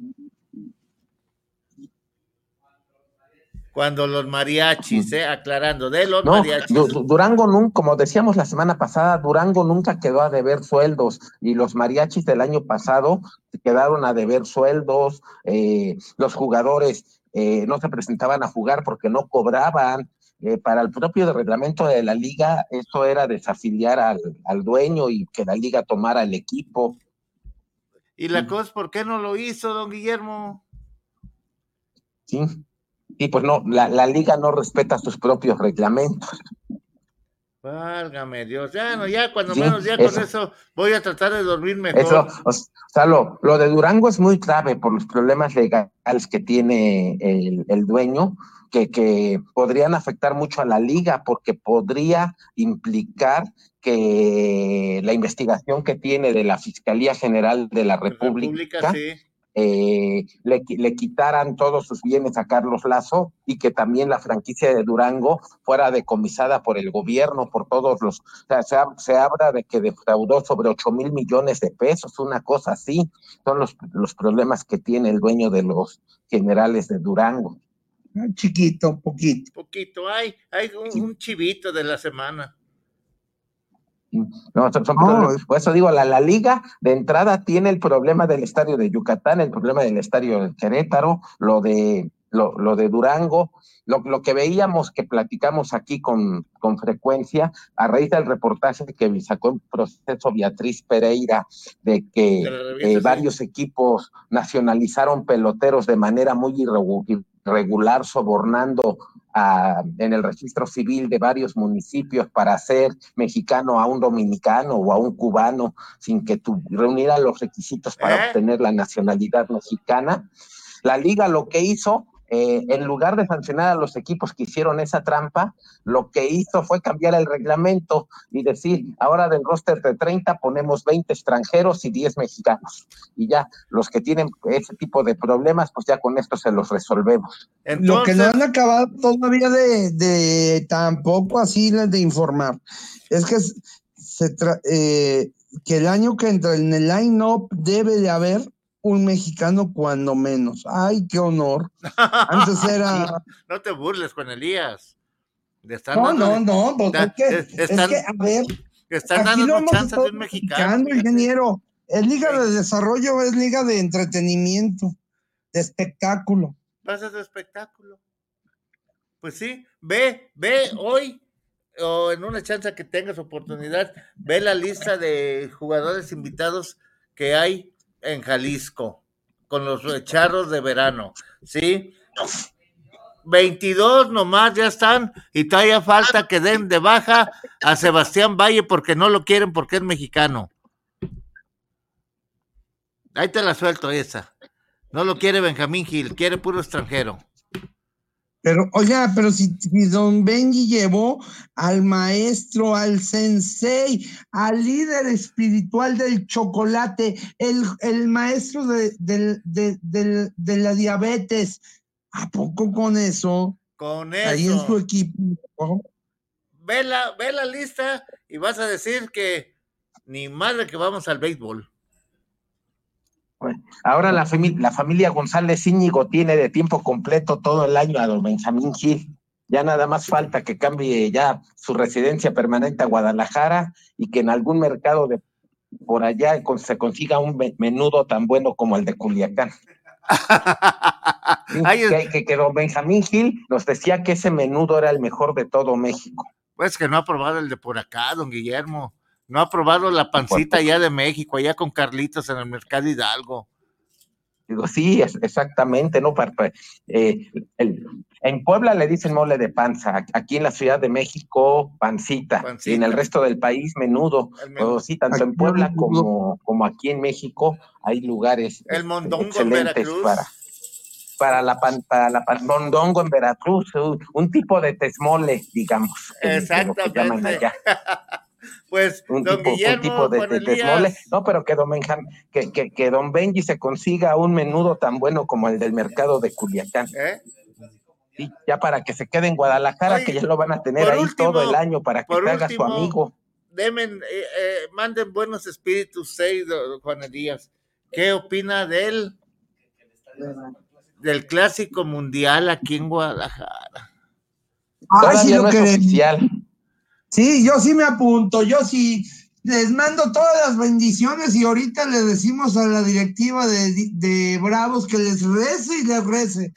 [SPEAKER 11] Cuando los mariachis, aclarando, de los mariachis.
[SPEAKER 17] Durango nunca, como decíamos la semana pasada, Durango nunca quedó a deber sueldos, y los mariachis del año pasado quedaron a deber sueldos, los jugadores no se presentaban a jugar porque no cobraban. Para el propio reglamento de la liga, eso era desafiliar al dueño y que la liga tomara el equipo.
[SPEAKER 11] ¿Y la cosa por qué no lo hizo, don Guillermo?
[SPEAKER 17] Sí. Sí, pues no, la liga no respeta sus propios reglamentos.
[SPEAKER 11] Válgame Dios, ya no, ya cuando
[SPEAKER 17] Sí,
[SPEAKER 11] menos ya
[SPEAKER 17] eso.
[SPEAKER 11] con eso voy a tratar de dormir
[SPEAKER 17] Eso,
[SPEAKER 11] mejor.
[SPEAKER 17] o sea, lo de Durango es muy grave por los problemas legales que tiene el dueño, que podrían afectar mucho a la liga, porque podría implicar que la investigación que tiene de la Fiscalía General de la
[SPEAKER 11] República,
[SPEAKER 17] República
[SPEAKER 11] sí.
[SPEAKER 17] le quitaran todos sus bienes a Carlos Lazo y que también la franquicia de Durango fuera decomisada por el gobierno, por todos los, o sea, se habla de que defraudó sobre 8,000 millones de pesos, una cosa así. Son los problemas que tiene el dueño de los Generales de Durango.
[SPEAKER 18] Chiquito, poquito.
[SPEAKER 11] Poquito, hay un chivito de la semana.
[SPEAKER 17] No, por eso digo, la liga de entrada tiene el problema del estadio de Yucatán, el problema del estadio de Querétaro, lo de Durango, lo que veíamos, que platicamos aquí con frecuencia, a raíz del reportaje que sacó en Proceso Beatriz Pereira, de que varios equipos nacionalizaron peloteros de manera muy irregular, sobornando en el registro civil de varios municipios para hacer mexicano a un dominicano o a un cubano sin que reuniera los requisitos para obtener la nacionalidad mexicana. La liga lo que hizo, en lugar de sancionar a los equipos que hicieron esa trampa, lo que hizo fue cambiar el reglamento y decir, ahora del roster de 30 ponemos 20 extranjeros y 10 mexicanos. Y ya, los que tienen ese tipo de problemas, pues ya con esto se los resolvemos.
[SPEAKER 18] Entonces, lo que no han acabado todavía de tampoco así de informar, es que que el año que entra en el line-up debe de haber un mexicano cuando menos. ¡Ay, qué honor! Antes era...
[SPEAKER 11] No te burles, Juan Elías.
[SPEAKER 18] Pues es que, a ver,
[SPEAKER 11] están dando chances de un mexicano.
[SPEAKER 18] Ingeniero, es liga de desarrollo, es liga de entretenimiento, de espectáculo.
[SPEAKER 11] Vas a hacer espectáculo. Pues sí, ve hoy, o en una chance que tengas oportunidad, ve la lista de jugadores invitados que hay en Jalisco, con los charros de verano, ¿sí? 22 nomás ya están, y todavía falta que den de baja a Sebastián Valle porque no lo quieren porque es mexicano. Ahí te la suelto esa. No lo quiere Benjamín Gil, quiere puro extranjero.
[SPEAKER 18] Pero, oiga, pero si don Benji llevó al maestro, al sensei, al líder espiritual del chocolate, el maestro de la diabetes, ¿a poco con eso?
[SPEAKER 11] Con eso.
[SPEAKER 18] Ahí en su equipo.
[SPEAKER 11] Ve la lista y vas a decir que ni madre que vamos al béisbol.
[SPEAKER 17] Ahora la familia González Íñigo tiene de tiempo completo todo el año a don Benjamín Gil. Ya nada más falta que cambie ya su residencia permanente a Guadalajara y que en algún mercado de por allá se consiga un menudo tan bueno como el de Culiacán. que don Benjamín Gil nos decía que ese menudo era el mejor de todo México.
[SPEAKER 11] Pues que no ha probado el de por acá, don Guillermo. No ha probado la pancita allá de México, allá con Carlitos en el Mercado Hidalgo.
[SPEAKER 17] Digo, sí, exactamente, ¿no? En Puebla le dicen mole de panza, aquí en la Ciudad de México, pancita. Y en el resto del país, menudo. Pues sí, tanto en Puebla como aquí en México hay lugares
[SPEAKER 11] el mondongo
[SPEAKER 17] excelentes
[SPEAKER 11] en Veracruz.
[SPEAKER 17] para la mondongo en Veracruz, un tipo de tesmole, digamos.
[SPEAKER 11] Exactamente.
[SPEAKER 17] Que llaman allá.
[SPEAKER 11] Pues,
[SPEAKER 17] un
[SPEAKER 11] Guillermo,
[SPEAKER 17] tipo de tesmole. No, pero que don Benji se consiga un menudo tan bueno como el del mercado de Culiacán. Sí, ya para que se quede en Guadalajara. Oye, que ya lo van a tener ahí último, todo el año para que haga su amigo.
[SPEAKER 11] Manden buenos espíritus, Juan Elías. ¿Qué opina del Clásico Mundial aquí en Guadalajara?
[SPEAKER 17] Todavía no es oficial.
[SPEAKER 18] Sí, yo sí me apunto, yo sí les mando todas las bendiciones y ahorita le decimos a la directiva de Bravos que les rece y les rece.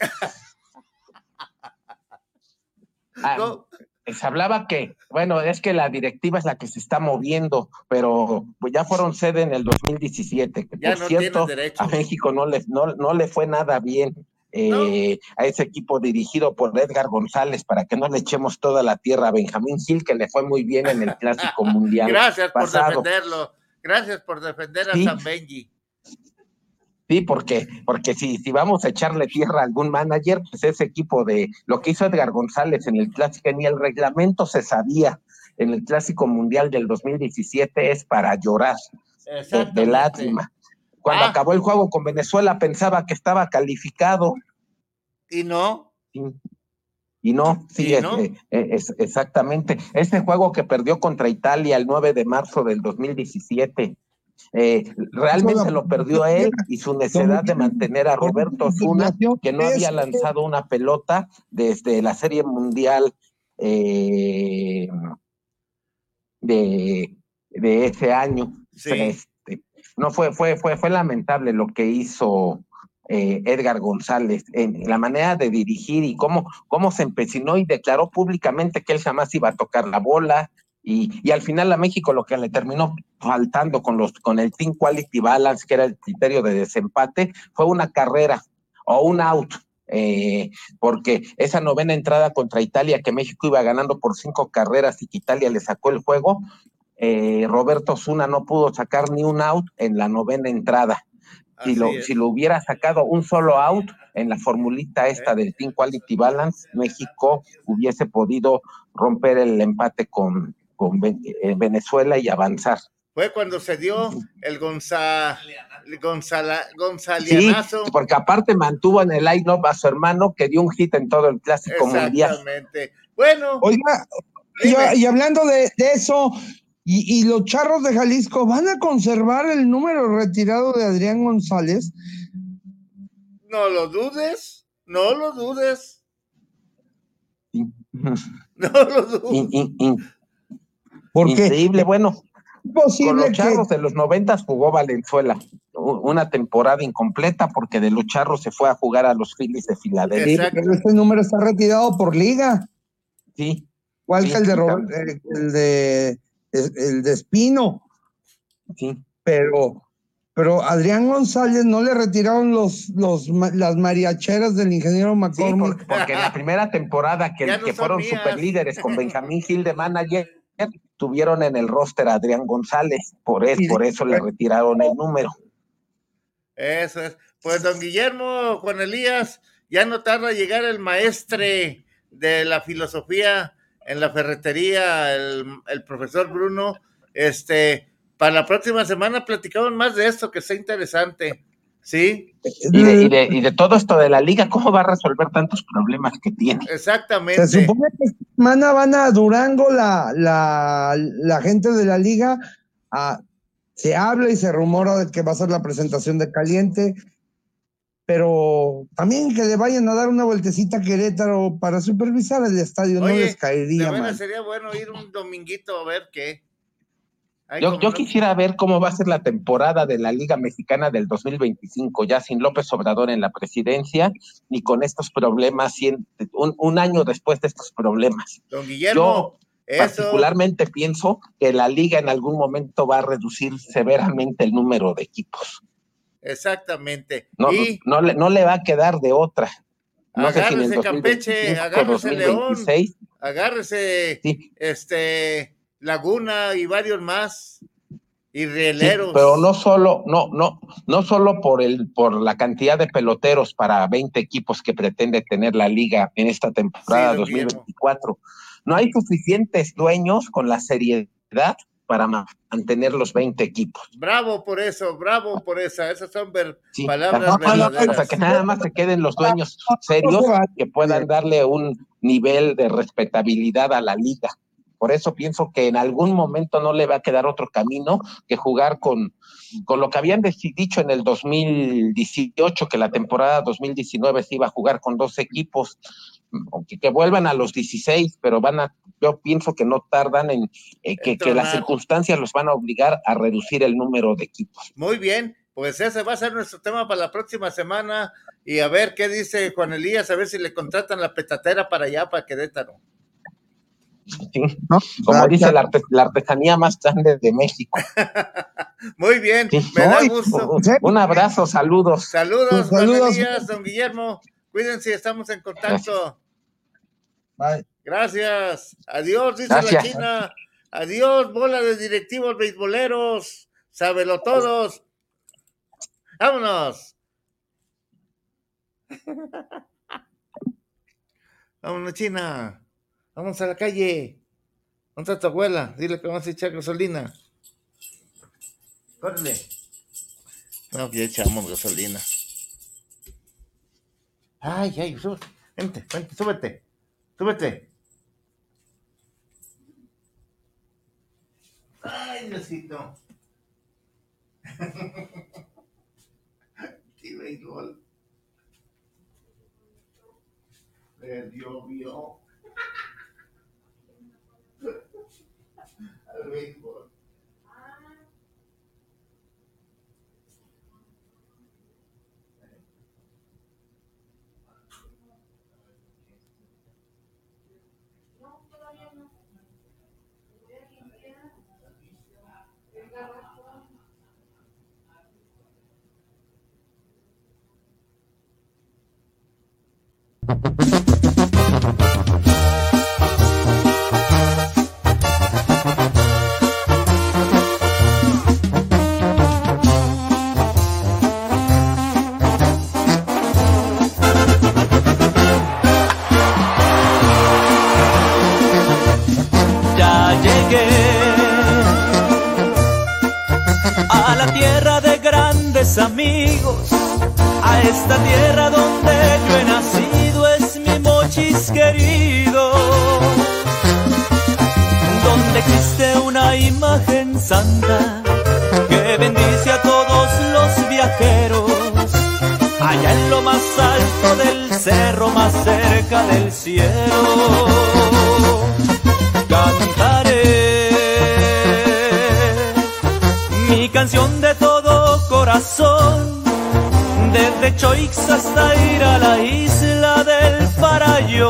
[SPEAKER 17] Se hablaba que, bueno, es que la directiva es la que se está moviendo, pero pues ya fueron sede en el 2017, que ya por no cierto, a México no le fue nada bien a ese equipo dirigido por Edgar González, para que no le echemos toda la tierra a Benjamín Gil, que le fue muy bien en el Clásico Mundial.
[SPEAKER 11] Gracias
[SPEAKER 17] pasado.
[SPEAKER 11] por defenderlo. Gracias por defender a
[SPEAKER 17] Sí.
[SPEAKER 11] San Benji.
[SPEAKER 17] Sí, porque si vamos a echarle tierra a algún manager, pues ese equipo de lo que hizo Edgar González en el Clásico, ni el reglamento se sabía en el Clásico Mundial del 2017, es para llorar de lágrima. Cuando acabó el juego con Venezuela pensaba que estaba calificado.
[SPEAKER 11] ¿Y no?
[SPEAKER 17] Y no, sí, exactamente. Ese juego que perdió contra Italia el 9 de marzo del 2017, realmente lo perdió él y su necesidad de mantener a Roberto Osuna, que no había lanzado una pelota desde la Serie Mundial de ese año.
[SPEAKER 11] Sí.
[SPEAKER 17] No fue lamentable lo que hizo Edgar González en la manera de dirigir y cómo se empecinó y declaró públicamente que él jamás iba a tocar la bola. Y al final a México lo que le terminó faltando con el Team Quality Balance, que era el criterio de desempate, fue una carrera o un out, porque esa novena entrada contra Italia, que México iba ganando por 5 carreras y que Italia le sacó el juego, Roberto Osuna no pudo sacar ni un out en la novena entrada. Si lo hubiera sacado un solo out en la formulita esta del Team Quality Balance, México hubiese podido romper el empate con Venezuela y avanzar.
[SPEAKER 11] Fue cuando se dio el Gonzalianazo.
[SPEAKER 18] Sí, porque aparte mantuvo en el line-up a su hermano, que dio un hit en todo el Clásico Mundial.
[SPEAKER 11] Exactamente. Bueno.
[SPEAKER 18] Oiga, y hablando de eso, y los Charros de Jalisco, ¿van a conservar el número retirado de Adrián González?
[SPEAKER 11] No lo dudes, no lo dudes.
[SPEAKER 17] Sí.
[SPEAKER 11] No lo dudes.
[SPEAKER 17] Increíble, bueno.
[SPEAKER 18] Posible
[SPEAKER 17] con los Charros de los 90 jugó Valenzuela, una temporada incompleta porque de los Charros se fue a jugar a los Phillies de Filadelfia.
[SPEAKER 18] Pero este número está retirado por liga.
[SPEAKER 17] Sí.
[SPEAKER 18] Igual que el de Espino.
[SPEAKER 17] Sí.
[SPEAKER 18] Pero Adrián González no le retiraron las mariacheras del ingeniero McCormick.
[SPEAKER 17] Sí, porque en la primera temporada que fueron superlíderes con Benjamín Gil de manager, tuvieron en el roster a Adrián González, por eso le retiraron el número.
[SPEAKER 11] Eso es. Pues don Guillermo, Juan Elías, ya no tarda llegar el maestre de la filosofía en la ferretería, el profesor Bruno. Para la próxima semana platicamos más de esto, que está interesante, ¿sí?
[SPEAKER 17] Y de todo esto de la liga, ¿cómo va a resolver tantos problemas que tiene?
[SPEAKER 11] Exactamente.
[SPEAKER 18] Se supone que esta semana van a Durango la gente de la liga, se habla y se rumora de que va a ser la presentación de Caliente, pero también que le vayan a dar una vueltecita a Querétaro para supervisar el estadio. Oye, no les caería mal.
[SPEAKER 11] Sería bueno ir un dominguito a ver qué.
[SPEAKER 17] Yo quisiera ver cómo va a ser la temporada de la Liga Mexicana del 2025, ya sin López Obrador en la presidencia, ni con estos problemas, un año después de estos problemas.
[SPEAKER 11] Don Guillermo,
[SPEAKER 17] yo particularmente pienso que la Liga en algún momento va a reducir severamente el número de equipos.
[SPEAKER 11] Exactamente.
[SPEAKER 17] No le va a quedar de otra. No
[SPEAKER 11] agárrese,
[SPEAKER 17] sé si en el
[SPEAKER 11] Campeche, agárrese 2026, León, agárrese sí. Laguna y varios más y rieleros.
[SPEAKER 17] Sí, pero no solo por la cantidad de peloteros para 20 equipos que pretende tener la liga en esta temporada 2024. No hay suficientes dueños con la seriedad para mantener los 20 equipos.
[SPEAKER 11] Bravo por eso, esas son palabras verdaderas.
[SPEAKER 17] O sea, que nada más se queden los dueños serios que puedan darle un nivel de respetabilidad a la liga. Por eso pienso que en algún momento no le va a quedar otro camino que jugar con lo que habían dicho en el 2018, que la temporada 2019 se iba a jugar con 2 equipos, que vuelvan a los 16, pero yo pienso que no tardan en que las circunstancias los van a obligar a reducir el número de equipos.
[SPEAKER 11] Muy bien, pues ese va a ser nuestro tema para la próxima semana, y a ver qué dice Juan Elías, a ver si le contratan la petatera para allá, para Querétaro.
[SPEAKER 17] Sí, ¿no? Como dice la artesanía más grande de México.
[SPEAKER 11] Muy bien, sí. Me da gusto.
[SPEAKER 17] Un abrazo, saludos.
[SPEAKER 11] Saludos, Juan Elías, don Guillermo. Cuídense, estamos en contacto.
[SPEAKER 18] Bye.
[SPEAKER 11] Gracias. Adiós, dice
[SPEAKER 17] Gracias.
[SPEAKER 11] la China. Adiós, bola de directivos beisboleros. Sábelo todos. Vámonos. Vámonos, China. Vamos a la calle. ¿Dónde está tu abuela? Dile que vamos a echar gasolina. Córrele. No, ya echamos gasolina. Ay, súbete. Vente, súbete. Ay, Diosito. Sí, béisbol. Le llovió. Al béisbol.
[SPEAKER 15] Ya llegué a la tierra de grandes amigos, a esta tierra donde yo he nacido, es mi Mochis querido, donde existe una imagen santa que bendice a todos los viajeros, allá en lo más alto del cerro, más cerca del cielo. Cantaré mi canción de todo corazón, desde Choix hasta ir a la isla del Parayó.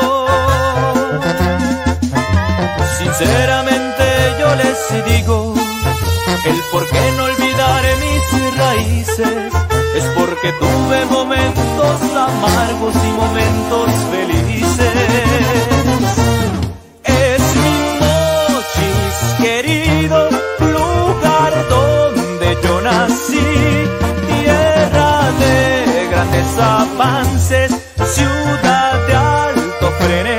[SPEAKER 15] Sinceramente yo les digo, el por qué no olvidar mis raíces, es porque tuve momentos amargos y momentos felices. Querido lugar donde yo nací, tierra de grandes avances, ciudad de alto frenesí.